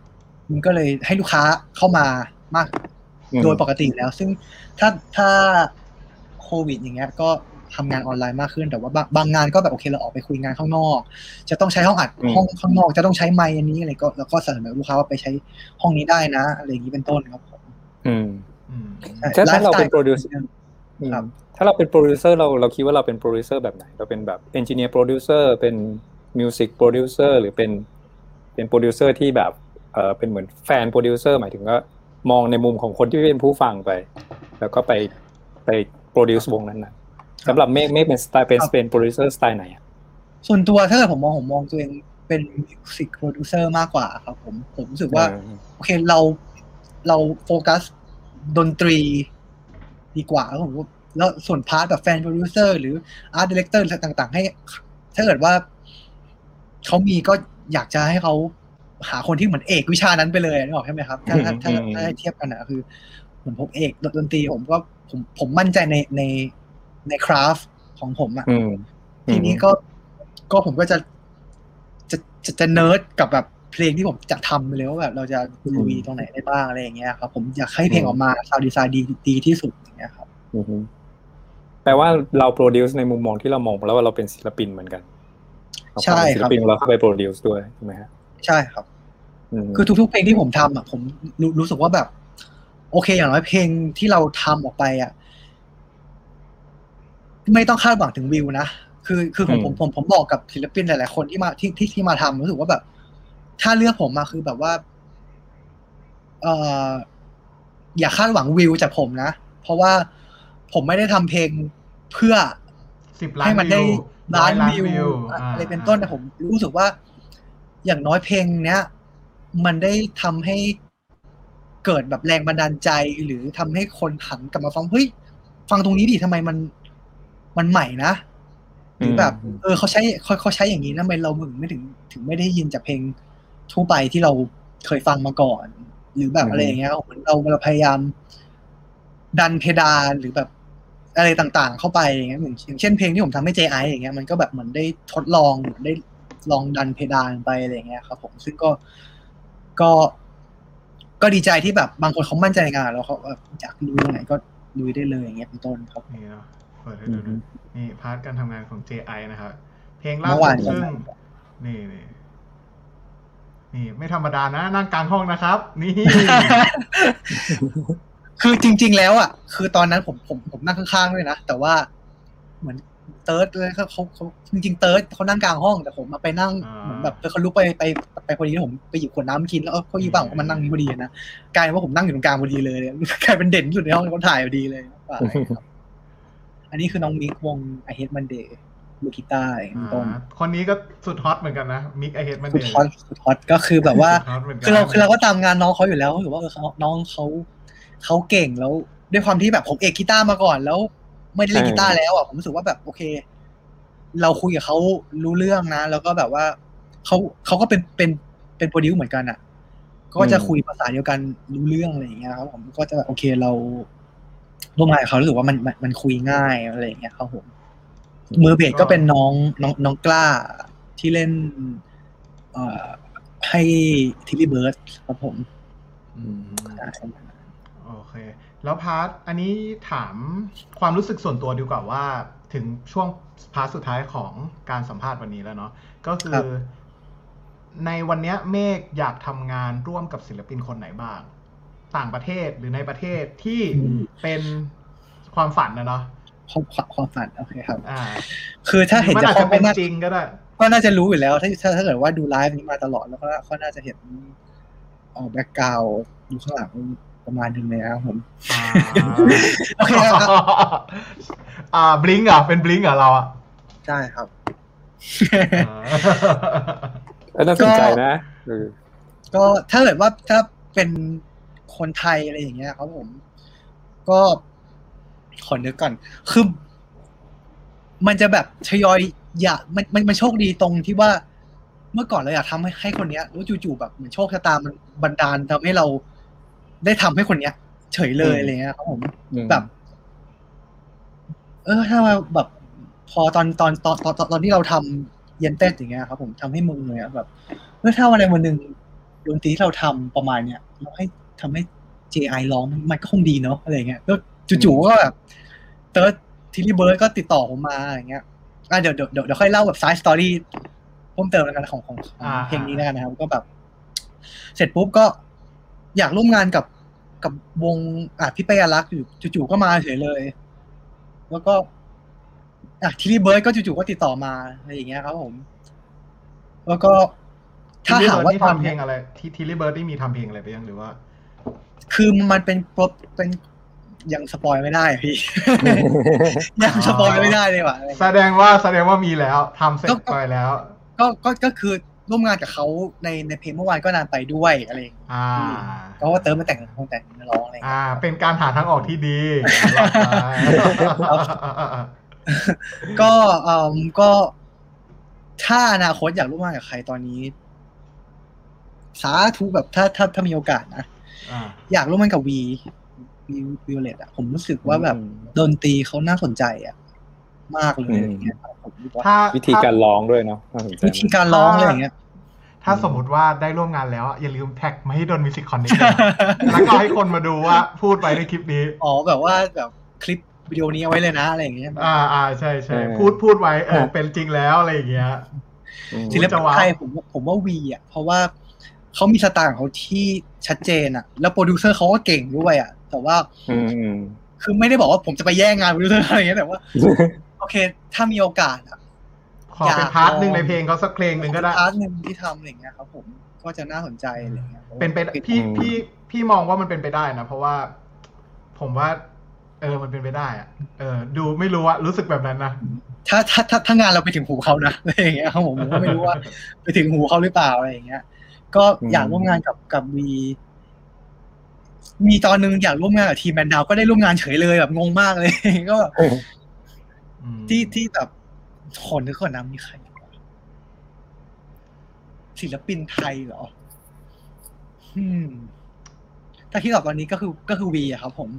มันก็เลยให้ลูกค้าเข้ามามากโดยปกติแล้วซึ่งถ้าถ้าโควิดอย่างเงี้ยก็ทำงานออนไลน์มากขึ้นแต่ว่าบางงานก็แบบโอเคเราออกไปคุยงานข้างนอกจะต้องใช้ห้องอัดห้องข้างนอกจะต้องใช้ไมค์อันนี้อะไรก็แล้วก็เสนอลูกค้าว่าไปใช้ห้องนี้ได้นะอะไรอย่างนี้เป็นต้นครับผมอืมถ้าถ้าเราเป็นโปรดิวเซอร์ครับถ้าเราเป็นโปรดิวเซอร์เราเราคิดว่าเราเป็นโปรดิวเซอร์แบบไหนเราเป็นแบบเอนจิเนียร์โปรดิวเซอร์เป็นมิวสิกโปรดิวเซอร์หรือเป็นเป็นโปรดิวเซอร์ที่แบบเออเป็นเหมือนแฟนโปรดิวเซอร์หมายถึงว่ามองในมุมของคนที่เป็นผู้ฟังไปแล้วก็ไปไปโปรดิวซ์วงนั้นนะสำหรับเมฆเมฆเป็นสไตล์เป็นเป็นโปรดิวเซอร์สไตล์ไหนอ่ะส่วนตัวถ้าเกิดผมมองผมมองตัวเองเป็นมิวสิกโปรดิวเซอร์มากกว่าครับผมผมรู้สึกว่าโอเคเราเราโฟกัสดนตรีดีกว่าแล้วผมแล้วส่วนพาร์ทแบบแฟนโปรดิวเซอร์หรืออาร์ตดีเรคเตอร์ต่างๆให้ถ้าเกิดว่าเขามีก็อยากจะให้เขาหาคนที่เหมือนเอกวิชานั้นไปเลยนึกออกใช่ไหมครับถ้าถ้าถ้าถ้าเทียบกันนะคือเหมือนผมเอกดนตรีผมก็ผมผมมั่นใจในในในคราฟของผมอ่ะทีนี้ก็ก็ผมก็จะจะจะจะเนิร์ดกับแบบเพลงที่ผมจะทำไปเลยว่าแบบเราจะลุยตรงไหนได้บ้างอะไรอย่างเงี้ยครับผมอยากให้เพลงออกมาซาวด์ดีไซน์ดีดีที่สุดอย่างเงี้ยครับแปลว่าเราโปรดิวซ์ในมุมมองที่เรามองแล้วว่าเราเป็นศิลปินเหมือนกันใช่ครับศิลปินเราเข้าไปโปรดิวซ์ด้วยใช่ไหมฮะใช่ครับคือทุกๆเพลงที่ผมทำอ่ะผมรู้รู้สึกว่าแบบโอเคอย่างน้อยเพลงที่เราทำออกไปอ่ะไม่ต้องคาดหวังถึงวิวนะคือคือผมผมผมผมบอกกับศิลปินหลายๆคนที่มาที่ที่ที่มาทำรู้สึกว่าแบบถ้าเลือกผมมาคือแบบว่าเอ่ออย่าคาดหวังวิวจากผมนะเพราะว่าผมไม่ได้ทำเพลงเพื่อให้มันได้ล้านวิวอะไรเป็นต้นนะผมรู้สึกว่าอย่างน้อยเพลงเนี้ยมันได้ทำให้เกิดแบบแรงบันดาลใจหรือทำให้คนหันกลับมาฟังเฮ้ยฟังตรงนี้ดิทำไมมันมันใหม่นะหรือแบบเออเขาใช้เขาเขาใช้อย่างนี้นะทำไมเราถึงไม่ถึงถึงไม่ได้ยินจากเพลงทั่วไปที่เราเคยฟังมาก่อนหรือแบบอะไรอย่างเงี้ยเหมือนเราเราพยายามดันเพดานหรือแบบอะไรต่างๆเข้าไปอย่างเงี้ยอย่างเช่นเพลงที่ผมทำให้ เจ ไอ อย่างเงี้ยมันก็แบบเหมือนได้ทดลองได้ลองดันเพดานไปอะไรอย่างเงี้ยครับผมซึ่งก็ก็ก็ดีใจที่แบบบางคนเขามั่นใจในงานแล้วเขาอยากลุยตรงไหนก็ลุยได้เลยอย่างเงี้ยเป็นต้นครับนี่เนาะเปิดให้ดูนี่พาร์ทการทำงานของ เจ ไอ นะครับเพลงล่าสุดซึ่งนี่นี่นี่ไม่ธรรมดานะนั่งกลางห้องนะครับนี่คือจริงๆแล้วอ่ะคือตอนนั้นผมผมผมนั่งข้างๆด้วยนะแต่ว่าเหมือนเติร์ดเลยเขาเขาเขาจริงๆเติร์ดเขานั่งกลางห้องแต่ผมมาไปนั่งเหมือนแบบเขาลุกไปไปไปพอดีแล้วผมไปหยิบขวดน้ำกินแล้วเขาอีบ้างมันนั่งนี่พอดีนะกลายว่าผมนั่งอยู่ตรงกลางพอดีเลยกลายเป็นเด่นสุดในห้องเขาถ่ายพอดีเลยอันนี้คือน้องมิกวง I Hate Monday ลูกกีตาร์ต้นคนนี้ก็สุดฮอตเหมือนกันนะมิก I Hate Monday สุดฮอตสุดฮอตก็คือแบบว่าคือเราคือเราก็ตามงานน้องเขาอยู่แล้วถือว่าเออน้องเขาเขาเก่งแล้วด้วยความที่แบบผมเอกกีตาร์มาก่อนแล้วไม่ได้เล่นกีตาร์แล้วอ่ะผมรู้สึกว่าแบบโอเคเราคุยกับเขารู้เรื่องนะแล้วก็แบบว่าเขาเขาก็เป็นเป็นเป็นโปรดิวเหมือนกันอ่ะก็จะคุยภาษาเดียวกันรู้เรื่องอะไรอย่างเงี้ยครับผมก็จะแบบโอเคเราร่วมงานกับเขารู้สึกว่ามันมันมันคุยง่ายอะไรอย่างเงี้ยครับผมมือเบสก็เป็นน้องน้องน้องกล้าที่เล่นเอ่อให้ทิลลี่เบิร์ดครับผมโอเคแล้วพาร์ทอันนี้ถามความรู้สึกส่วนตัวดีกว่าว่าถึงช่วงพาร์ทสุดท้ายของการสัมภาษณ์วันนี้แล้วเนาะก็คือในวันนี้เมฆอยากทำงานร่วมกับศิลปินคนไหนบ้างต่างประเทศหรือในประเทศที่เป็นความฝันนะเนาะความความฝันโอเคครับอ่าคือถ้าเห็นจะเป็นจริงก็ได้ก็น่าจะรู้อยู่แล้วถ้าถ้าถ้าเกิดว่าดูไลฟ์นี้มาตลอดแล้วก็ก็น่าจะเห็นออกแบ็คกราวด์อยู่ข้างหลังประมาณนึงเลยนะครับผมโอเคครับอ่าบลิงก์อ่ะเป็นบลิงก์อ่ะเราอ่ะใช่ครับน่าสนใจนะก็ถ้าเกิดว่าถ้าเป็นคนไทยอะไรอย่างเงี้ยครับผมก็ขอนึกก่อนคือมันจะแบบทยอยอย่ามันมันมันโชคดีตรงที่ว่าเมื่อก่อนเราอยากทำให้ให้คนเนี้ยแล้วจู่ๆแบบเหมือนโชคชะตามันบันดาลทำให้เราได้ทำให้คนเนี้ยเฉยเลยอะไรเงี้ยครับผมแบบเออถ้าแบบพอตอนตอนตอนตอนตอนที่เราทำเย็นเต้นอย่างเงี้ยครับผมทำให้มึงเลยแบบเมื่อถ้าวันใดวันหนึ่งดนตรีที่เราทำประมาณเนี้ยเราให้ทำให้ เจ ไอ ร้องมันก็คงดีเนาะอะไรเงี้ยก็จู่ๆก็แบบเติร์ดทิลลี่เบิร์ดก็ติดต่อผมมาอย่างเงี้ยอ่ะเดี๋ยวเดี๋ยวเดี๋ยวค่อยเล่าแบบไซส์สตอรี่เพิ่มเติมแล้วกันของของเพลงนี้แล้วกันนะครับก็แบบเสร็จปุ๊บก็อยากร่วมงานกับกับวงอ่ะพี่เป้อารักษ์อยู่จู่ๆก็มาเฉยเลยแล้วก็อ่ะทิลลี่เบิร์ดก็จู่ๆก็ติดต่อมาอะไรอย่างเงี้ยครับผมแล้วก็ถ้าหาว่าทำเพลงอะไรที่ทิลลี่เบิร์ดที่มีทำเพลงอะไรไปยังหรือว่าคือมันเป็นเป็นยังสปอยไม่ได้พี่ยังสปอยไม่ได้เลยว่ะแสดงว่าแสดงว่ามีแล้วทำเสร็จไปแล้วก็ก็ก็คือร่วมงานกับเขาในในเพลงเมื่อวานก็นานไปด้วยอะไรอย่างเงี้ยก็ว่าเติมมาแต่งคงแต่งเนื้อร้องอะไรอ่าเป็นการหาทางออกที่ดีก็เอ่อก็ถ้าอนาคตอยากร่วมงานกับใครตอนนี้สาธุแบบถ้าถ้าถ้ามีโอกาสนะอยากร่วมงานกับวีวีวิโอเลตอ่ะผมรู้สึกว่าแบบดนตรีเขาน่าสนใจอ่ะมากเลยอย่างเงี้ยผมว่าวิธีการร้องด้วยเนาะวิธีการร้องอะไรอย่างเงี้ยถ้าสมมติว่าได้ร่วมงานแล้วอย่าลืมแท็กมาให้ดนมิวสิกคอนเนคชั่นแล้วก็ให้คนมาดูว่าพูดไปในคลิปนี้อ๋อแบบว่าแบบคลิปวิดีโอนี้เอาไว้เลยนะอะไรอย่างเงี้ยอ่าอ่าใช่ใช่พูดพูดไว้เออเป็นจริงแล้วอะไรอย่างเงี้ยศิลปินไทยผมผมว่าวีอ่ะเพราะว่าเขามีสไตล์ของเขาที่ชัดเจนอ่ะแล้วโปรดิวเซอร์เขาก็เก่งด้วยอ่ะแต่ว่าคือไม่ได้บอกว่าผมจะไปแย่งงานโปรดิวเซอร์อะไรอย่างเงี้ยแต่ว่าโอเคถ้ามีโอกาสอ่ะขอเป็นพาร์ทนึงในเพลงเขาสักเพลงนึงก็ได้พาร์ทนึงที่ทำอะไรอย่างเงี้ยครับผมก็จะน่าสนใจอะไรอย่างเงี้ยเป็นไปพี่พี่พี่มองว่ามันเป็นไปได้นะเพราะว่าผมว่าเออมันเป็นไปได้อ่ะเออดูไม่รู้ว่ารู้สึกแบบนั้นนะถ้าถ้าถ้าถ้างานเราไปถึงหูเขานะอะไรอย่างเงี้ยครับผมผมก็ไม่รู้ว่าไปถึงหูเขาหรือเปล่าอะไรอย่างเงี้ยก็อยากร่วมงานกับกับวีมีตอนนึงอยากร่วมงานกับทีมแมนดาวก็ได้ร่วมงานเฉยเลยแบบงงมากเลยก็ที่ที่แบบคนนึกก่อนนะมีใครศิลปินไทยเหรออืมถ้าที่ตอบตอนนี้ก็คือก็คือวีอะครับผม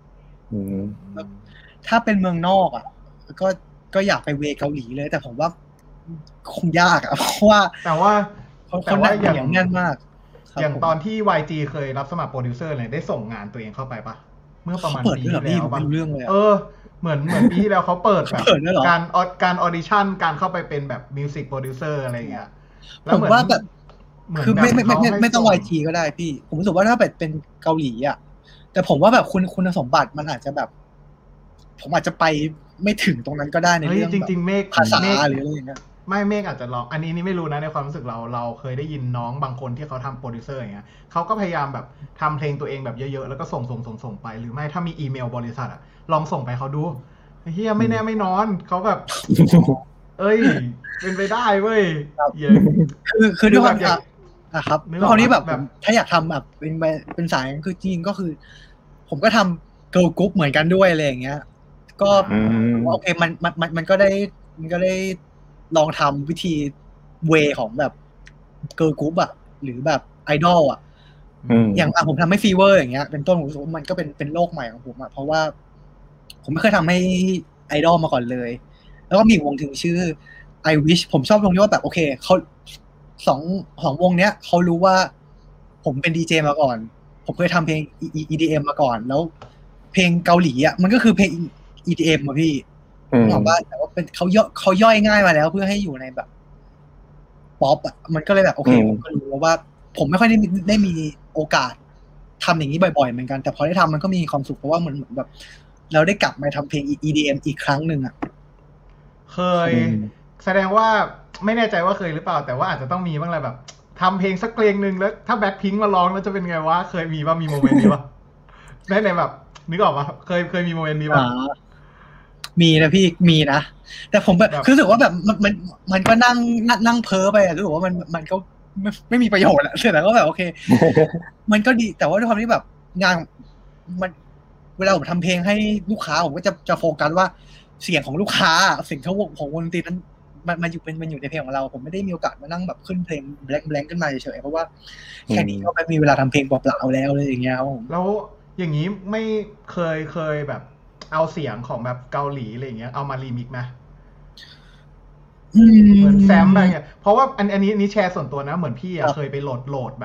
ถ้าเป็นเมืองนอกอ่ะก็ก็อยากไปเวเกาหลีเลยแต่ผมว่าคงยากอ่ะเพราะว่าแต่ว่าแต่ว่าอย่างแน่นมากอย่างตอนที่ วาย จี เคยรับสมัครโปรดิวเซอร์เลยได้ส่งงานตัวเองเข้าไปปะเมื่อประมาณปีที่แล้วป่ะเออเหมือนเหมือนปีที่แล้วเขาเปิดแบบการการออดิชั่นการเข้าไปเป็นแบบมิวสิกโปรดิวเซอร์อะไรอย่างเงี้ยผมว่าแบบคือไม่ไม่ไม่ไม่ต้อง วาย จี ก็ได้พี่ผมรู้สึกว่าถ้าแบบเป็นเกาหลีอ่ะแต่ผมว่าแบบคุณคุณสมบัติมันอาจจะแบบผมอาจจะไปไม่ถึงตรงนั้นก็ได้ในเรื่องจริงๆเมฆภาษาหรืออะไรอย่างเงี้ยไม่เมฆอาจจะลองอันนี้นี่ไม่รู้นะในความรู้สึกเราเราเคยได้ยินน้องบางคนที่เขาทำโปรดิวเซอร์อย่างเงี้ยเขาก็พยายามแบบทำเพลงตัวเองแบบเยอะๆแล้วก็ส่งส่งส่งส่งไปหรือไม่ถ้ามีอีเมลบริษัทอ่ะลองส่งไปเขาดูเฮียไม่แน่ไม่นอนเขาแบบเอ้ยเป็นไปได้เว้ยคือคือด้วยความอ่ะครับด้วยความที่แบบถ้าอยากทำแบบเป็นเป็นสายคือจริงก็คือผมก็ทำเกิร์ลกรุ๊ปเหมือนกันด้วยอะไรอย่างเงี้ยก็โอเคมันมันมันมันก็ได้มันก็ได้ลองทำวิธีเวของแบบเกิร์ลกรุ๊ปอ่ะหรือแบบไอดอลอ่ะอย่างอ่ะผมทำให้ฟีเวอร์อย่างเงี้ยเป็นต้นผมรู้สึกว่ามันก็เป็นเป็นโลกใหม่ของผมอ่ะเพราะว่าผมไม่เคยทำให้ไอดอลมาก่อนเลยแล้วก็มีวงถึงชื่อ I Wish ผมชอบตรงที่ว่าแบบโอเคเขาสองสองวงเนี้ยเขารู้ว่าผมเป็นดีเจมาก่อนผมเคยทำเพลง อี ดี เอ็ม มาก่อนแล้วเพลงเกาหลีอ่ะมันก็คือเพลง อี ดี เอ็ม อ่ะพี่ผมบอกว่าแต่ว่าเป็นเขาย่อเขาย่อยง่ายมาแล้วเพื่อให้อยู่ในแบบป๊อปอ่ะมันก็เลยแบบโอเคผมก็รู้ว่าผมไม่ค่อยได้ได้มีโอกาสทำอย่างนี้บ่อยๆเหมือนกันแต่พอได้ทำมันก็มีความสุขเพราะว่าเหมือนแบบเราได้กลับมาทำเพลง อี ดี เอ็ม อีกครั้งหนึ่งอ่ะเคยแสดงว่าไม่แน่ใจว่าเคยหรือเปล่าแต่ว่าอาจจะต้องมีบ้างอะไรแบบทำเพลงสักเพลงหนึ่งแล้วถ้าแบ็คพิงค์มาร้องแล้วจะเป็นไงวะเคยมีป่ะมีโมเมนต์นี้ป่ะในในแบบนึกออกป่ะเคยเคยมีโมเมนต์นี้ป่ะมีนะพี่มีนะแต่ผมแบบคือรู้สึกว่าแบบมันมันมันก็นั่งนั่งเพ้อไปอะรู้สึกว่ามันมันก็ไม่ไม่มีประโยชน์อะแต่ก็แบบโอเคมันก็ดีแต่ว่าด้วยความที่แบบงานมันเวลาผมทำเพลงให้ลูกค้าผมก็จะจะโฟกัสว่าเสียงของลูกค้าเสียงของวงของวงดนตรีนั้นมันมันอยู่เป็นมันอยู่ในเพลงของเราผมไม่ได้มีโอกาสมานั่งแบบขึ้นเพลงแบล็คแบล็คขึ้นมาเฉยๆเพราะว่าแค่นี้ก็ไม่มีเวลาทำเพลงเปล่าๆแล้วเลยอย่างเงี้ยแล้วอย่างนี้ไม่เคยเคยแบบเอาเสียงของแบบเกาหลีอะไรอย่างเงี้ยเอามารีมิกซ์ไหมเหมือนแซมอะไรเงี้ยเพราะว่าอันอันนี้นี่แชร์ส่วนตัวนะเหมือนพี่อะเคยไปโหลดโหลดแบบ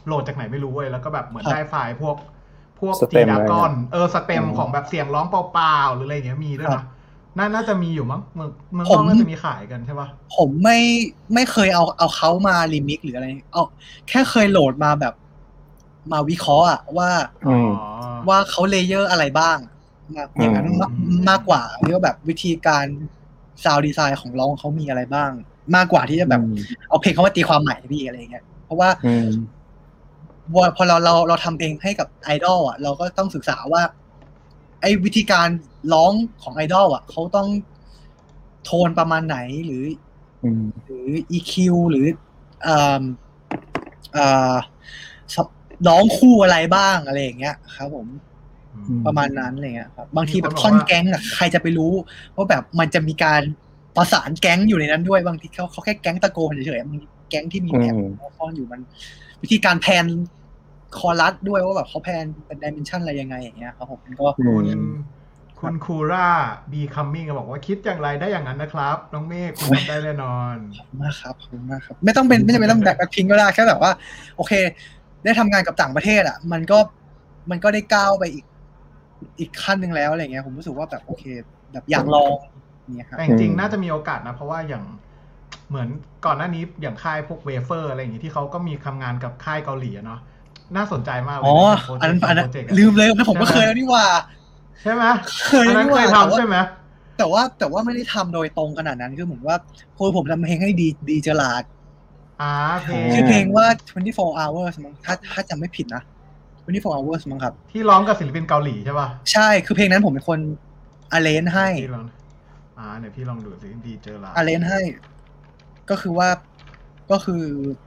โหลดจากไหนไม่รู้เว้ยแล้วก็แบบเหมือนได้ไฟล์พวกพวกสจีเต็มดาเลยก้อนนะเออสเต็มของแบบเสียงร้องเปล่าๆหรืออะไรอย่างเงี้ยมีด้วยครันะบน่าน่าจะมีอยู่มั้งเมืองเมืองนผอกมน่าจะมีขายกันใช่ปะผมไม่ไม่เคยเอาเอาเขามารีมิกซ์หรืออะไรเอาแค่เคยโหลดมาแบบมาวิเคราะห์อะว่าอืมอ๋อว่าเขาเลเยอร์อะไรบ้างมากอย่างนั้นอืมมากมากกว่าหรือว่าแบบวิธีการซาวด์ดีไซน์ของร้องเขามีอะไรบ้าง มากกว่าที่จะแบบอืมเอาเพลงเขามาตีความใหม่พี่อะไรอย่างเงี้ยเพราะว่าอืมว่าพอเราเราเราทำเพลงให้กับไอดอลอ่ะเราก็ต้องศึกษาว่า ไอ้วิธีการร้องของไอดอลอ่ะเขาต้องโทนประมาณไหนหรืออืมหรือ อี คิว หรืออ่าอ่าร้องคู่อะไรบ้างอะไรอย่างเงี้ยครับผมอือืมประมาณนั้นอะไรเงี้ยครับบางทีมีคนแบบบอกท่อนว่าแก๊งอ่ะใครจะไปรู้ว่าแบบมันจะมีการประสานแก๊งอยู่ในนั้นด้วยบางทีเขาเขาแค่แก๊งตะโกนเฉยๆมันมีแก๊งที่มีแอบซ่อนอยู่มัน วิธีการแพนคอรัสด้วยว่าแบบเขาแพนเป็นดิเมนชันอะไรยังไงอย่างเงี้ยครับผมมันก็อืคุณมคุณคูร่าบีคัมมิ่งบอกว่าคิดอย่างไรได้อย่างนั้นนะครับ น้องเมฆคุณทำได้แน่นอนขอบคุณมากครับขอบคุณมากครับ ไม่ต้องเป็นไม่จำเป็นต้องแบ็คพิงก็ได้แค่แบบว่า โอเค ได้ทำงานกับต่างประเทศอ่ะ มันก็มันก็ได้ก้าวไปอีกอีกขั้นหนึ่งแล้วอะไรเงี้ยผมรู้สึกว่าแบบโอเค แบบอยากลองเนี่ยครับแต่จริงๆน่าจะมีโอกาสนะ เพราะว่าอย่างเหมือนก่อนหน้านี้อย่างค่ายพวกเวเฟอร์อะไรอย่างงี้ที่เขาก็มีทำงานกับค่ายเกาหลีอะเนาะน่าสนใจมากเลยอ๋อนะโปรเจอันกนั้นต์อันนั้นโปรเจกต์ลืมเลยนะผมก็เคยแล้วนี่หว่าใช่ไหมเคยอันนั้นนี่หเคว่ายทำใช่ไหมแต่ว่าแต่ว่าไม่ได้ทำโดยตรงขนาดนั้นคือเหมือนว่าพอผมทำเพลงให้ดีดีเจลาดอ่าเพลงชื่อเพลงว่าtwenty-four hours มั้งถ้าถ้าจำไม่ผิดนะtwenty-four hours มั้งครับที่ร้องกับศิลปินเกาหลีใช่ป่ะใช่คือเพลงนั้นผมเป็นคนอาเลนให้พี่ลองอ่าเดี๋ยวพี่ลองดูสิดีเจอลาอาเลนให้ ก็คือว่าก็คือ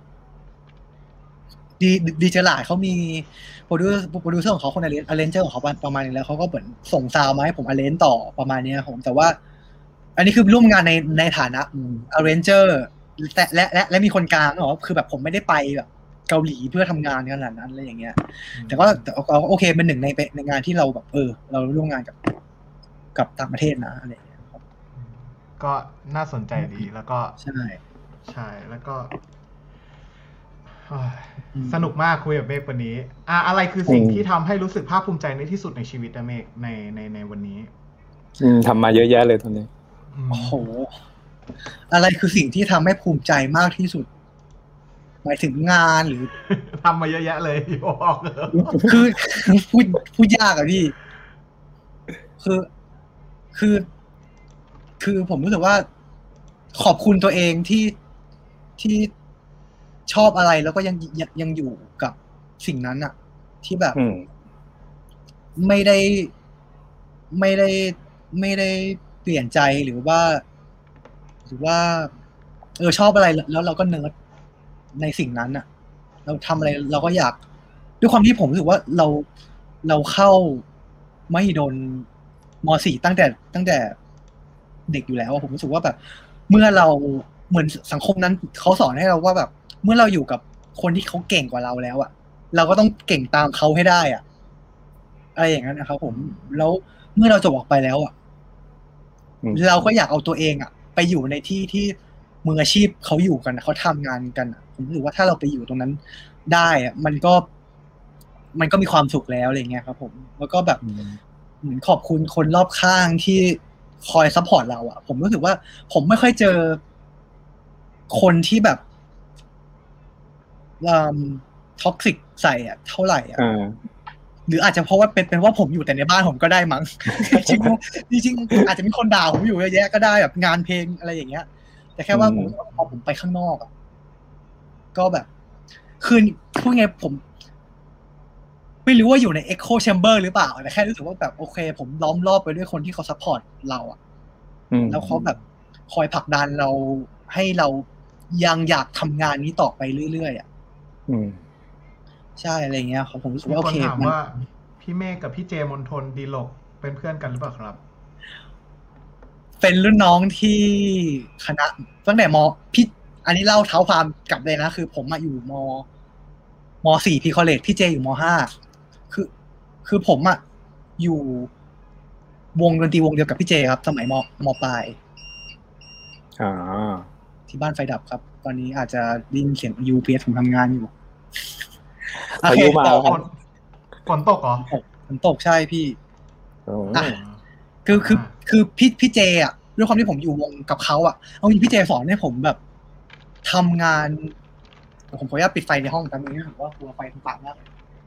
ดีดีเจลาดเขามีโปรดิวโปรดิวเซอร์ของเขาคนอาเลนอาเลนเจอร์ของเขาประมาณนึงแล้วเขาก็เหมือนส่งซาวมาให้ผมอาเลนต่อประมาณนี้ครับผมแต่ว่า อันนี้คือร่วมงานในในฐานะอาเลนเจอร์แต่และและและมีคนกลางเหรอคือแบบผมไม่ได้ไปแบบเกาหลีเพื่อทำงานขนาดนั้นอะไรอย่างเงี้ย แต่ก็แต่ก็โอเคเป็นหนึ่งในในงานที่เราแบบเออ เราร่วมงานกับกับต่างประเทศนะอะไรอย่างเงี้ยครับก็น่าสนใจดีแล้วก็ใช่ใช่แล้วก็เฮ้ยสนุกมากคุยกับเมฆวันนี้อ่ะอะไรคือสิ่งที่ทำให้รู้สึกภาคภูมิใจในที่สุดในชีวิตนะเมฆในในในวันนี้อืมทำมาเยอะแยะเลยตอนนี้อืมโอ้โหอะไรคือสิ่งที่ทำให้ภูมิใจมากที่สุด หมายถึงงานหรือทำมาเยอะแยะเลยบอกเลยคือพูดพูดยากอะพี่ คือคือ คือผมรู้สึกว่า ขอบคุณตัวเองที่ที่ชอบอะไรแล้วก็ยังยังยังอยู่กับสิ่งนั้นอะที่แบบอืมไม่ได้ไม่ได้ไม่ได้เปลี่ยนใจหรือว่า หรือว่า เออชอบอะไรแล้วเราก็เนิร์ดในสิ่งนั้นอะเราทำอะไรเราก็อยาก ด้วยความที่ผมรู้สึกว่าเราเราเข้ามหิดลม.สี่ ตั้งแต่ตั้งแต่เด็กอยู่แล้วผมรู้สึกว่าแบบ เมื่อเราเหมือนสังคมนั้นเขาสอนให้เราว่าแบบ เมื่อเราอยู่กับคนที่เขาเก่งกว่าเราแล้วอะเราก็ต้องเก่งตามเขาให้ได้อะอะไรอย่างนั้นนะครับผมแล้วเมื่อเราจบออกไปแล้วอะอืมเราก็อยากเอาตัวเองอะไปอยู่ในที่ที่มืออาชีพเขาอยู่กันเขาทำงานกันอะผมรู้สึกว่าถ้าเราไปอยู่ตรงนั้นได้อะมันก็ มันก็มีความสุขแล้วอะไรเงี้ยครับ ผมแล้วก็แบบอืมเหมือนขอบคุณคนรอบข้างที่คอยซัพพอร์ตเราอะผมรู้สึกว่า ผมไม่ค่อยเจอคนที่แบบท็อกซิกใส่อะเท่าไหร่อะอ่าหรืออาจจะเพราะว่าเป็นเป็นว่าผมอยู่แต่ในบ้านผมก็ได้มั้ง จริงๆจริงๆอาจจะมีคนด่าผมอยู่เยอะแยะก็ได้แบบงานเพลงอะไรอย่างเงี้ย แต่แค่ว่าผมพอผมไปข้างนอกอะก็แบบคือพูดไงผม ไม่รู้ว่าอยู่ใน Echo Chamber หรือเปล่าแต่แค่รู้สึกว่าแบบโอเค ผมล้อมรอบไปด้วยคนที่เขาซัพพอร์ตเราอะอืมแล้วเขาแบบคอยผลักดันเราให้เรายังอยากทำงานนี้ต่อไปเรื่อยๆอะอืมใช่อะไรเงี้ยครับผมรู้สึกมีว่าโอคนเคถามมันว่าพี่เมฆกับพี่เจมนทนดีหลกเป็นเพื่อนกันหรือเปล่าครับเป็นรุ่นน้องที่คณะตั้งแต่มพี่อันนี้เล่าเท้าความกลับเลยนะคือผมมาอยู่มมสี่พีคอลเลจพี่เจอยู่มห้าคือ คือผมอะอยู่วงดนตรีวงเดียวกับพี่เจครับ สมัยมมปลายอ่าที่บ้านไฟดับครับ ตอนนี้อาจจะได้ยินเสียง ยู พี เอส ผมทำงานอยู่พายุมาฝนฝนตกเหรอฝนตกใช่พี่อ่ะคือคือคือพี่พี่เจอ่ะด้วยความที่ผมอยู่วงกับเขาอ่ะเอาจริงพี่เจสอนให้ผมแบบทำงานผมขออนุญาตปิดไฟในห้องแป๊บนึงนะผมว่ากลัวไฟมันป่ามาก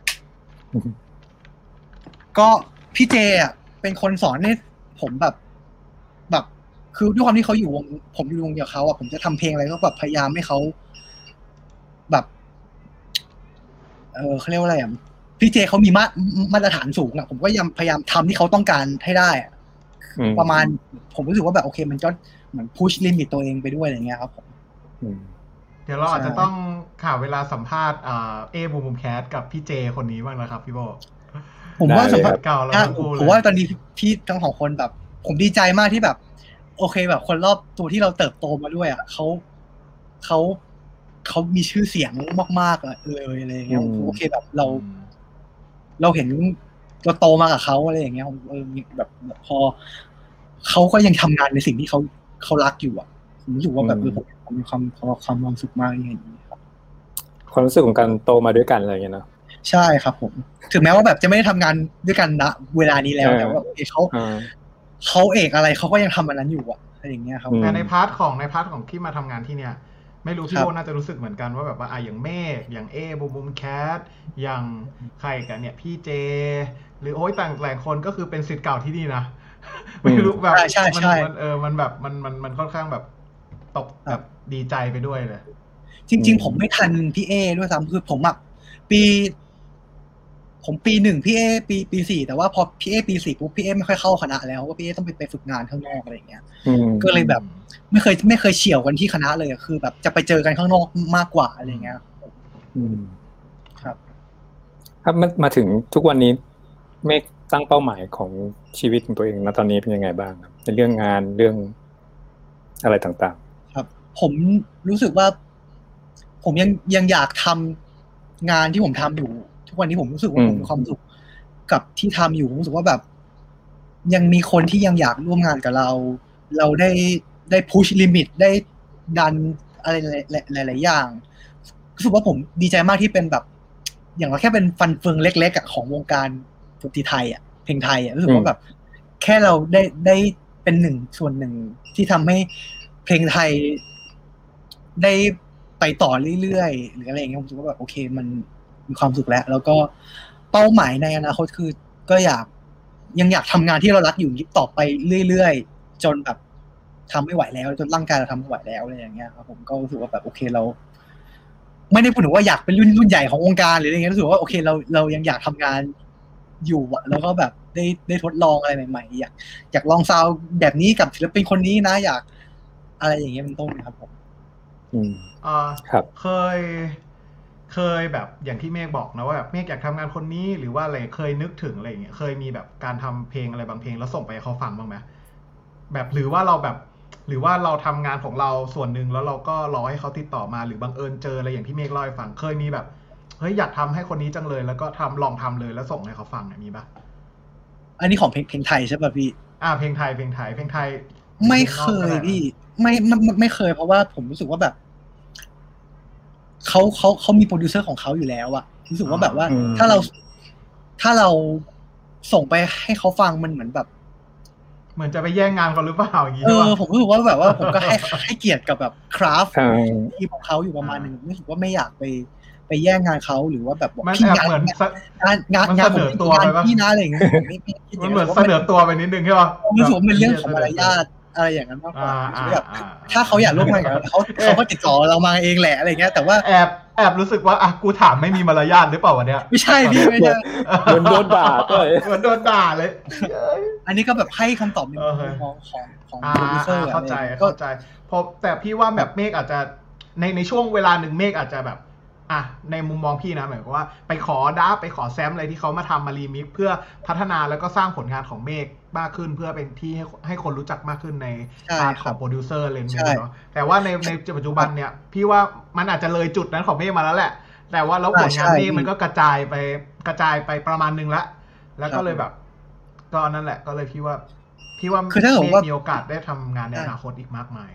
ก็พี่เจอ่ะเป็นคนสอนให้ผมแบบแบบคือด้วยความที่เขาอยู่วงผมอยู่วงเดียวเขาอ่ะผมจะทำเพลงอะไรก็แบบพยายามให้เขาแบบเออเขาเรียกว่าอะไรอ่ะพี่เจเขามีมามาตรฐานสูงอ่ะผมก็ยังพยายามทำที่เขาต้องการให้ได้ประมาณผมรู้สึกว่าแบบโอเคมันก็เหมือนพุชลิมิตตัวเองไปด้วยอะไรเงี้ยครับผมเดี๋ยวเราอาจจะต้องข่าวเวลาสัมภาษณ์อ่าเอบูมบูมแคสกับพี่เจคนนี้บ้างนะครับพี่โบผมว่าสัมภาษณ์เก่าแล้วผมว่าตอนนี้พี่ทั้งสองคนแบบผมดีใจมากที่แบบโอเคแบบคนรอบตัวที่เราเติบโตมาด้วยอ่ะเขาเขาเขามีชื่อเสียงมากๆเลยอะไรอย่างเงี้ยโอเคแบบเราเราเห็นเราโตมากับเขาอะไรอย่างเงี้ยเออแบบพอเขาก็ยังทำงานในสิ่งที่เขาเขารักอยู่อ่ะผมรู้สึกว่าแบบเออผมมีความความความสุขมากอย่างนี้ครับความรู้สึกของการโตมาด้วยกันอะไรอย่างเงี้ยเนาะใช่ครับผมถึงแม้ว่าแบบจะไม่ได้ทำงานด้วยกันณเวลานี้แล้วแต่ว่าโอเคเขาเขาเอกอะไรเขาก็ยังทำอันนั้นอยู่อ่ะอะไรอย่างเงี้ยครับแต่ในพาร์ทของในพาร์ทของที่มาทำงานที่เนี่ยไม่รู้พี่โบน่าจะรู้สึกเหมือนกันว่าแบบว่าอ่ะอย่างเมฆอย่างเอบูมบูมแคทอย่างใครกันเนี่ยพี่เจหรือโอ้ยต่างหลายคนก็คือเป็นศิษย์เก่าที่นี่นะไม่รู้แบบมันเออมันแบบมันมันมันค่อนข้างแบบตกแบบดีใจไปด้วยเลยจริงๆผมไม่ทันพี่เอด้วยซ้ำคือผมอ่ะปีผมปีหนึ่งพี่เอปีปีสี่แต่ว่าพอพี่เอปีสี่ปุ๊บพี่เอไม่ค่อยเข้าคณะแล้วก็พี่เอต้องไปไปฝึกงานข้างนอกอะไรอย่างเงี้ยก็เลยแบบไม่เคยไม่เคยเฉี่ยวกันที่คณะเลยคือแบบจะไปเจอกันข้างนอกมากกว่าอะไรเงี้ยครับครับมันมาถึงทุกวันนี้เมฆตั้งเป้าหมายของชีวิตของตัวเองณตอนนี้เป็นยังไงบ้างครับในเรื่องงานเรื่องอะไรต่างๆครับผมรู้สึกว่าผมยังยังอยากทำงานที่ผมทำอยู่ทุกวันนี้ผมรู้สึกว่าผมมีความสุขกับที่ทำอยู่ผมรู้สึกว่าแบบยังมีคนที่ยังอยากร่วมงานกับเราเราได้ได้พุชลิมิตได้ดันอะไรหลายๆอย่างรู้สึกว่าผมดีใจมากที่เป็นแบบอย่างเราแค่เป็นฟันเฟืองเล็กๆของวงการดนตรีไทยอ่ะเพลงไทยอ่ะรู้สึกว่าแบบแค่เราได้ได้เป็นหนึ่งส่วนหนึ่งที่ทำให้เพลงไทยได้ไปต่อเรื่อยๆหรืออะไรอย่างเงี้ยผมรู้สึกว่าแบบโอเคมันมีความสุขแล้วแล้วก็เป้าหมายในอนาคตคือก็อยากยังอยากทำงานที่เรารักอยู่ต่อไปเรื่อยๆจนแบบทำไม่ไหวแล้วจนร่างกายเราทำไม่ไหวแล้วอะไรอย่างเงี้ยครับผมก็รู้สึกว่าแบบโอเคเราไม่ได้พูดถึงว่าอยากเป็นรุ่นรุ่นใหญ่ของวงการหรืออะไรเงี้ยรู้สึกว่าโอเคเราเรายังอยากทำงานอยู่แล้วก็แบบได้ได้ทดลองอะไรใหม่ๆอยากอยากลองซาวด์แบบนี้กับศิลปินคนนี้นะอยากอะไรอย่างเงี้ยเป็นต้นครับผมอืมอ่าเคยเคยแบบอย่างที่เมฆบอกนะว่าแบบเมฆอยากทำงานคนนี้หรือว่าอะไรเคยนึกถึงอะไรอย่างเงี้ยเคยมีแบบการทำเพลงอะไรบางเพลงแล้วส่งไปให้เขาฟังบ้างไหมแบบหรือว่าเราแบบหรือว่าเราทำงานของเราส่วนหนึ่งแล้วเราก็รอให้เขาติดต่อมาหรือบังเอิญเจออะไรอย่างที่เมฆเล่าให้ฟังเคยมีแบบเฮ้ยอยากทำให้คนนี้จังเลยแล้วก็ทำลองทำเลยแล้วส่งให้เขาฟังมีป่ะอันนี้ของเพลงเพลงไทยใช่ป่ะพี่อ่าเพลงไทยเพลงไทยเพลงไทยไม่เคยพี่ไม่ไม่ไม่เคยเพราะว่าผมรู้สึกว่าแบบเขาเขาเขามีโปรดิวเซอร์ของเขาอยู่แล้วอะรู้สึกว่าแบบว่าถ้าเราถ้าเราส่งไปให้เขาฟังมันเหมือนแบบเหมือนจะไปแย่งงานเขาหรือเปล่าอย่างนี้เออผมรู้สึกว่าแบบว่าผมก็ให้ให้เกียรติกับแบบคราฟต์ที่ของเขาอยู่ประมาณนึงรู้สึกว่าไม่อยากไปไปแย่งงานเขาหรือว่าแบบบอกพี่งานงานงานงานผมตัวพี่นะอะไรอย่างเงี้ยมันเหมือนเสนอตัวไปนิดนึงใช่ป่ะรู้สึกว่าเป็นเรื่องของมารยาทอะไรอย่างนั้นมากกว่าแบบถ้าเขาอยากร่วมงานกับเราเขาเขาก็ติดต่อเรามาเองแหละอะไรเงี้ยแต่ว่าแอบแอบรู้สึกว่าอ่ะกูถามไม่มีมารยาทหรือเปล่าวะเนี้ยไม่ใช่พี่ไม่ใช่เหมือนโดนด่าเลยเหมือนโดนด่าเลยอันนี้ก็แบบให้คำตอบในมุมมองของของโปรดิวเซอร์เข้าใจเข้าใจพอแต่พี่ว่าแบบเมฆอาจจะในในช่วงเวลาหนึ่งเมฆอาจจะแบบอ่ะในมุมมองพี่นะหมายความว่าไปขอดับไปขอแซมอะไรที่เขามาทำมารีมิกเพื่อพัฒนาแล้วก็สร้างผลงานของเมฆมากขึ้นเพื่อเป็นที่ให้ให้คนรู้จักมากขึ้นในพาร์ทของโปรดิวเซอร์เลนส์เนาะแต่ว่าในในปัจจุบันเนี่ยพี่ว่ามันอาจจะเลยจุดนั้นของเมฆมาแล้วแหละแต่ว่าแล้วผลงานเมฆมันก็กระจายไปกระจายไปประมาณนึงแล้วแล้วก็เลยแบบก็นั่นแหละก็เลยพี่ว่าพี่ว่าเมฆมีโอกาสได้ทำงานในอนาคตอีกมากมาย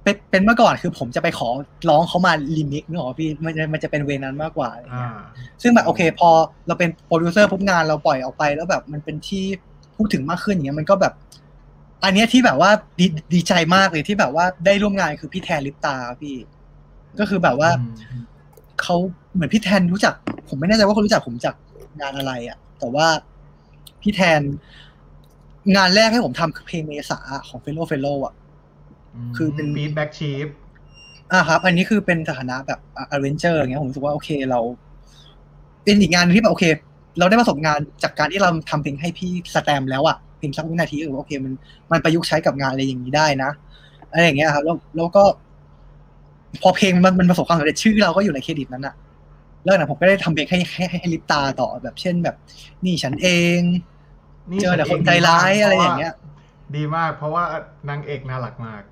เป็นเป็นเมื่อก่อนคือผมจะไปขอร้องเขามารีมิกซ์นึกออกพี่มันมันจะเป็นเวนั้นมากกว่าอะไรเงี้ยซึ่งแบบโอเคพอเราเป็นโปรดิวเซอร์ปุ๊บงานเราปล่อยออกไปแล้วแบบมันเป็นที่พูดถึงมากขึ้นอย่างเงี้ยมันก็แบบอันเนี้ยที่แบบว่าดีดีใจมากเลยที่แบบว่าได้ร่วมงานคือพี่แทนลิปตาพี่ก็คือแบบว่าเขาเหมือนพี่แทนรู้จักผมไม่แน่ใจว่าเขารู้จักผมจากงานอะไรอ่ะแต่ว่าพี่แทนงานแรกให้ผมทำคือเพลงเมษาของเฟลโลเฟลโลอ่ะคือเป็น Feedback Chief อ่าครับอันนี้คือเป็นสถานะแบบ Adventure อย่างเงี้ยผมรู้สึกว่าโอเคเราเป็นอีกงานที่แบบโอเคเราได้ประสบงานจากการที่เราทำเพลงให้พี่สแตมแล้วอ่ะเพลงสักวินาทีก็ถือว่าโอเคมันมันประยุกต์ใช้กับงานอะไรอย่างนี้ได้นะอะไรอย่างเงี้ยครับแล้วแล้วก็พอเพลงมันมันประสบความสำเร็จชื่อเราก็อยู่ในเครดิตนั้นอ่ะแล้วนะผมก็ได้ทำเพลงให้ให้ให้ลิปตาต่อแบบเช่นแบบนี่ฉันเองเจอแต่คนใจร้ายอะไรอย่างเงี้ยดีมากเพราะว่านางเอกน่ารักมาก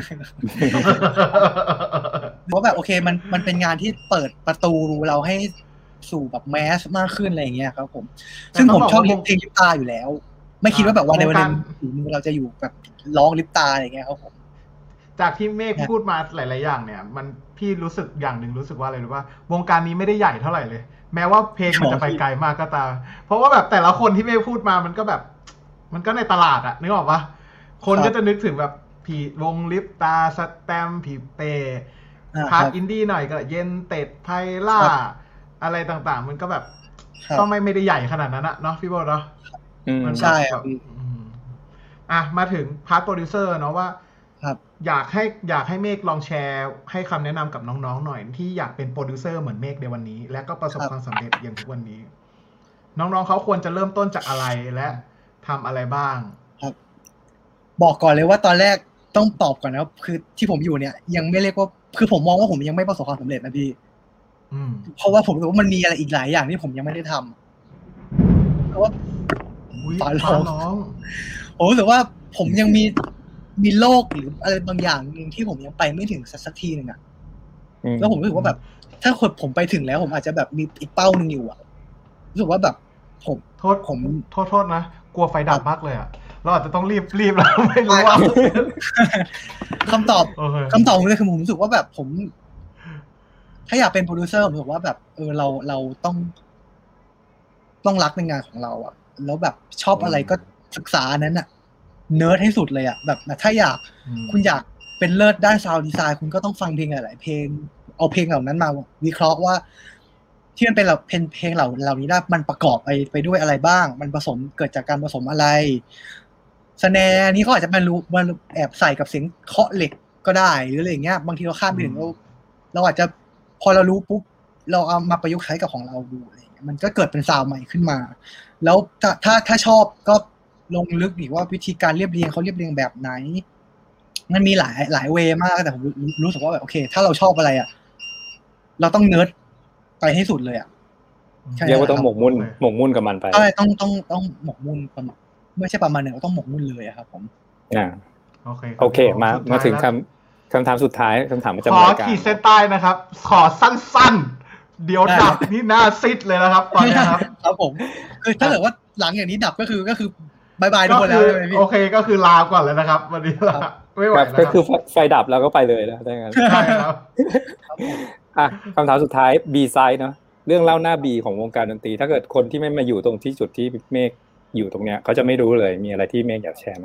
เพราะแบบโอเคมันมันเป็นงานที่เปิดประตูเราให้สู่แบบแมสมากขึ้นอะไรอย่างเงี้ยครับผมซึ่งผมชอบเพลงลิปตาอยู่แล้วไม่คิดว่าแบบวันในวันนึงเราจะอยู่แบบร้องลิปตาอะไรอย่างเงี้ยครับผมจากที่เมฆพูดมาหลายๆอย่างเนี่ยมันพี่รู้สึกอย่างหนึ่งรู้สึกว่าอะไรรู้ป่ะวงการนี้ไม่ได้ใหญ่เท่าไหร่เลยแม้ว่าเพลงมันจะไปไกลมากก็ตามเพราะว่าแบบแต่ละคนที่เมฆพูดมามันก็แบบมันก็ในตลาดอะนึกออกป่ะคนก็จะนึกถึงแบบผีวงลิปตาสแตมผีเปพาร์ทอินดี้หน่อยก็เย็นเต็ดไพล่าอะไรต่างๆมันก็แบบก็ไม่ไม่ได้ใหญ่ขนาดนั้นอะเนาะพี่โบเนาะใช่ครับอ่ะมาถึงพาร์ทโปรดิวเซอร์เนาะว่าอยากให้อยากให้เมฆลองแชร์ให้คำแนะนำกับน้องๆหน่อยที่อยากเป็นโปรดิวเซอร์เหมือนเมฆในวันนี้และก็ประสบความสำเร็จอย่างทุกวันนี้น้องๆเขาควรจะเริ่มต้นจากอะไรและทำอะไรบ้างครับบอกก่อนเลยว่าตอนแรกต้องตอบก่อนนะคือที่ผมอยู่เนี่ยยังไม่เรียกว่าคือผมมองว่าผมยังไม่ประสบความสำเร็จนะพี่เพราะว่าผมรู้ว่ามันมีอะไรอีกหลายอย่างที่ผมยังไม่ได้ทำเพราะว่าฟ้าร้องผมรู้สึกว่าผมยังมีมีโลกหรืออะไรบางอย่างนึงที่ผมยังไปไม่ถึงสักทีนึงอ่ะแล้วผมรู้สึกว่าแบบถ้าคนผมไปถึงแล้วผมอาจจะแบบมีอีกเป้านึงอยู่อ่ะรู้สึกว่าแบบผมโทษผมโทษโทษนะกลัวไฟดับมากเลยอ่ะเราอาจจะต้องรีบรีบแล้วไม่รู้ว่าคำตอบคำตอบผมเลยคือผมรู้สึกว่าแบบผมถ้าอยากเป็นโปรดิวเซอร์ผมรู้สึกว่าแบบเออเราเราต้องต้องรักในงานของเราอ่ะแล้วแบบชอบอะไรก็ศึกษานั้นอ่ะเนิร์ดให้สุดเลยอ่ะแบบถ้าอยากคุณอยากเป็นเลิศด้านซาวด์ดีไซน์คุณก็ต้องฟังเพลงหลายๆเพลงเอาเพลงเหล่านั้นมาวิเคราะห์ว่าที่มันเป็นเราเพลงเพลงเหล่าเหล่านี้ได้มันประกอบไปไปด้วยอะไรบ้างมันผสมเกิดจากการผสมอะไรสแนร์นี้เขาอาจจะมารู้มาแอบใส่กับเสียงเคาะเหล็กก็ได้หรืออะไรอย่างเงี้ยบางทีเราข้ามไปถึงเราเราอาจจะพอเรารู้ปุ๊บเราเอามาประยุกต์ใช้กับของเราดูอะไรอย่างเงี้ยมันก็เกิดเป็นซาวด์ใหม่ขึ้นมาแล้วถ้าถ้าถ้าชอบก็ลงลึกดีว่าวิธีการเรียบเรียงเขาเรียบเรียงแบบไหนมันมีหลายหลายเวย์มากแต่ผมรู้สึกว่าแบบโอเคถ้าเราชอบอะไรอ่ะเราต้องเนิร์ดไปให้สุดเลยอ่ะเรียกว่าต้องหมกมุ่นหมกมุ่นกับมันไปใช่ต้องต้องต้องหมกมุ่นประมาณไม่ใช่ประมาณหนึ่งต้องหมกมุ่นเลยครับผมอ่าโอเคโอเคมามาถึงคำคำถามสุดท้ายคำถามประจำรายการขอขีดเส้นใต้นะครับขอสั้นๆเดี๋ยวดับนี่หน้าซิดเลยนะครับตอนนี้ครับครับผมคือถ้าเกิดว่าหลังอย่างนี้ดับก็คือก็คือบายบายทุกคนแล้วใช่ไหมพี่โอเคก็คือลาก่อนเลยนะครับวันนี้ลาไม่ไหวแล้วก็คือไฟดับแล้วก็ไปเลยนะถ้างั้นใช่ครับอ่ะคำถามสุดท้าย B side เนาะเรื่องเล่าหน้า B ของวงการดนตรีถ้าเกิดคนที่ไม่มาอยู่ตรงที่จุดที่เมฆอยู่ตรงเนี้ยเขาจะไม่รู้เลยมีอะไรที่เมฆอยากแชร์ไหม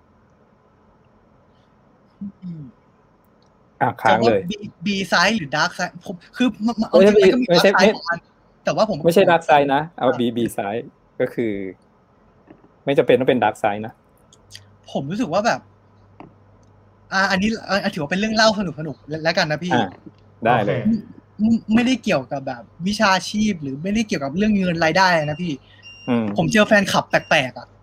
อ่ะค้างเลย B side หรือ Dark side ผมคือเอาจริงๆก็มี Dark side ของมันแต่ว่าผมไม่ใช่ Dark side นะเอา B B side ก็คือไม่จำเป็นต้องเป็น Dark side นะผมรู้สึกว่าแบบอ่าอันนี้ถือว่าเป็นเรื่องเล่าสนุกๆแล้วกันนะพี่ได้เลยไม่ได้เกี่ยวกับแบบวิชาชีพหรือไม่ได้เกี่ยวกับเรื่องเงินรายได้นะพี่ผมเจอแฟนคลับแปลกๆอ่ะ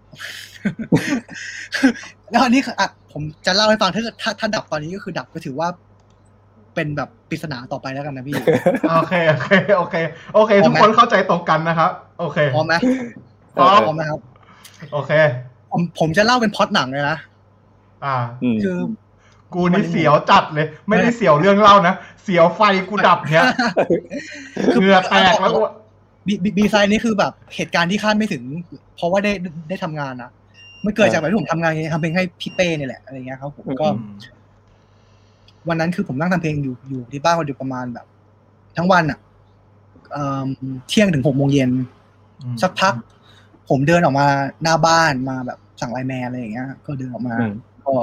แล้วอันนี้อ่ะผมจะเล่าให้ฟังถ้าถ้าถ้าดับตอนนี้ก็คือดับก็ถือว่าเป็นแบบปริศนาต่อไปแล้วกันนะพี่โอเคโอเคโอเคโอเคทุกคนเข้าใจตรงกันนะครับโอเคพร้อมไหมพร้อมนะครับโอเคผมผมจะเล่าเป็นพล็อตหนังเลยนะอ่าคือกูนี่เสียวจัดเลยไม่ได้เสียวเรื่องเล่านะเสียวไฟกูดับเนี้ยเหงื่อแตกแล้วบีบีไซน์นี่คือแบบเหตุการณ์ที่คาดไม่ถึงเพราะว่าได้ได้ทำงานนะมันเกิดจากแบบที่ผมทำงานทำเพลงให้พี่เป้เนี่ยแหละอะไรเงี้ยครับผมก็วันนั้นคือผมนั่งทำเพลงอยู่อยู่ที่บ้านคนเดียวประมาณแบบ ทั้งวันอ่ะเอ่อเที่ยงถึงหกโมงเย็นสักพักผมเดินออกมาหน้าบ้านมาแบบสั่งไลน์แมนอะไรอย่างเงี้ยก็เดินออกมาก็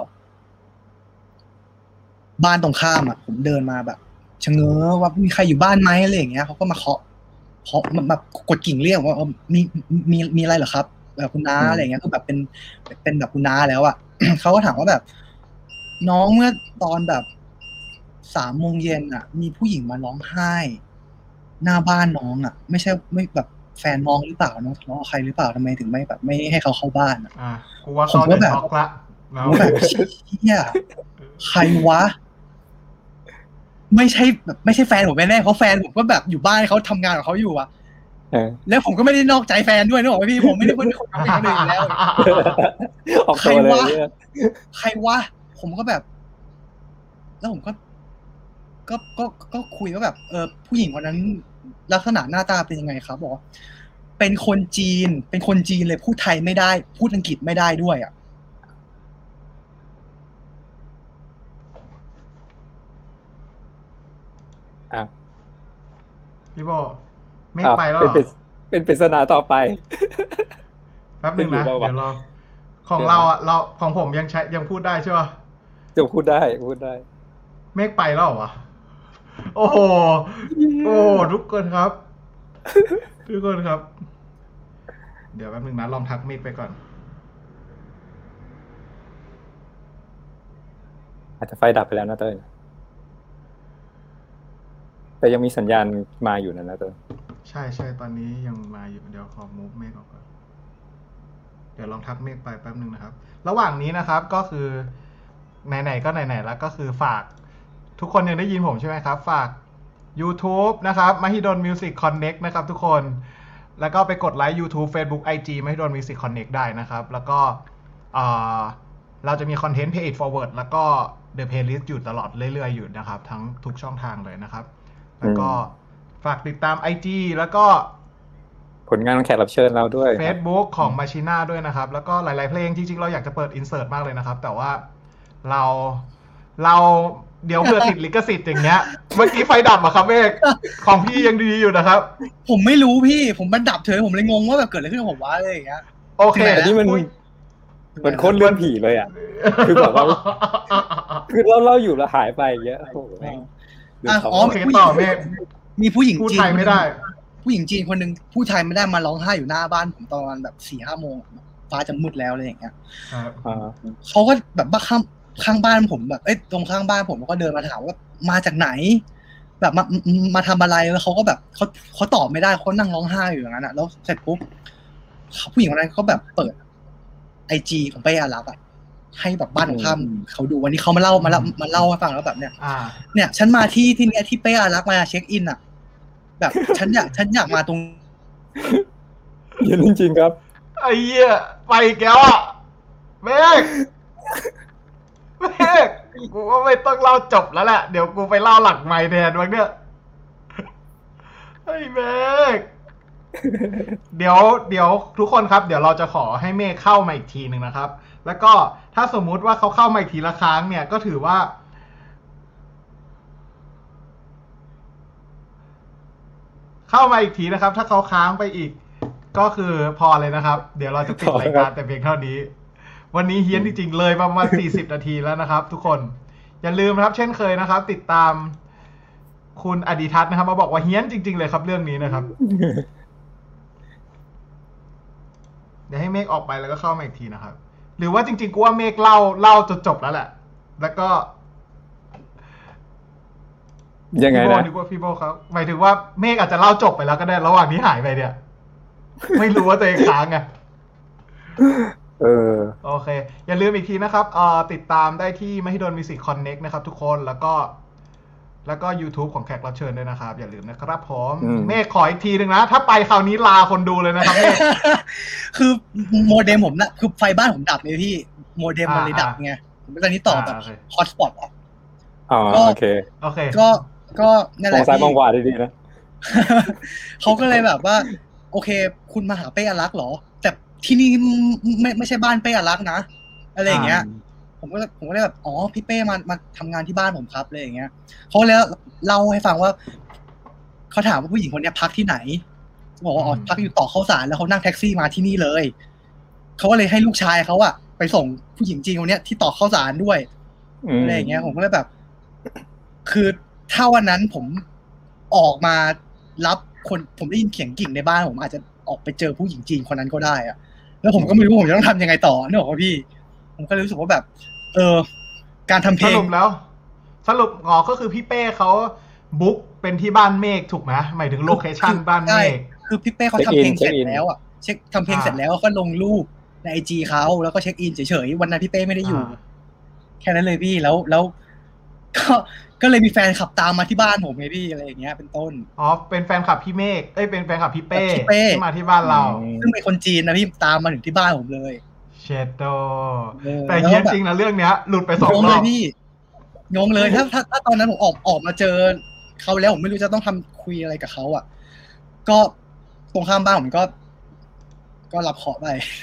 บ้านตรงข้ามอ่ะผมเดินมาแบบชะเง้อว่ามีใครอยู่บ้านไหมอะไรอย่างเงี้ยเขาก็มาเคาะเคาะแบบกดกิ่งเรียกว่ามีมีมีอะไรเหรอครับแบบคุณน้าอะไรอย่างเงี้ยก็แบบเป็นเป็นแบบคุณน้าแล้วอ่ะ เขาก็ถามว่าแบบน้องเมื่อตอนแบบสามโมงเย็นอ่ะมีผู้หญิงมาร้องไห้หน้าบ้านน้องอ่ะไม่ใช่ไม่แบบแฟนน้องหรือเปล่าน้องทะเลาะใครหรือเปล่าทำไมถึงไม่แบบไม่ให้เขาเข้าบ้านอ่ะอ่ากูว่าเขาจะช็อกละผมแบบเชี่ยใครวะไม่ใช่แบบไม่ใช่แฟนผมแน่ๆเพราะแฟนผมก็แบบอยู่บ้านเขาทำงานของเขาอยู่อ่ะแล้วผมก็ไม่ได้นอกใจแฟนด้วยนึกออกไหมพี่ผมไม่ได้เป็นคนทำอย่างอื่นแล้วใครวะใครวะผมก็แบบแล้วผมก็ก็ก็ก็คุยว่าแบบเออผู้หญิงคนนั้นลักษณะหน้าตาเป็นยังไงครับบอกเป็นคนจีนเป็นคนจีนเลยพูดไทยไม่ได้พูดอังกฤษไม่ได้ด้วยอ่ะอ่ะพี่โบไม่ไปแล้วเหรอเป็นปริศนาต่อไปแป๊บนึงนะเดี๋ยวรอของเราอ่ะเราของผมยังใช้ยังพูดได้ใช่ป่ะจะพูดได้พูดได้เมฆไปแล้วเหรอวะโอ้โหโอ้ทุกคนครับทุกคนครับเดี๋ยวแป๊บนึงนะลองทักเมฆไปก่อนอาจจะไฟดับไปแล้วนะเต้ยแต่ยังมีสัญญาณมาอยู่นะนะเต้ยใช่ใช่ตอนนี้ยังมาอยู่เดี๋ยวขอมูฟเมฆออกก่อนเดี๋ยวลองทักเมฆไปแป๊บนึงนะครับระหว่างนี้นะครับก็คือไหนๆก็ไหนๆแล้วก็คือฝากทุกคนยังได้ยินผมใช่ไหมครับฝาก YouTube นะครับ Mahidol Music Connect นะครับทุกคนแล้วก็ไปกดไลค์ YouTube Facebook ไอ จี Mahidol Music Connect ได้นะครับแล้วก็เราจะมีคอนเทนต์ Pay It Forward แล้วก็ The Playlist อยู่ตลอดเรื่อยๆอยู่นะครับทั้งทุกช่องทางเลยนะครับแล้วก็ฝากติดตาม ไอ จี แล้วก็ผลงานของแขกรับเชิญเราด้วย Facebook ของ Machina ด้วยนะครับแล้วก็หลายๆเพลงจริงๆเราอยากจะเปิด Insert มากเลยนะครับแต่ว่าเราเราเดี๋ยวเผื่อติดลิขสิทธิ์อย่างเงี้ยเมื่อกี้ไฟดับอะครับเมฆของพี่ยังดีอยู่นะครับผมไม่รู้พี่ผมมันดับเฉยผมเลยงงว่าแบบเกิดอะไรขึ้นกับผมวะอะไรอย่างเงี้ยโอเคอันนี้มันมันโคตรเรื่องผีเลยอ่ะคือแบบว่าคือเราเราอยู่แล้วหายไปเยอะโอ้โหอ๋อมีผู้หญิงมีผู้หญิงจีนไม่ได้ผู้หญิงจีนคนนึงผู้ชายไม่ได้มาร้องไห้อยู่หน้าบ้านผมตอนแบบ สี่ห้า โมงฟ้าจะมืดแล้วอะไรอย่างเงี้ยเขาก็แบบบ้าข้างข้างบ้านผมแบบเอ้ยตรงข้างบ้านผมก็เดินมาถามว่ามาจากไหนแบบมามาทำอะไรแล้วเขาก็แบบเขาเขาตอบไม่ได้เขานั่งร้องไห้อยู่อย่างนั้นอ่ะแล้วเสร็จปุ๊บผู้หญิงคนนั้นเขาแบบเปิดไอจีของเป้อารักษ์อ่ะให้แบบบ้านของข้ามเขาดูวันนี้เขามาเล่ามาเล่ามาเล่าให้ฟังแล้วแบบเนี้ยเนี่ยฉันมาที่ที่เนี้ยที่เป้อารักษ์มาเช็คอินอ่ะแบบฉันอยากฉันอยากมาตรงเย็นจริงๆครับไอ้เหี้ยไปแก้วอ่ะเมฆเมฆกูว่าไม่ต้องเล่าจบแล้วแหละเดี๋ยวกูไปเล่าหลังไมค์แทนวันเนี้ยไอ้เมฆเดี๋ยวเดี๋ยวทุกคนครับเดี๋ยวเราจะขอให้เมฆเข้ามาอีกทีหนึ่งนะครับแล้วก็ถ้าสมมุติว่าเขาเข้ามาอีกทีละครั้งเนี่ยก็ถือว่าเข้ามาอีกทีนะครับถ้าเขาค้างไปอีกก็คือพอเลยนะครับเดี๋ยวเราจะปิดรายการแต่เพียงเท่านี้วันนี้เฮี้ยนจริงๆเลยประมาณสี่สิบนาทีแล้วนะครับทุกคนอย่าลืมนะครับเช่นเคยนะครับติดตามคุณอดิทัศน์นะครับมาบอกว่าเฮี้ยนจริงๆเลยครับเรื่องนี้นะครับเดี๋ยวให้เมฆออกไปแล้วก็เข้ามาอีกทีนะครับหรือว่าจริงๆกูว่าเมฆเล่าเล่าจนจบแล้วแหละแล้วก็ยังไงนะพี่โบพี่โบครับหมายถึงว่าเมฆอาจจะเล่าจบไปแล้วก็ได้ระหว่างที่หายไปเนี่ยไม่รู้ว่าตัวเองค้างไงเออโอเคอย่าลืมอีกทีนะครับเอ่อติดตามได้ที่ Mahidol Music Connect นะครับทุกคนแล้วก็แล้วก็ YouTube ของแขกรับเชิญด้วยนะครับอย่าลืมนะครับผมเมฆขออีกทีนึงนะถ้าไปคราวนี้ลาคนดูเลยนะครับเมฆคือโมเด็มผมนะคือไฟบ้านผมดับเลยพี่โมเด็มมันเลยดับไงผมตอนนี้ต่อแบบฮอตสปอตอ่ะอ๋อโอเคโอเคก็ก็นั่นแหละมองซ้ายมองขวาดีๆนะเขาก็เลยแบบว่าโอเคคุณมาหาเป้อารักษ์เหรอแต่ที่นี่ไม่ไม่ใช่บ้านเป้อารักษ์นะอะไรอย่างเงี้ยผมก็ผมก็เลยแบบอ๋อพี่เป้มามาทำงานที่บ้านผมครับเลยอย่างเงี้ยเขาแล้วเล่าให้ฟังว่าเขาถามว่าผู้หญิงคนนี้พักที่ไหนบอกว่าอ๋อพักอยู่ต่อข้าวสารแล้วเขานั่งแท็กซี่มาที่นี่เลยเขาก็เลยให้ลูกชายเขาอะไปส่งผู้หญิงจีนคนนี้ที่ต่อข้าวสารด้วยอะไรอย่างเงี้ยผมก็เลยแบบคือถ้าวันนั้นผมออกมารับคนผมได้ยินเสียงกิ่งในบ้านผมอาจจะออกไปเจอผู้หญิงจีนคนนั้นก็ได้อะแล้วผมก็ไม่รู้ผมจะต้องทำยังไงต่อนึกออกป่ะพี่ผมก็เลยรู้สึกว่าแบบเออการทำเพลงสรุปแล้วสรุปอ๋อก็คือพี่เป้เขาบุ๊กเป็นที่บ้านเมฆถูกไหมหมายถึงโลเคชั่นบ้านเมฆคือพี่เป้เขาทำเพลงเสร็จแล้วอ่ะเช็คทำเพลงเสร็จแล้วก็ลงรูปในไอจีเขาแล้วก็เช็คอินเฉยๆวันนั้นพี่เป้ไม่ได้อยู่แค่นั้นเลยพี่แล้วแล้วก็ก็เลยมีแฟนขับตามมาที่บ้านผมไงพี่อะไรอย่างเงี้ยเป็นต้นอ๋อเป็นแฟนคลับพี่เมฆเอ้ยเป็นแฟนคลับพี่เป้ที่มาที่บ้านเราซึ่งเป็นคนจีนนะพี่ตามมาถึงที่บ้านผมเลยเชดโดแต่เฮี้ยนจริงนะเรื่องเนี้ยหลุดไปสองรอบพี่งงเลยถ้าถ้าถ้าตอนนั้นผมออกออกมาเจอเขาแล้วผมไม่รู้จะต้องทำคุยอะไรกับเขาอ่ะก็ตรงข้ามบ้านผมก็ก็รับเคาะไป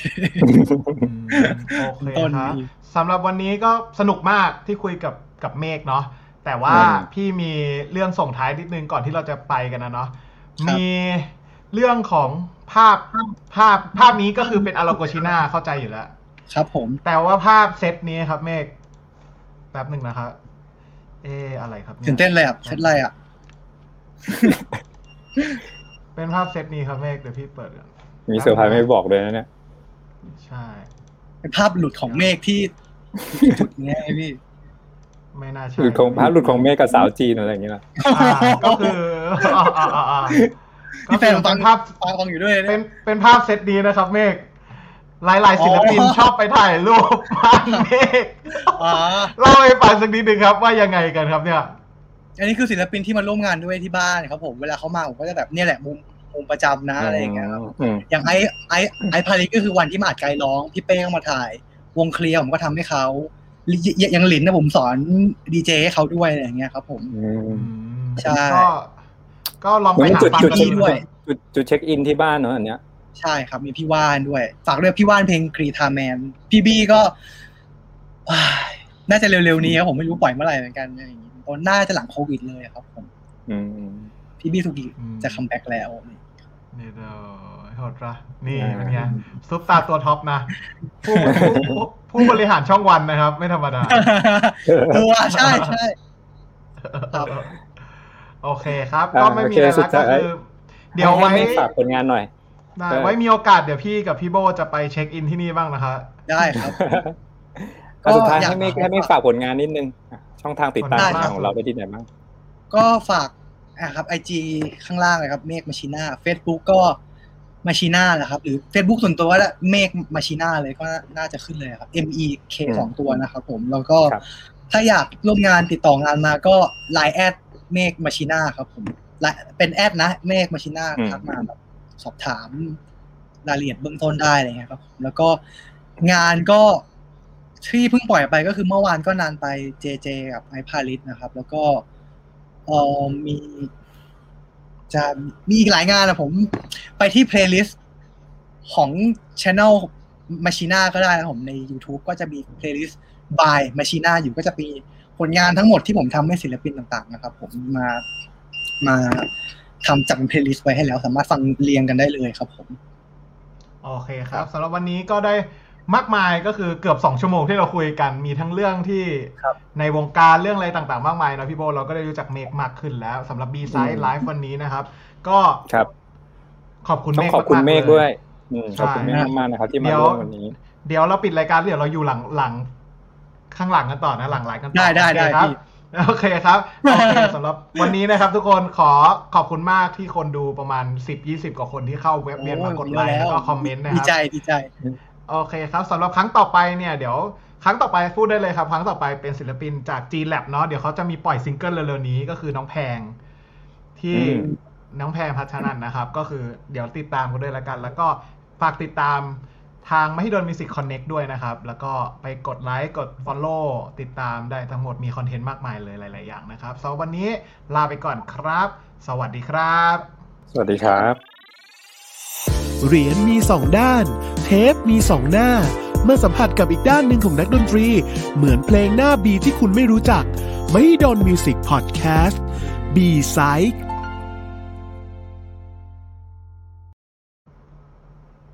โอเคครับสำหรับวันนี้ก็สนุกมากที่คุยกับกับเมฆเนาะแต่ว่าพี่มีเรื่องส่งท้ายนิดนึงก่อนที่เราจะไปกันนะเนาะมีเรื่องของภาพภาพภาพนี้ก็คือเป็นอาราโกชิน่าเข้าใจอยู่แล้วครับผมแต่ว่าภาพเซตนี้ครับเมฆแป๊บหนึ่งนะครับเอออะไรครับตื่นเต้นเลยอ่ะเซตอะไรอ่ะเป็นภาพเซตนี้ครับเมฆเดี๋ยวพี่เปิดก่อนมีเซอร์ไพรส์ไม่บอกเลยนะเนี่ยใช่เป็นภาพหลุดของเมฆที่จุดเนี้ยพี่ไม่น่าใช่หลุดของภาพหลุดของเมฆกับสาวจีนอะไรอย่างเงี้ยนะก็คือพี่แฟนฟังภาพฟังอยู่ด้วยเป็นเป็นภาพเซตนี้นะครับเมฆหลายๆศิลปินชอบไปถ่ายรูปบ้านเมฆเล่าให้ฟังสักนิดนึงครับว่ายังไงกันครับเนี่ยอันนี้คือศิลปินที่มาร่วมงานด้วยที่บ้านครับผมเวลาเขามาผมก็จะแบบเนี่ยแหละมุมมุมประจำนะอะไรอย่างเงี้ยอย่างไอไอไอพาริก็คือวันที่มาอัดไกด์ร้องพี่เป้มาถ่ายวงเคลียร์ผมก็ทำให้เขายังหลินนะผมสอนดีเจให้เขาด้วยอะไรอย่างเงี้ยครับผมใช่ก็ก็ลองไปหาฟังกันด้วยจุดจุดเช็คอินที่บ้านเนาะอันเนี้ยใช่ครับมีพี่ว่านด้วยฝากด้วยพี่ว่านเพลงกรีธาแมนพี่บี้ก็น่าจะเร็วๆนี้ครับผมไม่รู้ปล่อยเมื่อไหร่เหมือนกันอย่างงี้ตอนน่าจะหลังโควิดเลยครับผมพี่บี้สุกิจะคัมแบ็กแล้วนี่เด้อโหดละนี่เป็นไงซุปตาตัวท็อปนะผู้ผู้บริหารช่องวันนะครับไม่ธรรมดาเออใช่ใช่โอเคครับก็ไม่มีอะไรแล้วก็คือเดี๋ยวไว้ฝากผลงานหน่อยได้ไว้มีโอกาสเดี๋ยวพี่กับพี่โบจะไปเช็คอินที่นี่บ้างนะครับได้ครับก็สุดท้ายให้ไม่ให้ไม่ฝากผลงานนิดนึงช่องทางติดตามของเราไปที่ไหนบ้างก็ฝากอ่ะครับ ไอ จี ข้างล่างเลยครับเมฆมาชิน่า Facebook ก็มาชิน่าแหละครับหรือ Facebook ส่วนตัวก็เมฆมาชิน่าเลยก็น่าจะขึ้นเลยครับ M E K สองตัวนะครับผมแล้วก็ถ้าอยากร่วมงานติดต่องานมาก็ ไลน์ แอดเมฆมาชิน่าครับผมเป็นแอดนะเมฆมาชิน่าทักมาแบบสอบถามรายละเอียดเบื้องต้นได้อะไรเงี้ยครับแล้วก็งานก็ที่เพิ่งปล่อยไปก็คือเมื่อวานก็นานไป เจ เจ กับไอพาริสนะครับแล้วก็เอ่อมีจะมีอีกหลายงานนะผมไปที่เพลย์ลิสต์ของ Channel Machina ก็ได้นะผมใน YouTube ก็จะมีเพลย์ลิสต์ by Machina อยู่ก็จะมีผลงานทั้งหมดที่ผมทำให้ศิลปินต่างๆนะครับผมมามาทำจัดเป็นเพลย์ลิสต์ไว้ให้แล้วสามารถฟังเรียงกันได้เลยครับผมโอเคครับสำหรับวันนี้ก็ได้มากมายก็คือเกือบสองชั่วโมงที่เราคุยกันมีทั้งเรื่องที่ในวงการเรื่องอะไรต่างๆมากมายนะพี่โบเราก็ได้รู้จักเมฆมากขึ้นแล้วสำหรับ B-Side Live วันนี้นะครับก็ขอบคุณเมฆขอบคุณเมฆด้วยขอบคุณเมฆมากๆนะครับที่มาร่วมวันนี้เดี๋ยวเราปิดรายการเดี๋ยวเราอยู่หลังหลังข้างหลังกันต่อนะหลังไลฟ์กันต่อได้ได้ได้ครับโอเคครับโอเคสำหรับวันนี้นะครับทุกคนขอขอบคุณมากที่คนดูประมาณ สิบถึงยี่สิบ กว่าคนที่เข้าเว็บเวียนมากดไลค์แล้วก็คอมเมนต์นะครับดีใจดีใจโอเคครับสำหรับครั้งต่อไปเนี่ยเดี๋ยวครั้งต่อไปพูดได้เลยครับครั้งต่อไปเป็นศิลปินจาก G-Lab เนาะเดี๋ยวเขาจะมีปล่อยซิงเกิลเร็วๆนี้ก็คือน้องแพงที่น้องแพงพัชนันท์นะครับก็คือเดี๋ยวติดตามกันด้วยละกันแล้วก็ฝากติดตามทาง Mahidol Music Connect ด้วยนะครับแล้วก็ไปกดไลค์กด Follow ติดตามได้ทั้งหมดมีคอนเทนต์มากมายเลยหลายๆอย่างนะครับสำหรับวันนี้ลาไปก่อนครับสวัสดีครับสวัสดีครับเหรียญมีสองด้านเทปมีสองหน้าเมื่อสัมผัสกับอีกด้านหนึ่งของนักดนตรีเหมือนเพลงหน้าบีที่คุณไม่รู้จัก Mahidol Music Podcast B-Side